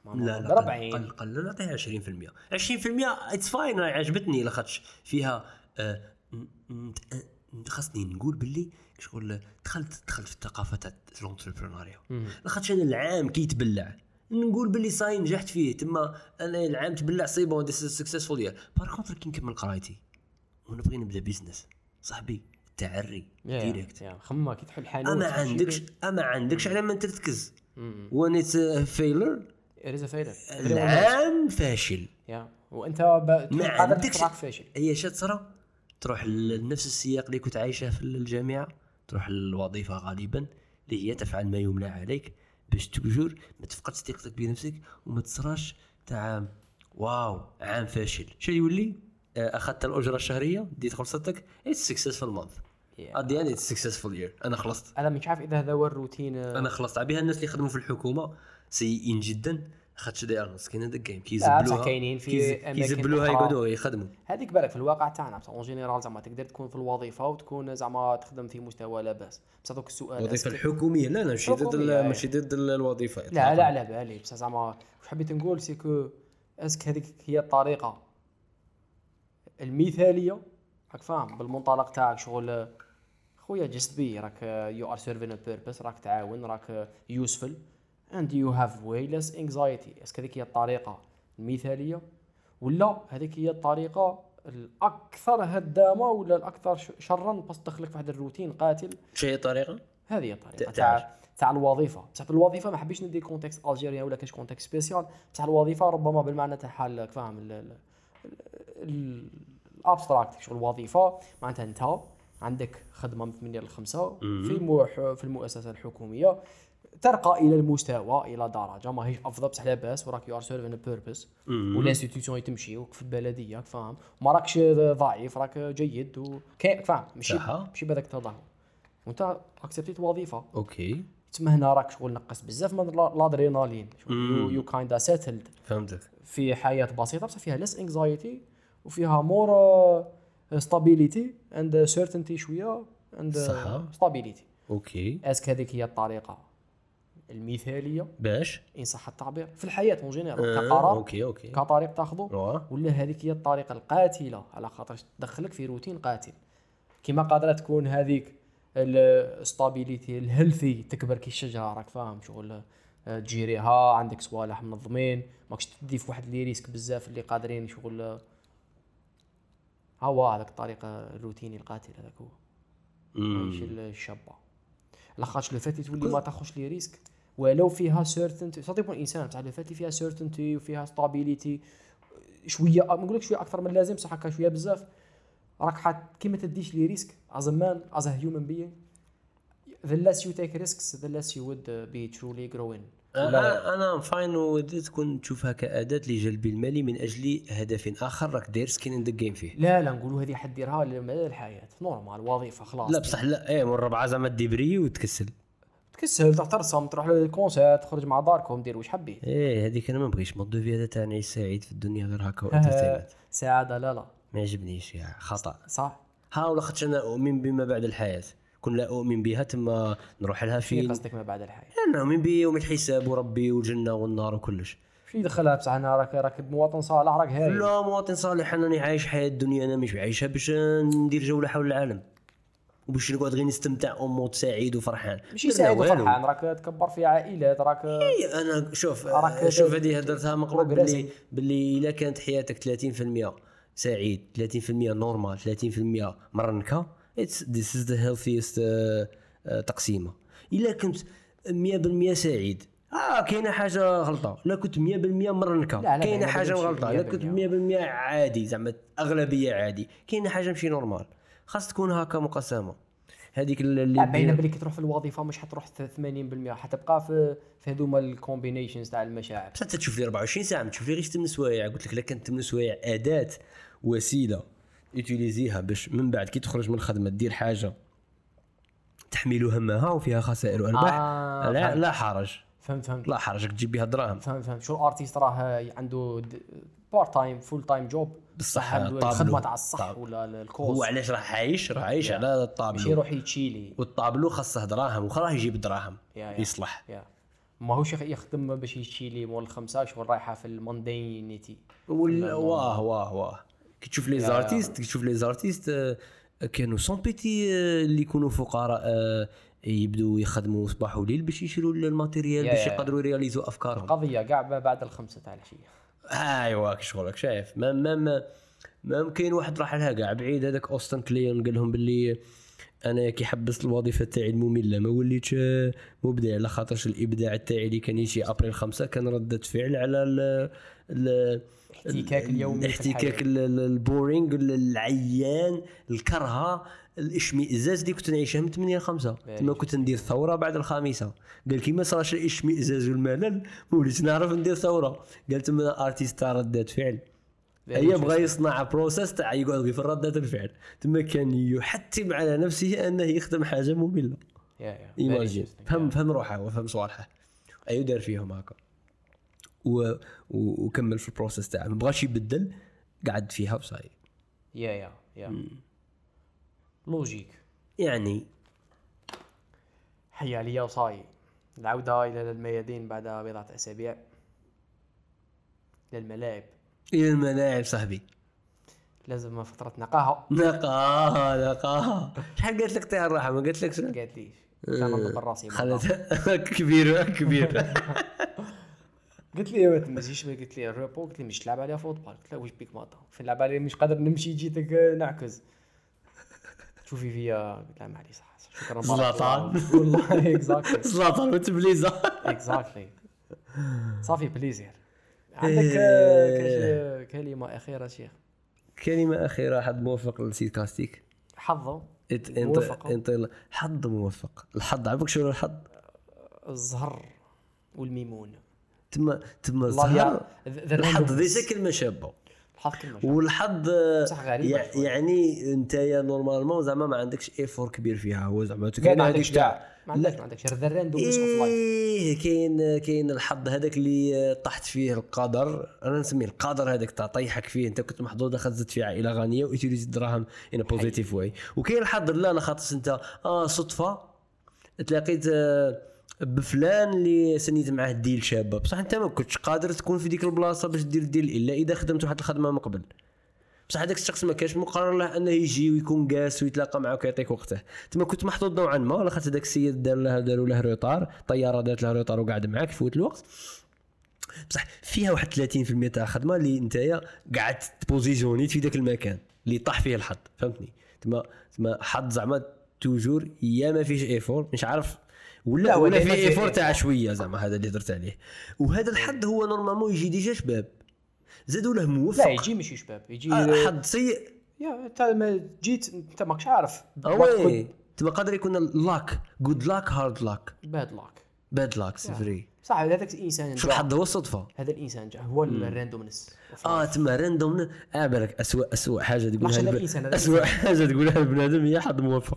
لا لا قل قل نعطيها عشرين بالمئة عشرين بالمئة اتس فاين عجبتني لاخاطش فيها آه خاصني نقول باللي شغل دخلت دخلت في الثقافه تاع الانتربرونيا لاخاطش انا العام كيتبلع نقول باللي صاي نجحت فيه تما انا العام تبلع سي بون ديس سكسسفول يير بار كونتر كي نكمل قرايتي ونبغي نبدا بيزنس صاحبي تعري ديريكت خما كي تحل حانوت اما عندكش اما عندكش على ما تركز وان اتس فيلر اريز فيلر العام فاشل يا وانت قادر تراك فاشل هي شات صرا تروح لنفس السياق اللي كنت عايشه في الجامعه تروح للوظيفه غالبا اللي هي تفعل ما يملى عليك باش توجور ما تفقدش ثقتك بنفسك وما تصراش تاع واو عام فاشل شو يولي اخذت الاجره الشهريه ديت خلصتك اتس سكسسفول مانث ات ذا اند اتس سكسسفول يير انا خلصت انا مش عارف اذا هذا هو الروتين انا خلصت بها الناس اللي يخدموا في الحكومه سيئين جدا خاطش داير نص كاين هذا الجيم كيزبلوها كاينين في كيزبلوها يقعدوا يخدموا هذيك بالك في الواقع تاعنا بصح اون جينيرال زعما تقدر تكون في الوظيفه وتكون زعما تخدم في مستوى لاباس بصح دوك السؤال الوظيفه الحكوميه لا لا ماشي ضد ماشي ضد الوظيفه لا لا على بالي بصح زعما واش حبيت نقول سي كو اسك هذيك هي الطريقه المثاليه راك فاهم بالمنطلق تاعك شغل خويا جست بي راك يو ار سيرفين ا بيربس راك تعاون راك يوسفل and you have way less anxiety اسك هذيك هي الطريقه المثاليه ولا هذيك هي الطريقه الاكثر هدامه ولا الاكثر شرا باش تدخلك في واحد الروتين قاتل شي هي الطريقه هذه هي الطريقه تاع تاع الوظيفه بصح الوظيفه ما حبيتش ندير كونتكست الجيريا ولا كاش كونتكست سبيسيال بصح الوظيفه ربما بالمعنى تاعها فاهم الابستراكت شغل الوظيفه معناتها انت عندك خدمه من ثمانية ل خمسة في في المؤسسه الحكوميه ترقى الى المستوى الى درجه ما هيش افضل بصح لاباس وراك يو ار سيرفين بيربس والانستيتيوشن تمشي وفي البلديه فاهم ما راكش ضعيف راك جيد وكاين فاهم ماشي ماشي بهذاك التظاهر وانت اكسبتيت وظيفه اوكي تما هنا راك شغل نقص بزاف من الادرينالين يو يو كايندا سيتلد فهمتك في حياه بسيطه بصح فيها ليس انكزايتي وفيها مور ستابيليتي اند سيرتينتي شويه اند ستابيليتي اوكي اسك هذيك هي الطريقه المثاليه باش ان صح التعبير في الحياه اون جينيرال كقرار اوكي اوكي كطريق تاخذه ولا هذيك هي الطريقه القاتله على خاطر تدخلك في روتين قاتل كما قادره تكون هذيك الستابيليتي الهيلثي تكبر كي الشجره راك فاهم شغل تجيريها عندك صوالح منظمين ماكش تدي في واحد لي ريسك بزاف اللي قادرين شغل هو هذاك الطريقه الروتيني القاتل هذاك هو ماشي الشابه لاخاطش لو فات تولي ما تاخذش لي ريسك ولو فيها سيرتينتي صديق الانسان بصح لو فات فيها سيرتينتي وفيها ستابيليتي شويه ما نقولكش شويه اكثر من اللازم بصح هكا شويه بزاف راك حات كيما تديش لي ريسك as a man as a human being the less you take risks the less you would be truly growing انا انا فاين ودي تكون تشوفها كاداه لجلب المال من اجل هدف اخر راك داير سكين ان ذا جيم فيه لا لا نقولوا هذه حد ديرها لمدى الحياه نورمال وظيفه خلاص لا بصح لا ايه من ربعه زعما ديبري وتكسل تكسل ترسم تروح للكونسيرت تخرج مع داركم دير واش حبيت ايه هذيك انا ما نبغيش مود دو في هذا تاع نعيش سعيد في الدنيا غير هكا سعاده لا لا ما يعجبنيش يا خطا صح ها ولا خاطش انا اؤمن بما بعد الحياه كون لا اؤمن بها تما نروح لها في قصدك ما بعد الحياه انا نؤمن بيوم الحساب وربي والجنه والنار وكلش شو يدخلها بصح انا راك راكب مواطن صالح راك هاي لا مواطن صالح انني عايش حياه الدنيا انا مش عايشها باش ندير جوله حول العالم وباش نقعد غير نستمتع وموت سعيد وفرحان ماشي سعيد وفرحان راك تكبر في عائلات راك اي انا شوف شوف هذه هدرتها مقروب باللي باللي الا كانت حياتك ثلاثين بالمئة سعيد ثلاثين بالمئة نورمال ثلاثين بالمئة مرنكه اتس ذيس از ذا هيلثيست تقسيمه الا كنت مية بالمية سعيد اه كاينه حاجه غلطه لا كنت مية بالمية مرنكه كاينه حاجه غلطه لا كنت مية بالمية عادي زعما اغلبيه عادي كاينه حاجه ماشي نورمال خاص تكون هكا مقسمه هذيك اللي باينه بلي كي تروح في الوظيفه مش حتروح ثمانين بالمئة حتبقى في في هذوما الكومبينيشنز تاع المشاعر بصح تشوف لي أربعة وعشرين ساعه ما تشوف لي غير ثمانية سوايع قلت لك لا كانت ثمانية سوايع اداه وسيله يوتيليزيها باش من بعد كي تخرج من الخدمه دير حاجه تحمل همها وفيها خسائر وارباح آه لا لا حرج فهمت فهمت لا حرج تجيب بها دراهم فهمت فهمت شو الارتيست راه عنده بارت تايم فول تايم جوب بصح الخدمه تاع الصح ولا الكورس هو علاش راه عايش راه عايش على الطابلو ماشي يروح يتشيلي والطابلو خاصه دراهم وخراه يجيب دراهم يا يا يصلح يا ماهوش يخدم باش يشي لي مول الخمسه شغل رايحه في الموندينيتي. ولا واه واه واه كي تشوف لي زارتيست كي تشوف لي زارتيست كانوا سون بيتي اللي يكونوا فقراء يبدو يخدموا صباح وليل باش يشروا الماتيريال باش يقدروا يرياليزوا افكارهم. قضيه كاع بعد الخمسه تاع العشيه. ايوا كي شغلك شايف ما ما ما كاين واحد راح لها كاع بعيد هذاك اوستن كليون قال لهم باللي انا كي حبست الوظيفه تاعي الممله ما وليتش مبدع على خاطرش الابداع تاعي اللي كان يجي ابريل خمسة كان رده فعل على ال الاحتكاك اليومي الاحتكاك البورينغ العيان الكرهه الاشمئزاز اللي كنت نعيشها من ثمانية ل خمسة تما كنت ندير ثوره بعد الخامسه. قال كي ما صراش الاشمئزاز والملل وليت نعرف ندير ثوره. قال تما ارتيست تاع ردات فعل هي بغى يصنع بروسيس تاع يقعد في ردات الفعل تما كان يحتم على نفسه انه يخدم حاجه ممله. يا يا فهم فهم روحه وفهم صوالحه ايو دار فيهم هكا و... وكمل في البروسيس تاعه ما بغاش يبدل قعد فيها وصاي. يا يا يا لوجيك يعني حي عليا وصاي. العوده الى الميادين بعد بضعه اسابيع للملاعب الى الملاعب صاحبي. لازم فتره نقاهه نقاهه نقاهه. شحال قالت لك طير الراحه ما قالت لكش؟ قالت ليش كان نضرب راسي خلت كبير كبير. قلت لي ما تمشيش قلت لي الريبو قلت لي مش تلعب عليها فوتبول. قلت له واش بيك ماطا في نلعب عليه مش قادر نمشي جيتك نعكز شوفي فيا. قلت لها معليش صح شكرا زلاطان والله اكزاكتلي زلاطان وتبليزه اكزاكتلي صافي بليزير. عندك كلمه اخيره شيخ؟ كلمه اخيره حد موفق للسيد كاستيك. حظه موفق انت حظ موفق. الحظ عارفك شنو الحظ؟ الزهر والميمون تما تما الزهر الحظ ديجا كلمه شابه. الحظ كلمه شابه والحظ يعني, يعني انت يا نورمالمون زعما ما عندكش ايفور كبير فيها. هو زعما كاين عندك تاع ما عندكش ما عندكش ذا راندومنس اوف لايف. ايه كاين كاين الحظ هذاك اللي طحت فيه القدر. انا نسميه القدر هذاك تاع طيحك فيه انت كنت محظوظ خزت فيه عائله غنيه وتيريز الدراهم ان بوزيتيف واي. وكاين الحظ لا انا خاطر انت اه صدفه تلاقيت آه بفلان اللي سنيت معاه ديل شابه بصح انت ما كنتش قادر تكون في ديك البلاصه باش دير ديل الا اذا خدمت واحد الخدمه من قبل. بصح هذاك الشخص ما كانش مقرر له انه يجي ويكون قاس ويتلاقى معك ويعطيك وقته. تما كنت محظوظ نوعا ما ولا خاطر داك السيد دار له داروا له روطار طياره دارت له روطار وقعد معك يفوت الوقت. بصح فيها واحد ثلاثين بالمئة تاع خدمه اللي نتايا قعدت بوزيشونيت في ذاك المكان اللي طاح فيه الحظ. فهمتني؟ تما تما حظ زعما توجور يا ما فيش ايفور مش عارف ولا ولا في ايفور تاع شويه زعما هذا اللي درت عليه. وهذا الحد هو نورمالمون يجي ديجا شباب زادوا له موفق. لا يجي ماشي شباب يجي آه حد سيء. يا انت ما جيت انت ماكش عارف وي تبقى قادر يكون لاك جود لاك هارد لاك باد لاك باد لاك سفري صح. هذاك الانسان شو الحظ هو الصدفه. هذا الانسان جا هو الراندومنس. اه تما راندوم اه بالك اسوء اسوء حاجه تقولها اسوء حاجه تقولها البنادم هي حظ موفق.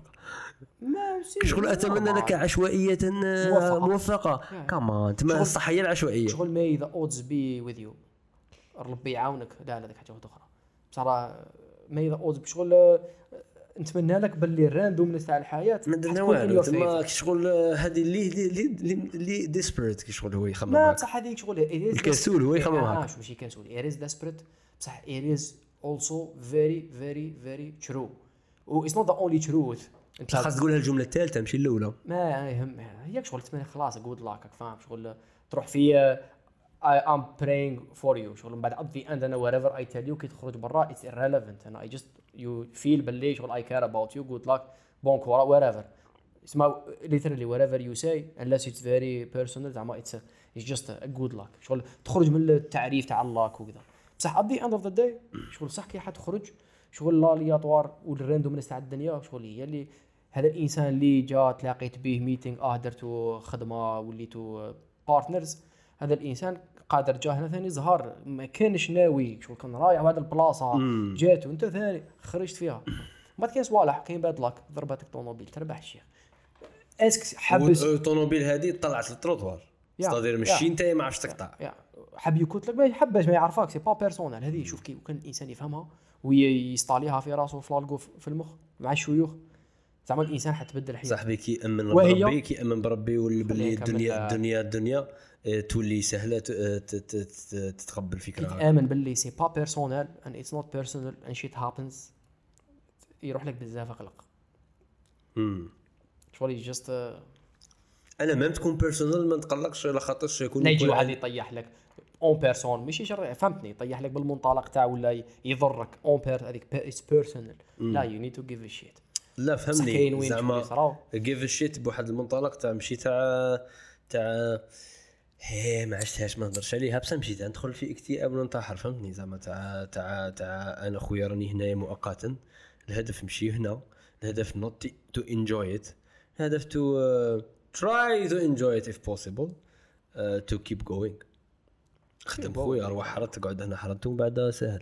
ما شغل اتمنى لك عشوائيه موفقه, موفقة. كمان تما الصح هي العشوائيه. شغل ماي ذا اودز بي وذ يو ربي يعاونك. لا لا ذيك حاجه اخرى بصراحه ماي ذا اودز بشغل نتمنى لك باللي الراندومنس تاع الحياه ما درنا والو تما شغل هذه اللي اللي اللي ديسبريت كي شغل هو يخمم ما بصح هذيك شغل الكسول هو يخمم هكا ماشي كسول ايريز ديسبريت بصح ايريز also very very very true و it's not the only truth. انت خاص تقولها الجمله الثالثه ماشي الاولى. ما يهم هي شغل تمنى خلاص جود لاك فاهم شغل تروح في I am praying for you شغل من بعد at the end انا whatever I tell you كي تخرج برا it's irrelevant and I just you feel باللي شغل I care about you good luck bon courage whatever اسمع literally whatever you say unless it's very personal زعما it's a, it's just a good luck شغل تخرج من التعريف تاع الله وكذا. بصح at the end of the day شغل صح كي حتخرج شغل لا لياطوار والراندومنس تاع الدنيا شغل هي اللي هذا الانسان اللي جا تلاقيت به ميتينغ اه درتو خدمه وليتو بارتنرز هذا الانسان قادر جاه هنا ثاني زهر ما كانش ناوي شغل كان رايح هذا البلاصه جات وانت ثاني خرجت فيها ما كاين صوالح كاين باد لاك ضربتك طوموبيل تربح الشيخ اسك حبس الطوموبيل هذه طلعت للتروطوار استادير ماشي انت ما عرفتش تقطع حب يكوت لك ما يحبش ما يعرفك سي با بيرسونال هذه شوف كي وكان الانسان يفهمها ويستاليها في راسه في لالغو في المخ مع الشيوخ زعما الانسان حتبدل حياته صاحبي كي امن وهي- بربي كي امن بربي واللي باللي خلينا نكمل. الدنيا الدنيا الدنيا آه، تولي سهله ت- ت- ت- ت- تتقبل كي فكره. تامن باللي سي با بيرسونيل and it's not personal and shit happens يروح لك بزاف قلق امم شغل جاست انا ما تكون بيرسونال ما نتقلقش على خاطرش يكون لا يجي يكون واحد عن- يطيح لك اون بيرسون ماشي شر فهمتني يطيح لك بالمنطلق تاع ولا يضرك اون بير هذيك اتس بيرسونال لا يو نيد تو جيف ا شيت لا كاين فهمني وين زعما يصراو جيف الشيت بواحد المنطلق تاع مشي تاع تاع هي ما عشتهاش ما نهضرش عليها بصح مشيت ندخل في اكتئاب وننتحر فهمتني زعما تاع تاع تاع انا خويا راني هنايا مؤقتا الهدف مشي هنا الهدف not to enjoy it الهدف to uh, try to enjoy it if possible uh, to keep going خدم خويا اروح حرد تقعد هنا حرد ومن بعد سهل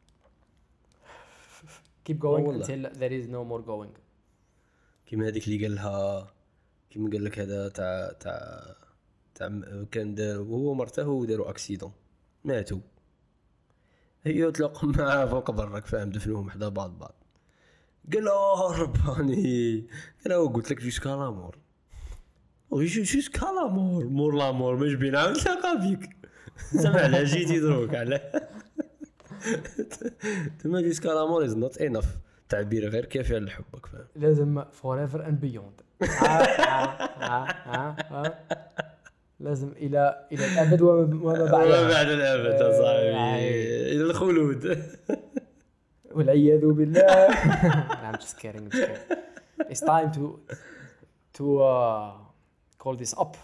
keep going والله. until there is no more going كيما هذيك اللي قال لها كيما قال لك هذا تاع تاع تاع م- كان دار هو ومرته وداروا اكسيدون ماتوا هي تلاقوا معاه فوق برك فاهم دفنوهم حدا بعض بعض قال له رباني انا قلت لك جوسكا لامور جوسكا لامور مور لامور مش بين عاود نتلاقى بيك سمع على جيتي دروك على تما جوسكا لامور از نوت انف تعبير غير كافي على حبك فاهم لازم forever and beyond لازم الى الى الابد وما وما وما بعدها بعد الابد يا صاحبي الى الخلود والعياذ بالله. I'm just kidding, just kidding. It's time to to uh, call this up.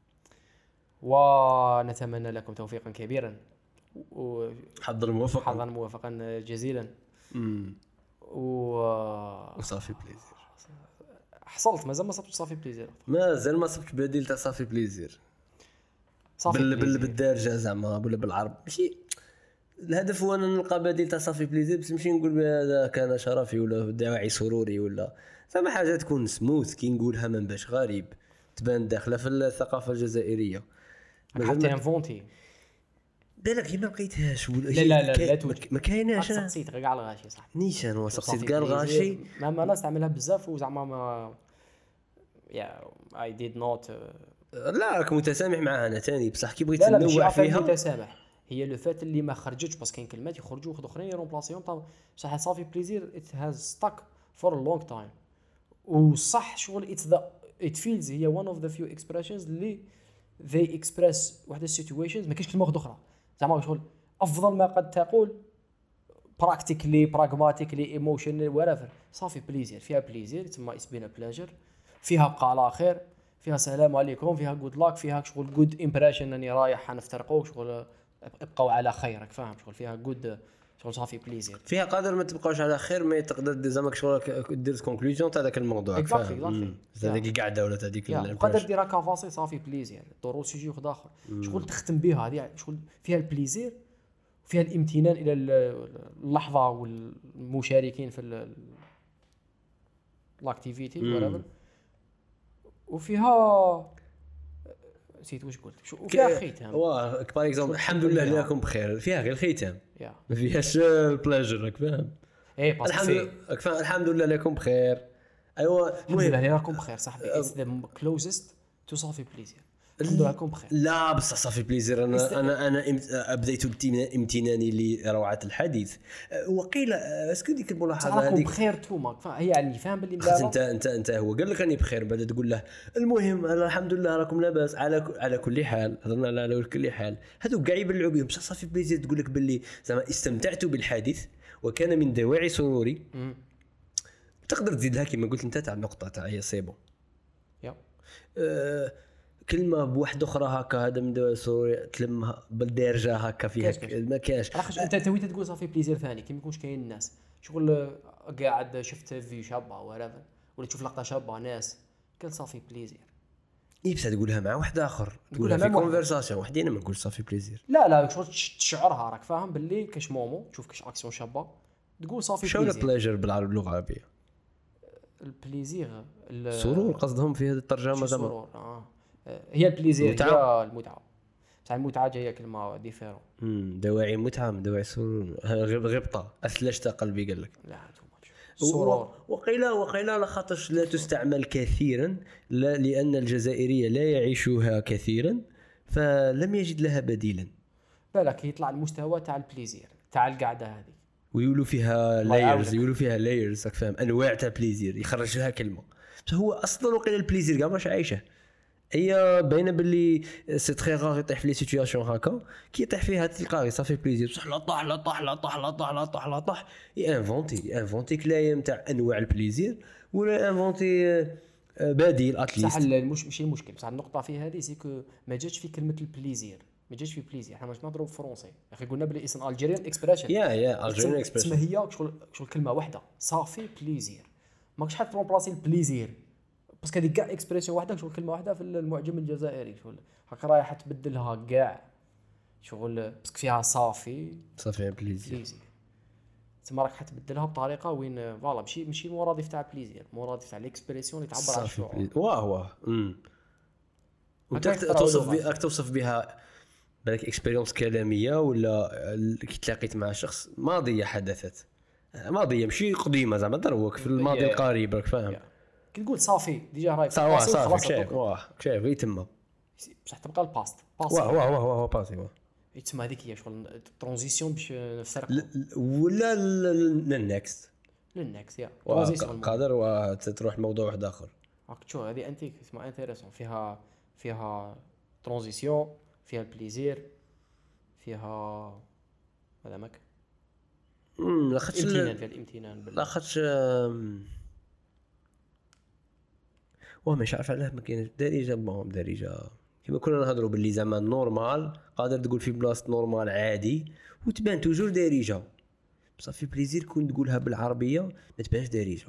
ونتمنى لكم توفيقا كبيرا حضر موفق وحظا موفقا جزيلا امم و وصافي بليزير حصلت مازال ما صبتش صافي بليزير مازال ما صبت بديل تاع صافي بليزير صافي بال بال بليزير. بالدارجه زعما ولا بالعرب ماشي الهدف هو انا نلقى بديل تاع صافي بليزير بس ماشي نقول هذا كان شرفي ولا دواعي سروري ولا زعما حاجه تكون سموث كي نقولها ما باش غريب تبان داخله في الثقافه الجزائريه حتى انفونتي بالك هي ما لقيتهاش ولا لا لا لا, لا توجد. ما كايناش سقسيت غير على الغاشي صح نيشان هو صافي سقسيت قال غاشي بليزير. ما ما ناس تعملها بزاف وزعما ما يا اي ديد نوت لا راك متسامح معها انا ثاني بصح كي بغيت لا لا ماشي ننوع عفوا فيها متسامح هي لو فات اللي ما خرجتش بس كاين كلمات يخرجوا واحد اخرين يرومبلاسيهم طبعا بصح صافي بليزير ات هاز ستاك فور ا لونج تايم وصح شغل اتس ذا ات فيلز هي وان اوف ذا فيو اكسبريشنز اللي they express واحد السيتويشنز ما كاينش كلمه واحده اخرى زعما شغل افضل ما قد تقول براكتيكلي براغماتيكلي ايموشنال ورايفر صافي بليزير فيها بليزير تما اتس بين بلاجر فيها بقى على خير فيها سلام عليكم فيها جود لاك فيها شغل جود امبريشن اني رايح حنفترقوا شغل ابقوا على خيرك فاهم شغل فيها جود شغل صافي بليزير فيها قادر ما تبقاوش على خير ما تقدر دير زعما شغل دير كونكلوزيون تاع ذاك الموضوع Exactly, exactly. هذيك القعده ولا هذيك وقدر ديرها كافاسي صافي بليزير دورو سيجي واحد اخر شغل تختم بها هذه شغل فيها البليزير فيها الامتنان الى اللحظه والمشاركين في الاكتيفيتي ولا وفيها نسيت واش قلت شو وفيها ختام واه باغ اكزومبل الحمد لله لكم بخير فيها غير الختام يا ما فيهاش البلاجر راك فاهم اي باسكو الحمد سي لله راك فاهم الحمد لله لكم بخير ايوا الحمد لله راكم بخير صاحبي اتس ذا كلوزست تو صافي بليزير الحمد لله راكم بخير لا بس صافي بليزير انا انا انا ابديت امتناني لروعه الحديث وقيل اسكو ديك الملاحظه راكم هذيك بخير توما يعني فاهم باللي خاطر انت انت انت هو قال لك راني بخير بعد تقول له المهم أنا الحمد لله راكم لاباس على على كل حال هضرنا على على كل حال هذو كاع يبلعوا بهم بصح صافي بليزير تقول لك باللي زعما استمتعت بالحديث وكان من دواعي سروري تقدر تزيدها كما قلت انت تاع النقطه تاع هي سيبو يا أه كلمه بواحد اخرى هكا هذا من دواعي سروري تلمها بالدارجه هكا فيها ما كاش علاش انت تويت تقول صافي بليزير ثاني كي ما يكونش كاين الناس شغل قاعد شفت في شابه ولا ولا تشوف لقطه شابه ناس قال صافي بليزير اي بس تقولها مع واحد اخر تقولها في كونفرساسيون وحدين ما نقول صافي بليزير لا لا شغل تشعرها راك فاهم باللي كاش مومو تشوف كاش اكسيون شابه تقول صافي شو بليزير بلاجر بالعربيه باللغه العربيه البليزير سرور قصدهم في هذه الترجمه زعما سرور اه هي البليزير هي المتعه بصح المتعه هي كلمه ديفيرون امم دواعي متعه دواعي سرور غبطه اثلجت قلبي قال لك لا تو ماتش سرور. وقيل وقيل لا خاطرش لا تستعمل كثيرا، لا لأن الجزائرية لا يعيشها كثيرا فلم يجد لها بديلا. بالك يطلع المستوى تاع البليزير تاع القعده هذه ويقولوا فيها الله لايرز، يعاونك. يقولوا فيها لايرز، راك فاهم، انواع تاع بليزير يخرج لها كلمه. بس هو اصلا وقيل البليزير كاع ماش عايشه، هي باينه باللي سي تري غار يطيح في لي سيتوياسيون هكا كي يطيح فيها تلقاه صافي بليزير، بصح لا طاح لا طاح لا طاح لا طاح لا طاح لا طاح يانفونتي انفونتي كلايم تاع انواع البليزير ولا انفونتي بديل بصح اتليست. المش ماشي المشكل، بصح النقطه في هذه سيكو ما جاتش في كلمه البليزير، ما جاتش في بليزير، حنا مش نضرب فرونسي يا اخي، قلنا بلي اسم الجيريان اكسبريشن يا يا الجيريان تسمى اكسبريشن هي شغل شغل كلمه واحده صافي بليزير، ماكش حد ترومبلاسي البليزير باسكو هذيك كاع اكسبريسيون واحده شغل كلمه واحده في المعجم الجزائري، شغل هكا رايح تبدلها كاع شغل باسكو فيها صافي صافي بليزير. بليزير، تما راك حتبدلها بطريقه وين فوالا ماشي ماشي مرادف تاع بليزير، مرادف تاع ليكسبريسيون اللي تعبر على صافي الشعور. بليزير واه واه امم وانت هكاك ترى توصف اللغة. بها توصف بها بالك اكسبيريونس كلاميه ولا كي تلاقيت مع شخص ماضيه حدثت ماضيه ماشي قديمه زعما دروك في الماضي Yeah, yeah. القريب راك فاهم. كي تقول صافي ديجا راهي في صافي الباسي صافي وخلاص شايف هذوك. واه شايف غير تما بصح تبقى الباست باست واه واه واه واه باسي واه تسمى هذيك هي شغل ترانزيسيون باش نفرق ل- ل- ولا للنكست للنكست يا ترانزيسيون قادر وتروح لموضوع واحد اخر. راك تشوف هذه انتيك تسمى انتريسون، فيها فيها ترانزيسيون، فيها البليزير، فيها هذا ماك امم لاخاطش الامتنان، فيها الامتنان بال... لاخاطش واه مش عارف علاه ما كاينش دارجه بون دارجه كيما كنا نهضروا باللي زعما نورمال قادر تقول في بلاصه نورمال عادي وتبان توجور دارجه، بصح في بليزير كون تقولها بالعربيه ما تبانش دارجه.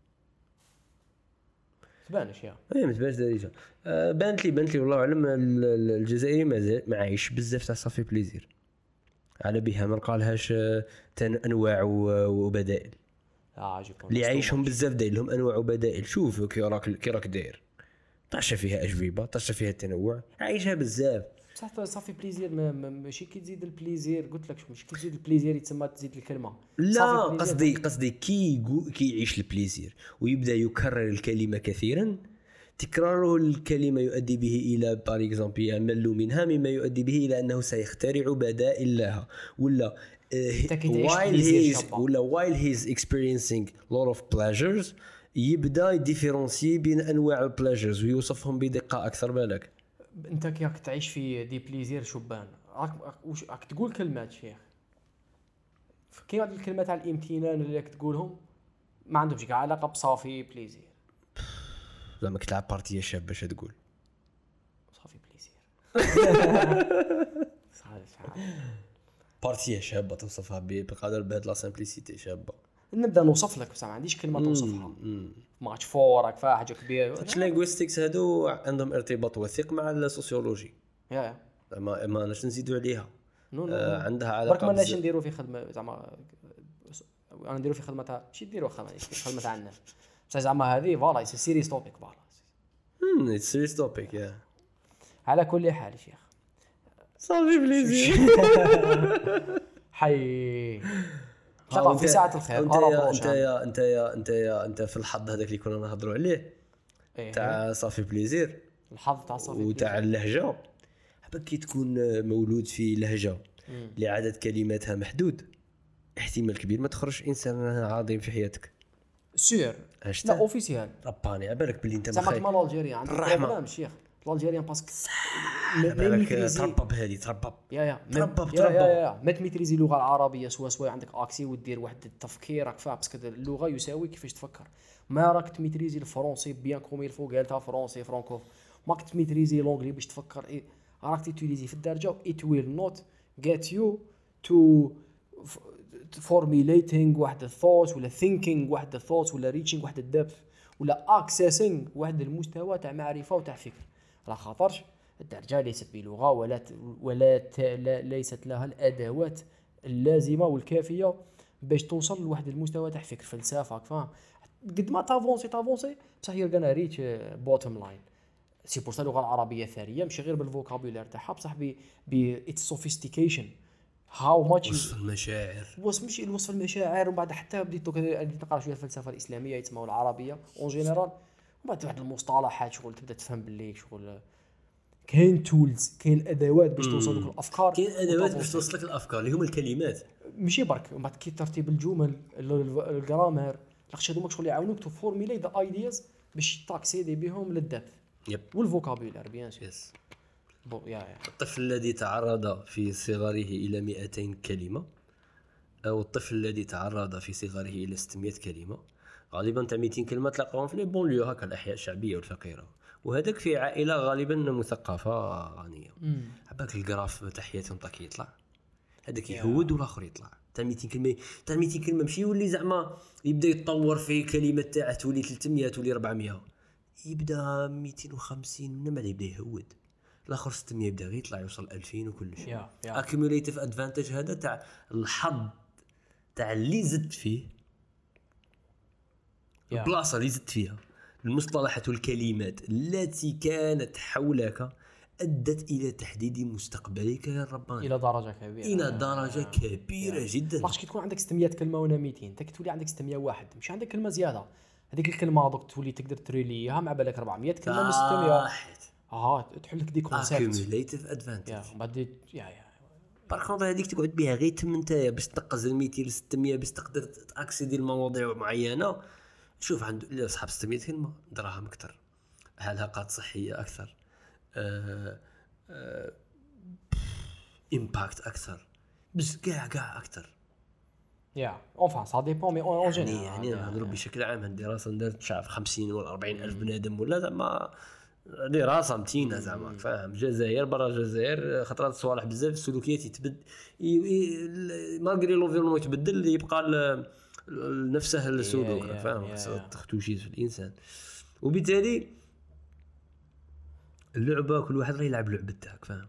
تبانش يا اي ما تبانش دارجه. آه بانت لي بانت لي والله اعلم ال- ال- الجزائري مازال ما عايش بزاف تاع صافي بليزير على بها ما لقالهاش آه، تن انواع و- وبدائل اه جو اللي عايشهم بزاف داير لهم انواع وبدائل. شوف كي راك كي راك داير طاشه فيها اجوبه طاشه فيها التنوع عايشها بزاف. بصح صافي بليزير ما- ما- ماشي كي تزيد البليزير، قلت لك ماشي كي تزيد البليزير يتسمى تزيد الكلمه لا صافي بليزير. قصدي قصدي كي يقو- كي يعيش البليزير ويبدا يكرر الكلمه كثيرا، تكراره الكلمه يؤدي به الى بار اكزومبل يمل منها مما يؤدي به الى انه سيخترع بدائل لها ولا أنت كي تعيش while بليزير he's شابة. ولا while he's experiencing lot of pleasures يبدا يديفيرونسي بين انواع البلاجرز ويوصفهم بدقه اكثر. بالك انت كي راك تعيش في دي بليزير شبان راك راك- واش راك تقول كلمات شيخ، كاين هاد الكلمات تاع الامتنان اللي راك تقولهم ما عندهمش كاع علاقه بصافي بليزير. زعما كتلعب بارتيه شاب باش تقول صافي بليزير صافي شحال. بارتيه شابه توصفها ب- بقدر بهاد لا سامبليسيتي شابه. نبدا نوصف لك بصح ما عنديش كلمه توصفها، ماتش فور راك فيها حاجه كبيره هادشي اللينغويستيكس هادو عندهم ارتباط وثيق مع السوسيولوجي، يا يا ما ما ناش نزيدوا عليها. نو نو آه نو. عندها برك علاقه ما ناش بزاف. نديرو في خدمه زعما انا نديرو في خدمه تاع ماشي نديرو خدمه خدمه تاع الناس بصح زعما هذه فوالا سي سيريس توبيك فوالا. امم اتس سيريس توبيك يا على كل حال يا شيخ صافي بليزير. حي شغل في ساعه الخير انت ارا يا انت بروشان يا انت يا انت يا انت في الحظ هذاك اللي كنا نهضروا عليه إيه، تاع صافي بليزير الحظ تاع صافي وتاع اللهجه. حبك كي تكون مولود في لهجه اللي عدد كلماتها محدود احتمال كبير ما تخرج انسان عظيم في حياتك. سير عشت لا اوفيسيال رباني على بالك بلي انت زعما مخي كيما الجيريان عندك الرحمة. بروبليم شيخ الجيريان باسكو على بالك تربى بهذه تربى يا يا تربى ما- يا تربى. يا يا ما تميتريزي اللغه العربيه سوا سوا عندك اكسي ودير واحد التفكير راك فاهم باسكو اللغه يساوي كيفاش تفكر. ما راك تميتريزي الفرونسي بيان كوم يلفو قالتها فرونسي فرانكو ماك تميتريزي لونجلي باش تفكر إيه راك تيتيليزي في الدرجه it will not get you to formulating واحد الثوت ولا thinking واحد الثوت ولا reaching واحد الدبث ولا accessing واحد المستوى تاع معرفه وتاع فكر. على خاطرش الدرجه ليست بلغه ولا ت... ولا ت... لا ليست لها الادوات اللازمه والكافيه باش توصل لواحد المستوى تاع فكر فلسفه فاهم. قد ما تافونسي تافونسي بصح هي غانا ريتش بوتوم لاين. سي بور سا اللغه العربيه ثريه ماشي غير بالفوكابولير تاعها بصح ب ب اتس سوفيستيكيشن هاو ماتش وصف المشاعر وصف ماشي الوصف المشاعر. ومن بعد حتى بديت دوك بديت نقرا شويه الفلسفه الاسلاميه يتسموا العربيه اون جينيرال. ومن بعد واحد المصطلحات شغل تبدا تفهم باللي شغل كاين تولز، كاين الادوات باش توصل لك الافكار. كاين ادوات باش توصلك الافكار اللي هما الكلمات ماشي برك. ومن بعد كي ترتيب الجمل الجرامر لاخاطش هذوما شغل يعاونوك تو فورميلي ذا ايدياز باش تاكسيدي بهم للدبث. يب والفوكابولار بيان سور. يس. بو يا يا الطفل الذي تعرض في صغره إلى مئتين كلمة أو الطفل الذي تعرض في صغره إلى ستمائة كلمة، غالبا تاع مئتين كلمة تلاقاهم في لي بونليو هكا الأحياء الشعبية والفقيرة، وهذاك في عائلة غالبا مثقفة غنية. عباك الجراف تحياتهم طاك يطلع هذاك يهود والاخر يطلع تاع مئتين كلمة. تاع مئتين كلمة ماشي يولي زعما يبدا يتطور في كلمة تاعه تولي ثلاثمائة تولي أربعمائة، يبدا مئتين وخمسين من بعد يبدا يهود، الاخر ستمائة يبدا غير يطلع يوصل ألفين وكل شيء. اكيوميليتيف ادفانتج هذا تاع الحظ تاع اللي زدت فيه yeah. البلاصه اللي زدت فيها المصطلحات والكلمات التي كانت حولك ادت الى تحديد مستقبلك يا الرباني الى درجه كبيره الى درجه yeah. كبيره yeah. جدا. لاش كي تكون عندك ستمائة كلمه ولا مئتين انت كتولي عندك ستمائة وواحد مش عندك كلمه زياده. هذيك الكلمه دوك تولي تقدر تريليها مع بالك أربعمائة كلمه من ستمائة. اه تحل لك دي كونسيبت accumulative advantage. يا بعد يا يا باركونط هذيك تقعد بها غير تم نتايا باش تنقز ال مئتين ل ستمائة باش تقدر تاكسيدي المواضيع معينه. شوف عنده اصحاب ستمائة كلمه دراهم اكثر، علاقات صحيه اكثر، أه أه امباكت اكثر، بس كاع كاع اكثر. يا اونفان سا ديبون مي اون جينيرال يعني نهضروا بشكل عام. الدراسه دارت شعب خمسين ولا أربعين الف بنادم ولا زعما دراسه متينه زعما فاهم. الجزائر برا الجزائر خطرات صوالح بزاف السلوكيات يتبدل مالغري لوفيرمون يتبدل يبقى نفسه السلوك فاهم. تختوشيز في الانسان وبالتالي اللعبه كل واحد راه يلعب لعبه تاعك فاهم.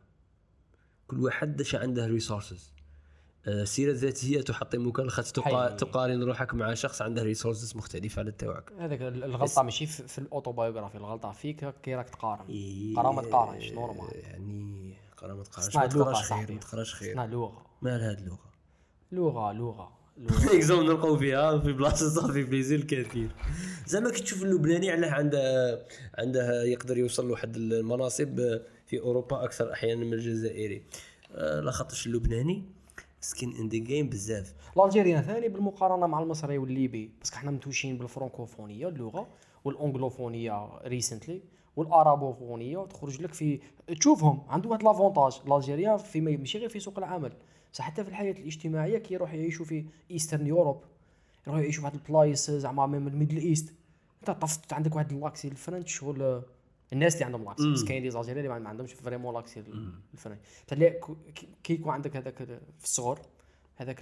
كل واحد داش عنده ريسورسز. السيره الذاتيه تحطمك لخاطر تقارن روحك مع شخص عنده ريسورسز مختلفه على تاعك. هذاك الغلطه ماشي في الاوتوبايوغرافي، الغلطه فيك كي راك تقارن. إيه قرا ما تقارنش نورمال يعني قرا ما تقارنش ما تقراش خير ما تقراش خير. صنع لغه مال هاد اللغه لغه لغه اكزوم نلقاو فيها في بلاصه صافي بليزير كثير. زعما كي تشوف اللبناني علاه عنده عنده يقدر يوصل لواحد المناصب في اوروبا اكثر احيانا من الجزائري لا خاطرش اللبناني سكين ان دي جيم بزاف. الالجيريان ثاني بالمقارنه مع المصري والليبي باسكو حنا متوشين بالفرنكوفونيه اللغه والانجلوفونيه ريسنتلي والارابوفونيه تخرج لك في تشوفهم عنده واحد لافونتاج. الالجيريان في ماشي غير في سوق العمل صح حتى في الحياه الاجتماعيه كي يروحوا يعيشوا في ايسترن يوروب يروحوا يعيشوا في واحد البلايص زعما من الميدل ايست. انت طفت عندك واحد اللاكسي الفرنش شغل الناس اللي عندهم لاكسي بس كاين دي زالجيري اللي ما عندهمش فريمون لاكسي الفرنش. تالي كي يكون عندك هذاك في الصغر هذاك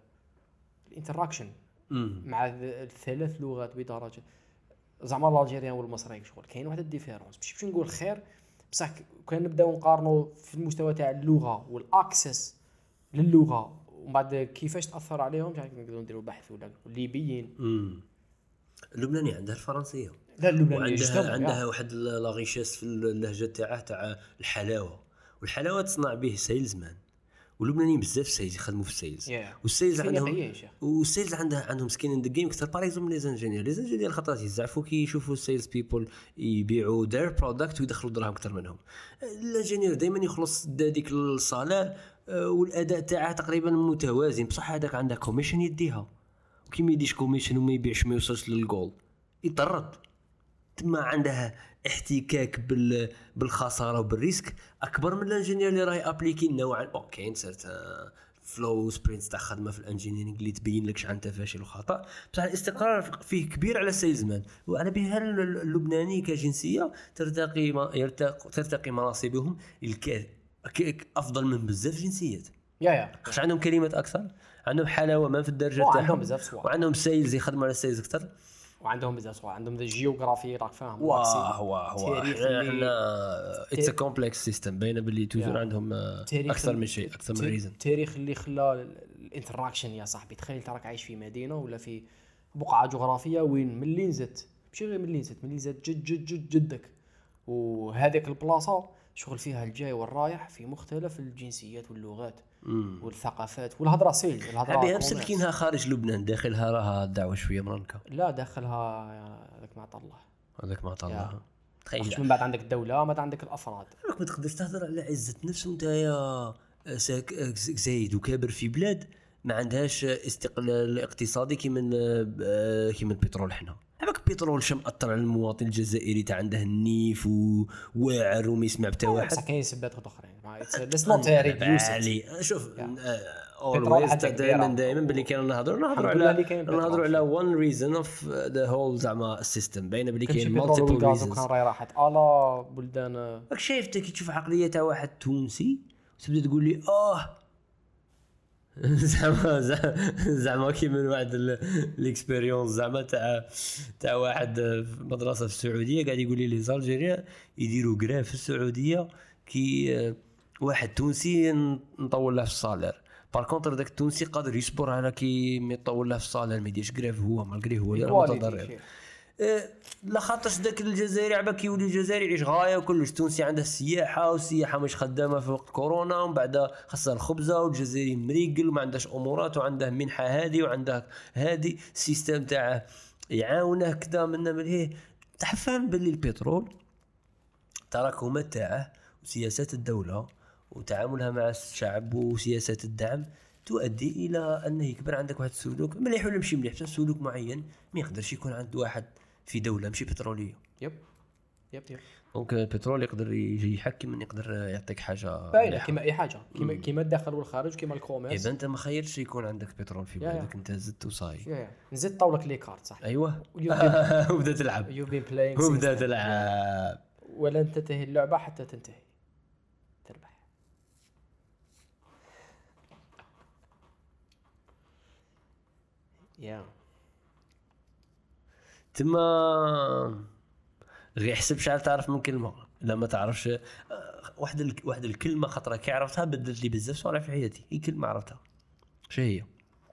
الانتراكشن مع الثلاث لغات بدرجه زعما الالجيريان والمصري شغل كاين واحد الديفيرونس. ماشي باش نقول خير بصح كان نبداو نقارنوا في المستوى تاع اللغه والاكسس للغه ومن بعد كيفاش تاثر عليهم نقدروا نديروا بحث ولا الليبيين. اللبناني عنده الفرنسيه لا اللبناني عندها عندها واحد لا ريشيس في اللهجه تاعه تاع الحلاوه والحلاوه تصنع به سيلزمان. واللبنانيين بزاف سيلز يخدموا في السيلز yeah. والسيلز عندهم والسيلز عندها عندهم سكين ان ذا جيم اكثر. باغ اكزومبل لي زانجينيور لي زانجينيور الخطرات يزعفوا كي يشوفوا السيلز بيبل يبيعوا دير برودكت ويدخلوا دراهم اكثر منهم. الانجينيور دائما يخلص ديك الصالير والاداء تاعه تقريبا متوازن بصح هذاك عنده كوميشن يديها وكي ما يديش كوميشن وما يبيعش ما يوصلش للجول يطرد. تما عندها احتكاك بال بالخساره وبالريسك اكبر من الانجينير اللي راهي ابليكي نوعا اوكي سيرت فلو سبرينتس تاع خدمه في الانجينيرينغ اللي تبين لك شحال انت فاشل وخطا بصح الاستقرار فيه كبير على السيلزمان. وعلى بها اللبناني كجنسيه ترتقي ما يرتقي ترتقي مناصبهم افضل من بزاف جنسيات. يا يا خاطر عندهم كلمات اكثر عندهم حلاوه ما في الدرجه تاعهم وعندهم بزاف صوالح وعندهم سيلز يخدموا على السيلز اكثر وعندهم بزاف صوالح عندهم ذا جيوغرافي راك فاهم واه واه واه اتس ا كومبلكس سيستم باين باللي توجور عندهم اكثر من شيء اكثر من ريزن. التاريخ اللي خلى الانتراكشن يا صاحبي تخيل انت راك عايش في مدينه ولا في بقعه جغرافيه وين ملي نزت ماشي غير ملي نزت ملي نزت جد جد جد جدك وهذيك البلاصه شغل فيها الجاي والرايح في مختلف الجنسيات واللغات مم. والثقافات والهضره سيل الهضره عبيها كوميرس. مسلكينها خارج لبنان، داخلها راها الدعوه شويه مرنكه. لا داخلها هذاك ما عطى الله. هذاك ما طلعها. واش تخيل من بعد عندك الدوله ما عندك الافراد. راك ما تقدرش تهضر على عزه نفس وانت يا ساك زايد وكابر في بلاد ما عندهاش استقلال اقتصادي كيما كيما البترول. حنا عباك البترول شم اثر على المواطن الجزائري تاع عنده النيف وواعر وما يسمع بتا واحد. بصح كاين سبات اخرين اتس نوت ريديوس. شوف بترول always دائما دائما باللي كانوا نهضروا نهضروا على نهضروا على one reason of the whole زعما السيستم. باينه باللي كاين multiple reasons. كان راي راحت على بلدان. راك شايف انت كي تشوف عقليه تاع واحد تونسي وتبدا تقول لي اه زعما زعما كي من واحد الاكسبيريونس زعما تاع تاع واحد في مدرسه في السعوديه قاعد يقول لي لي زالجيريا يديروا كراف في السعوديه كي واحد تونسي نطول له في الصالير. بار كونتر داك التونسي قادر يصبر على كي ما يطول له في الصالير ما يديرش كراف هو مالغري هو متضرر. لا خاطرش داك الجزائري عبا كيولي الجزائري يعيش غايه وكلش. التونسي عنده السياحه والسياحه مش خدامه في وقت كورونا ومن بعد خاصها الخبزه والجزائري مريقل وما عندهاش امورات وعنده منحه هذه وعنده هذه السيستم تاعه يعاونه كذا منا من هي. تفهم باللي البترول تراكمات تاعه وسياسات الدوله وتعاملها مع الشعب وسياسات الدعم تؤدي الى انه يكبر عندك واحد السلوك مليح ولا ماشي مليح. سلوك معين ما يقدرش يكون عند واحد في دوله ماشي بتروليه. يب يب يب دونك البترول يقدر يجي يحكم من يقدر يعطيك حاجه باينه كيما اي حاجه كيما كيما الداخل والخارج كيما الكوميرس. اذا انت ما خيرش يكون عندك بترول في بلادك انت زدت وصاي نزيد طاولك لي كارت صح. ايوه وبدا تلعب يو بين بلاينغ وبدا تلعب ولن تنتهي اللعبه حتى تنتهي تربح. يا تما غير حسب شحال تعرف من كلمه. لا ما تعرفش واحد ال... واحد الكلمه خطره كي عرفتها بدلت لي بزاف صوالح في حياتي. هي كلمه عرفتها شو هي؟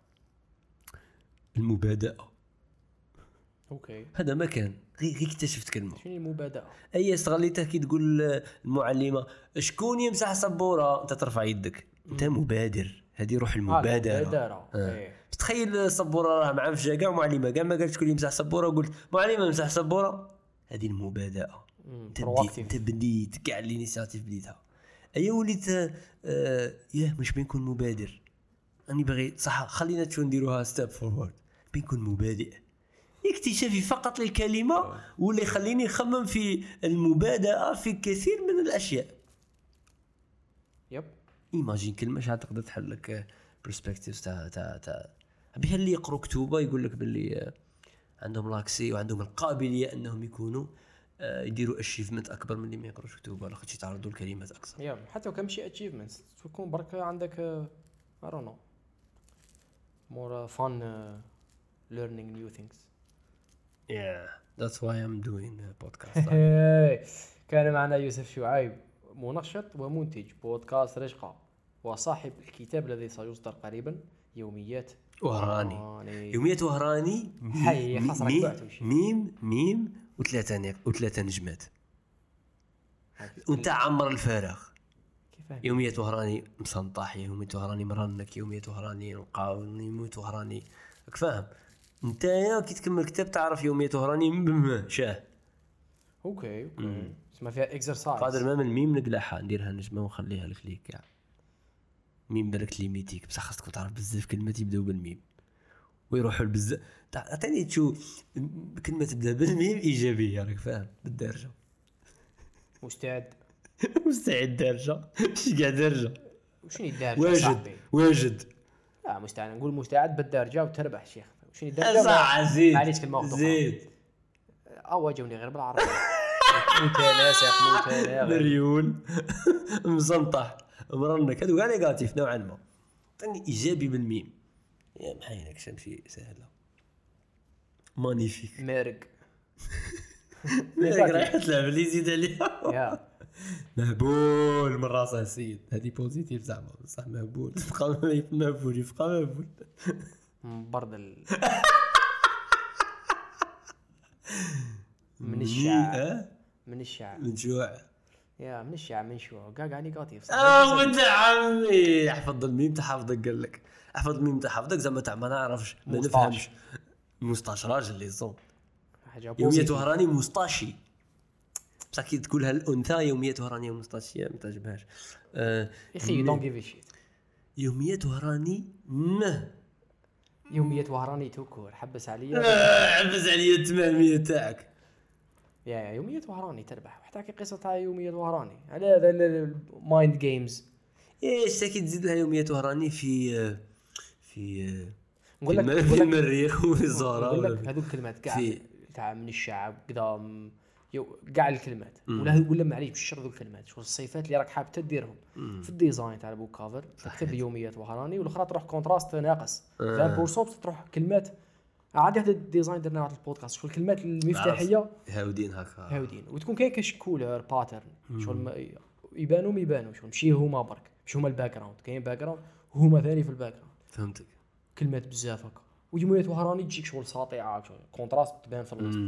المبادئه. اوكي هذا ما كان غير اكتشفت كلمه. شنو المبادئه؟ اي استغليتها كي تقول المعلمه شكون يمسح سبوره انت ترفع يدك انت مبادر. هذه روح المبادره. آه. آه. تخيل سبوره راه معفجه كاع معلمه كاع ما قالت شكون يمسح سبوره وقلت معلمه امسح سبوره. هذه المبادئه. انت بديت انت بديت كاع الانيشيتيف بديتها. ايا وليت آه ياه مش بنكون مبادر. راني باغي صح خلينا تشو نديروها ستيب فورورد بنكون مبادئ. اكتشافي فقط للكلمه واللي يخليني نخمم في المبادئه في كثير من الاشياء. يب ايماجين كلمه شحال تقدر تحل لك برسبكتيفز تاع تاع تاع بها اللي يقروا كتوبه يقول لك باللي عندهم لاكسي وعندهم القابليه انهم يكونوا يديروا اتشيفمنت اكبر من اللي ما يقروش كتوبه لاخاطش يتعرضوا لكلمات اكثر. يا حتى وكان شي اتشيفمنت تكون برك عندك I don't know more fun uh, learning new things. Yeah that's why I'm doing a podcast. كان معنا يوسف شعيب منشط ومنتج بودكاست رشقة وصاحب الكتاب الذي سيصدر قريبا يوميات وهراني. يوميات وهراني حي خسرك ميم ميم وثلاثة نق وثلاثة نجمات وانت عمر الفارغ. يوميات وهراني مسنطح يوميات وهراني مرنك يوميات وهراني نقاوني يوميات وهراني راك فاهم انت يا كي تكمل الكتاب تعرف يوميات وهراني شاه. اوكي اوكي اسمها فيها اكسرسايز قادر ما من الميم نقلعها نديرها نجمه ونخليها لك ليك كاع ميم بالك ليميتيك بصح خاصك تعرف بزاف كلمات يبداو بالميم ويروحوا بزاف. عطيني تشوف كلمه تبدا بالميم ايجابيه راك فاهم بالدرجه. مستعد مستعد درجه اش كاع درجه وشنو الدرجه واجد واجد لا مستعد نقول مستعد بالدرجه وتربح شيخ. وشنو الدرجه صح زيد معليش كلمه واحده زيد او جاوني غير بالعربي متناسق متناغم مريون مزنطح مرنك هذو كاع نيجاتيف نوعا ما. عطيني ايجابي بالميم يا محينك شمشي سهله مانيفيك مارق مارق رايح تلعب اللي يزيد عليها يا مهبول من راسه السيد. هذه بوزيتيف زعما بصح مهبول يبقى مهبول يبقى مهبول برد ال... من الشعر من الشعر من جوع يا من الشعب من شو كاع كاع نيجاتيف اه ود عمي احفظ الميم تاع حافظك قال لك احفظ الميم تاع حافظك زعما تاع ما نعرفش ما نفهمش مستاش راجل اللي يصوم حاجه يومية بوزيتيف. وهراني مستاشي بصح كي تقولها الانثى يومية وهراني مستاشيه ما تعجبهاش. آه اخي دونت جيف شيت. يومية وهراني نه يوميه وهراني توكور حبس عليا عبز عليا التماميه تاعك. يا يا يوميه وهراني تربح وحتى كي قصه تاع يوميه وهراني على هذا المايند جيمز. ايش تاكي تزيد لها يومية وهراني في في نقول لك في المريخ والزهره نقول لك هذوك الكلمات كاع في- تاع من الشعب كذا م- يو- كاع الكلمات ولا ولا معليش بالشر ذو الكلمات شو الصيفات اللي راك حاب تديرهم في الديزاين تاع البوك كافر تكتب يوميه وهراني والاخرى تروح كونتراست ناقص ثلاثين بالمية تروح كلمات عادي. هذا الديزاين درنا واحد البودكاست شو الكلمات المفتاحيه هاودين هكا هاودين وتكون كاين كشكولر باترن شو الم... يبانوا ما يبانوا شو ماشي هما برك مش هما الباك جراوند كاين باك جراوند هما ثاني في الباك جراوند فهمتك. كلمات بزاف هكا ويوميات وهراني تجيك شغل ساطعه شغل كونتراست تبان في الوسط.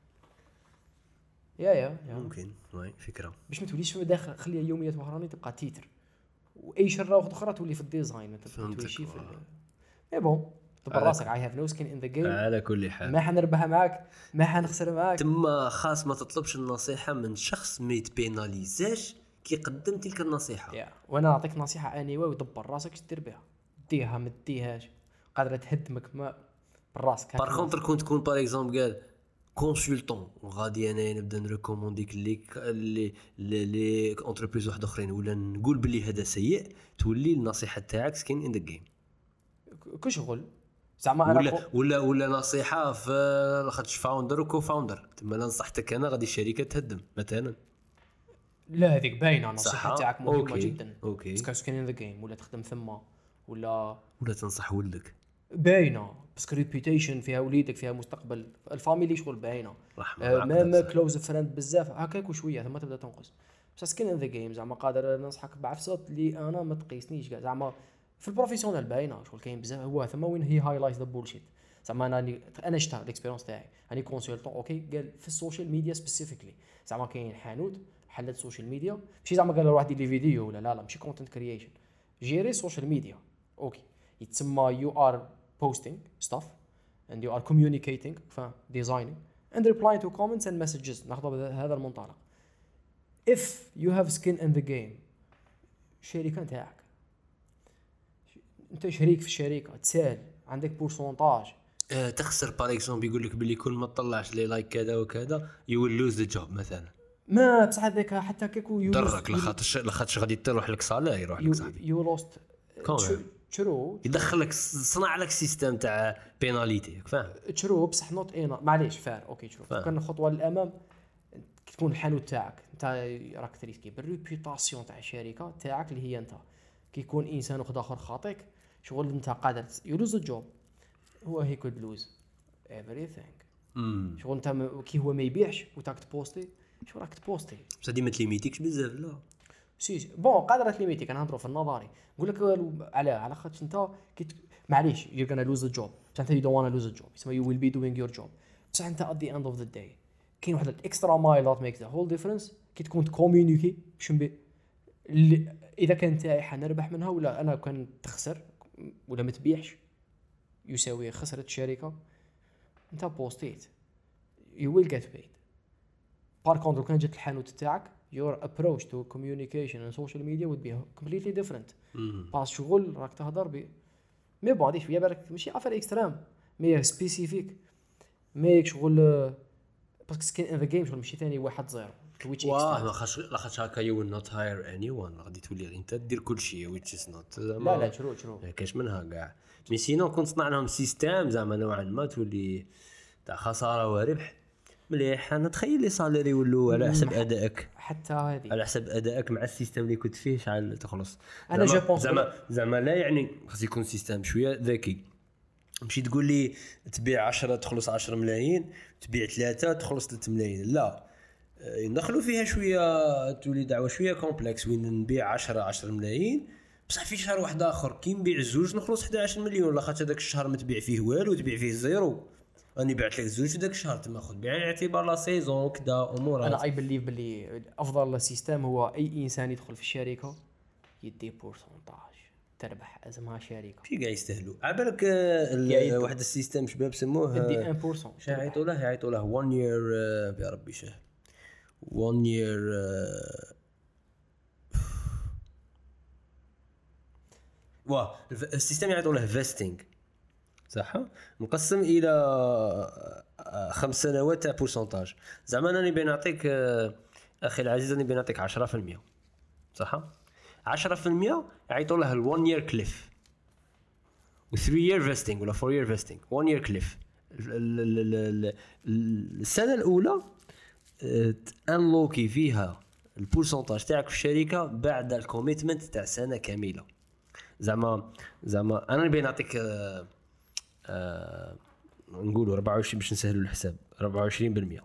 يا يا يا ممكن واي فكره باش ما توليش في داخل خليها يوميات وهراني تبقى تيتر واي شره واحده اخرى تولي في الديزاين ما توليش في مي بون دبر راسك اي هاف نو سكين ان ذا جيم. على كل حال ما حنربح معاك ما حنخسر معاك. تما خاص ما تطلبش النصيحه من شخص ما يتبيناليزاش كي قدم تلك النصيحه. يا وانا نعطيك نصيحه اني واي ودبر راسك اش دير بها ديها ما ديهاش قادره تهدمك ما براسك. بار كونتر كنت تكون بار اكزومبل قال كونسلتون وغادي انا نبدا نريكومونديك ليك لي لي انتربريز واحد اخرين ولا نقول بلي هذا سيء تولي النصيحه تاعك سكين ان ذا جيم كشغل زعما انا ولا ولا ولا نصيحه في لاخاطش فاوندر وكو فاوندر تما نصحتك انا غادي الشركه تهدم مثلا. لا هذيك باينه النصيحه تاعك مهمه أوكي. جدا. اوكي سكين ان ذا جيم ولا تخدم ثم ولا ولا تنصح ولدك باينه باسكو ريبيوتيشن فيها وليدك فيها مستقبل الفاميلي شغل باينه. رحمه آه ما ما كلوز فريند بزاف هكاك وشويه ثم تبدا تنقص بس سكين ان ذا جيم زعما قادر ننصحك بعفسات اللي انا ما تقيسنيش كاع زعما في البروفيسيونال باينه شغل كاين بزاف هو ثم وين هي هايلايت ذا بولشيت زعما انا انا شتا الاكسبيريونس تاعي اني كونسلتون اوكي قال في السوشيال ميديا سبيسيفيكلي زعما كاين حانوت حلت سوشيال ميديا ماشي زعما قال واحد يدير لي فيديو ولا لا لا ماشي كونتنت كرييشن جيري سوشيال ميديا اوكي يتسمى يو ار posting stuff and you are communicating ف designing and replying to comments and messages ناخذ هذا المنطلق. if you have skin in the game الشركه نتاعك انت شريك في الشركه تسال عندك بورسونتاج أه تخسر بار اكزومبل يقول لك بلي كل ما تطلعش لي لايك كذا وكذا يو ويل لوز ذا جوب مثلا ما بصح هذاك حتى كيكو درك لاخاطش لاخاطش غادي تروح لك صالير يروح لك صاحبي يو لوست تشرو يدخل لك صنع لك سيستم تاع بيناليتي فاهم تشرو بصح نوت اينا معليش فار اوكي تشرو كان خطوه للامام تكون الحانوت تاعك انت راك تريسكي بالريبيوتاسيون تاع الشركه تاعك اللي هي انت كي يكون انسان واحد اخر خاطيك شغل انت قادر يلوز الجوب هو هي كود لوز everything شغل انت م... كي هو ما يبيعش وتاك تبوستي شو راك تبوستي بصح ديما تليميتيكش بزاف لا سي بون قادره تليميتيك انا نهضروا في النظري نقول لك على على خاطر انت كي معليش you're gonna lose the job بصح انت you don't wanna lose the job يسمى you will be doing your job بصح انت at the end of the day كاين واحد الاكسترا مايل that makes the whole difference كي تكون تكومونيكي باش اللي اذا كان تاعي حنربح منها ولا انا كان تخسر ولا ما تبيعش يساوي خسرت الشركه انت بوستيت you will get paid. بار كونتر كان جات الحانوت تاعك your approach to communication and social media would be completely different. باس شغل راك تهضر ب مي بون هذه شويه بالك ماشي افير اكستريم مي سبيسيفيك مي شغل باسكو سكين ان ذا جيم شغل ماشي ثاني واحد زيرو which واه ما خاص لا خاص هكا you will not hire anyone غادي تولي انت دير كل شيء which is not لا لا شرو شرو ما كاش منها كاع مي سينو كنت تصنع لهم سيستم زعما نوعا ما تولي تاع خساره وربح مليح. انا تخيل لي صاليري يولوا على حسب ادائك حتى هذه على حسب ادائك مع السيستم اللي كنت فيه شحال تخلص. انا جو بونس زعما زعما لا يعني خاص يكون سيستم شويه ذكي ماشي تقول لي تبيع عشرة تخلص عشرة ملايين تبيع ثلاثة تخلص ثلاثة ملايين لا ندخلوا فيها شويه تولي دعوه شويه كومبلكس وين نبيع عشرة عشرة ملايين بصح في شهر واحد اخر كي نبيع زوج نخلص إحدى عشر مليون لا خاطر هذاك الشهر ما تبيع فيه والو تبيع فيه زيرو راني بعت لك زوج في ذاك الشهر تما خذ بعين الاعتبار لا سيزون وكذا امورات. انا اي بليف باللي افضل سيستم هو اي انسان يدخل في الشركه يدي بورسونتاج تربح ازمها شركه في كاع يستاهلوا. عبالك ال- واحد السيستم شباب سموه يدي واحد بالمية شنو يعيطوا له يعيطوا له one year آه، يا ربي شاه one year آه، واه الف- السيستم يعيطوا له فيستينغ صح مقسم الى آه، خمس سنوات تاع بورسونتاج. زعما انا نبي نعطيك آه، اخي العزيز نبي نعطيك عشرة في المية صح عشرة في المية يعيطوا له الون يير كليف و ثري يير فيستينغ ولا فور يير فيستينغ one يير كليف. السنه الاولى تانلوكي فيها البورسونتاج تاعك في الشركه بعد الكوميتمنت تاع سنه كامله. زعما زعما انا نبي نعطيك آه آه نقولوا أربعة وعشرين باش نسهلوا الحساب أربعة وعشرين بالمية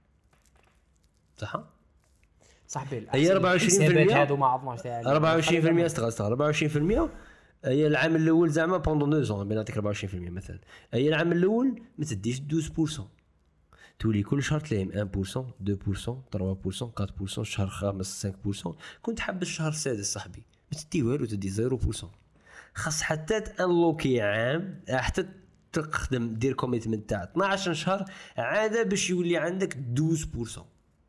صح صاحبي هي أربعة وعشرين بالمية هادو ما عظماش تاع أربعة وعشرين بالمية استغرق أربعة وعشرين بالمية هي العام الاول زعما بوندون دو زون بنعطيك أربعة وعشرين بالمية مثلا. هي العام الاول ما تديش اثناش بالمية تولي كل شهر تلاقيهم واحد بالمية اثنين بالمية ثلاثة بالمية أربعة بالمية الشهر الخامس خمسة بالمية. كنت حاب الشهر السادس صاحبي ما تدي والو تدي صفر بالمية. خاص حتى تانلوكي عام حتى تخدم دير كوميتمنت تاع اثنا عشر شهر عاده باش يولي عندك اثناش بالمية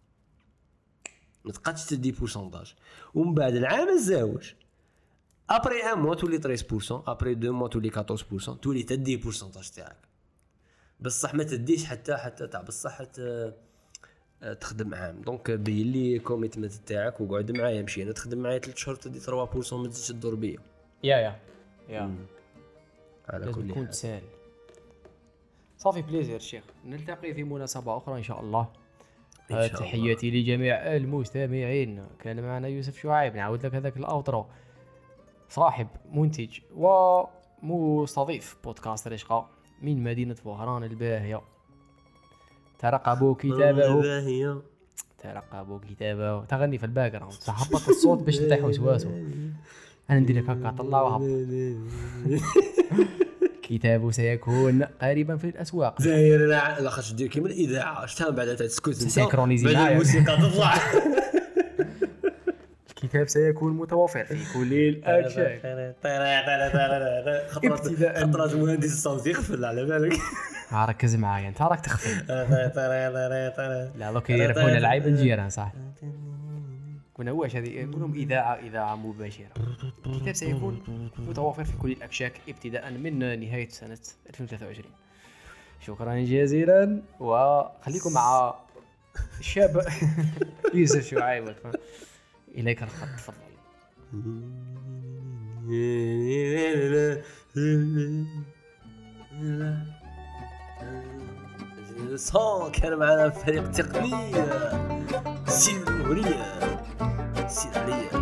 ما تبقاش تدي بورسونتاج. ومن بعد العام الزاوج ابري ان موا تولي ثلاثة بالمية ابري دو موا تولي أربعطاش بالمية تولي تدي بورسونتاج تاعك. بصح ما تديش حتى حتى تاع بصح حتى تخدم عام. دونك بين لي كوميتمنت تاعك وقعد معايا مشي انا تخدم معايا ثلاث شهور تدي ثلاثة بالمية ما تزيدش تدور بيا يا يا يا على لازم كل تكون حال. تسال. صافي بليزير شيخ نلتقي في مناسبة أخرى إن شاء الله. إن شاء الله. تحياتي لجميع المستمعين. كان معنا يوسف شعيب نعاود لك هذاك الأوترو صاحب منتج ومستضيف بودكاست رشقة من مدينة وهران الباهية. ترقبوا كتابه ترقبوا كتابه تغني في الباك جراوند تهبط الصوت باش تطيح وسواسه. أنا ندير لك هكا طلع وهبط. كتابه سيكون قريبا في الأسواق. زاير لا لا خاص دير كيما الاذاعه شتها بعد تسكت سينكرونيزي بعد معايا. الموسيقى تطلع. الكتاب سيكون متوفر في كل الأكشاك. خطرات خطرات مهندس الصوت يغفل على بالك. ركز معايا انت راك تخفي. لا لو كيعرفون العيب الجيران صح. كنا واش هذه كلهم اذاعه اذاعه مباشره. الكتاب سيكون متوفر في كل الاكشاك ابتداء من نهايه سنه ألفين وثلاثة وعشرين. شكرا جزيلا وخليكم مع الشاب يوسف شعيب. اليك الخط تفضل. الصوت كان معنا فريق تقني سير المهرية سير عليا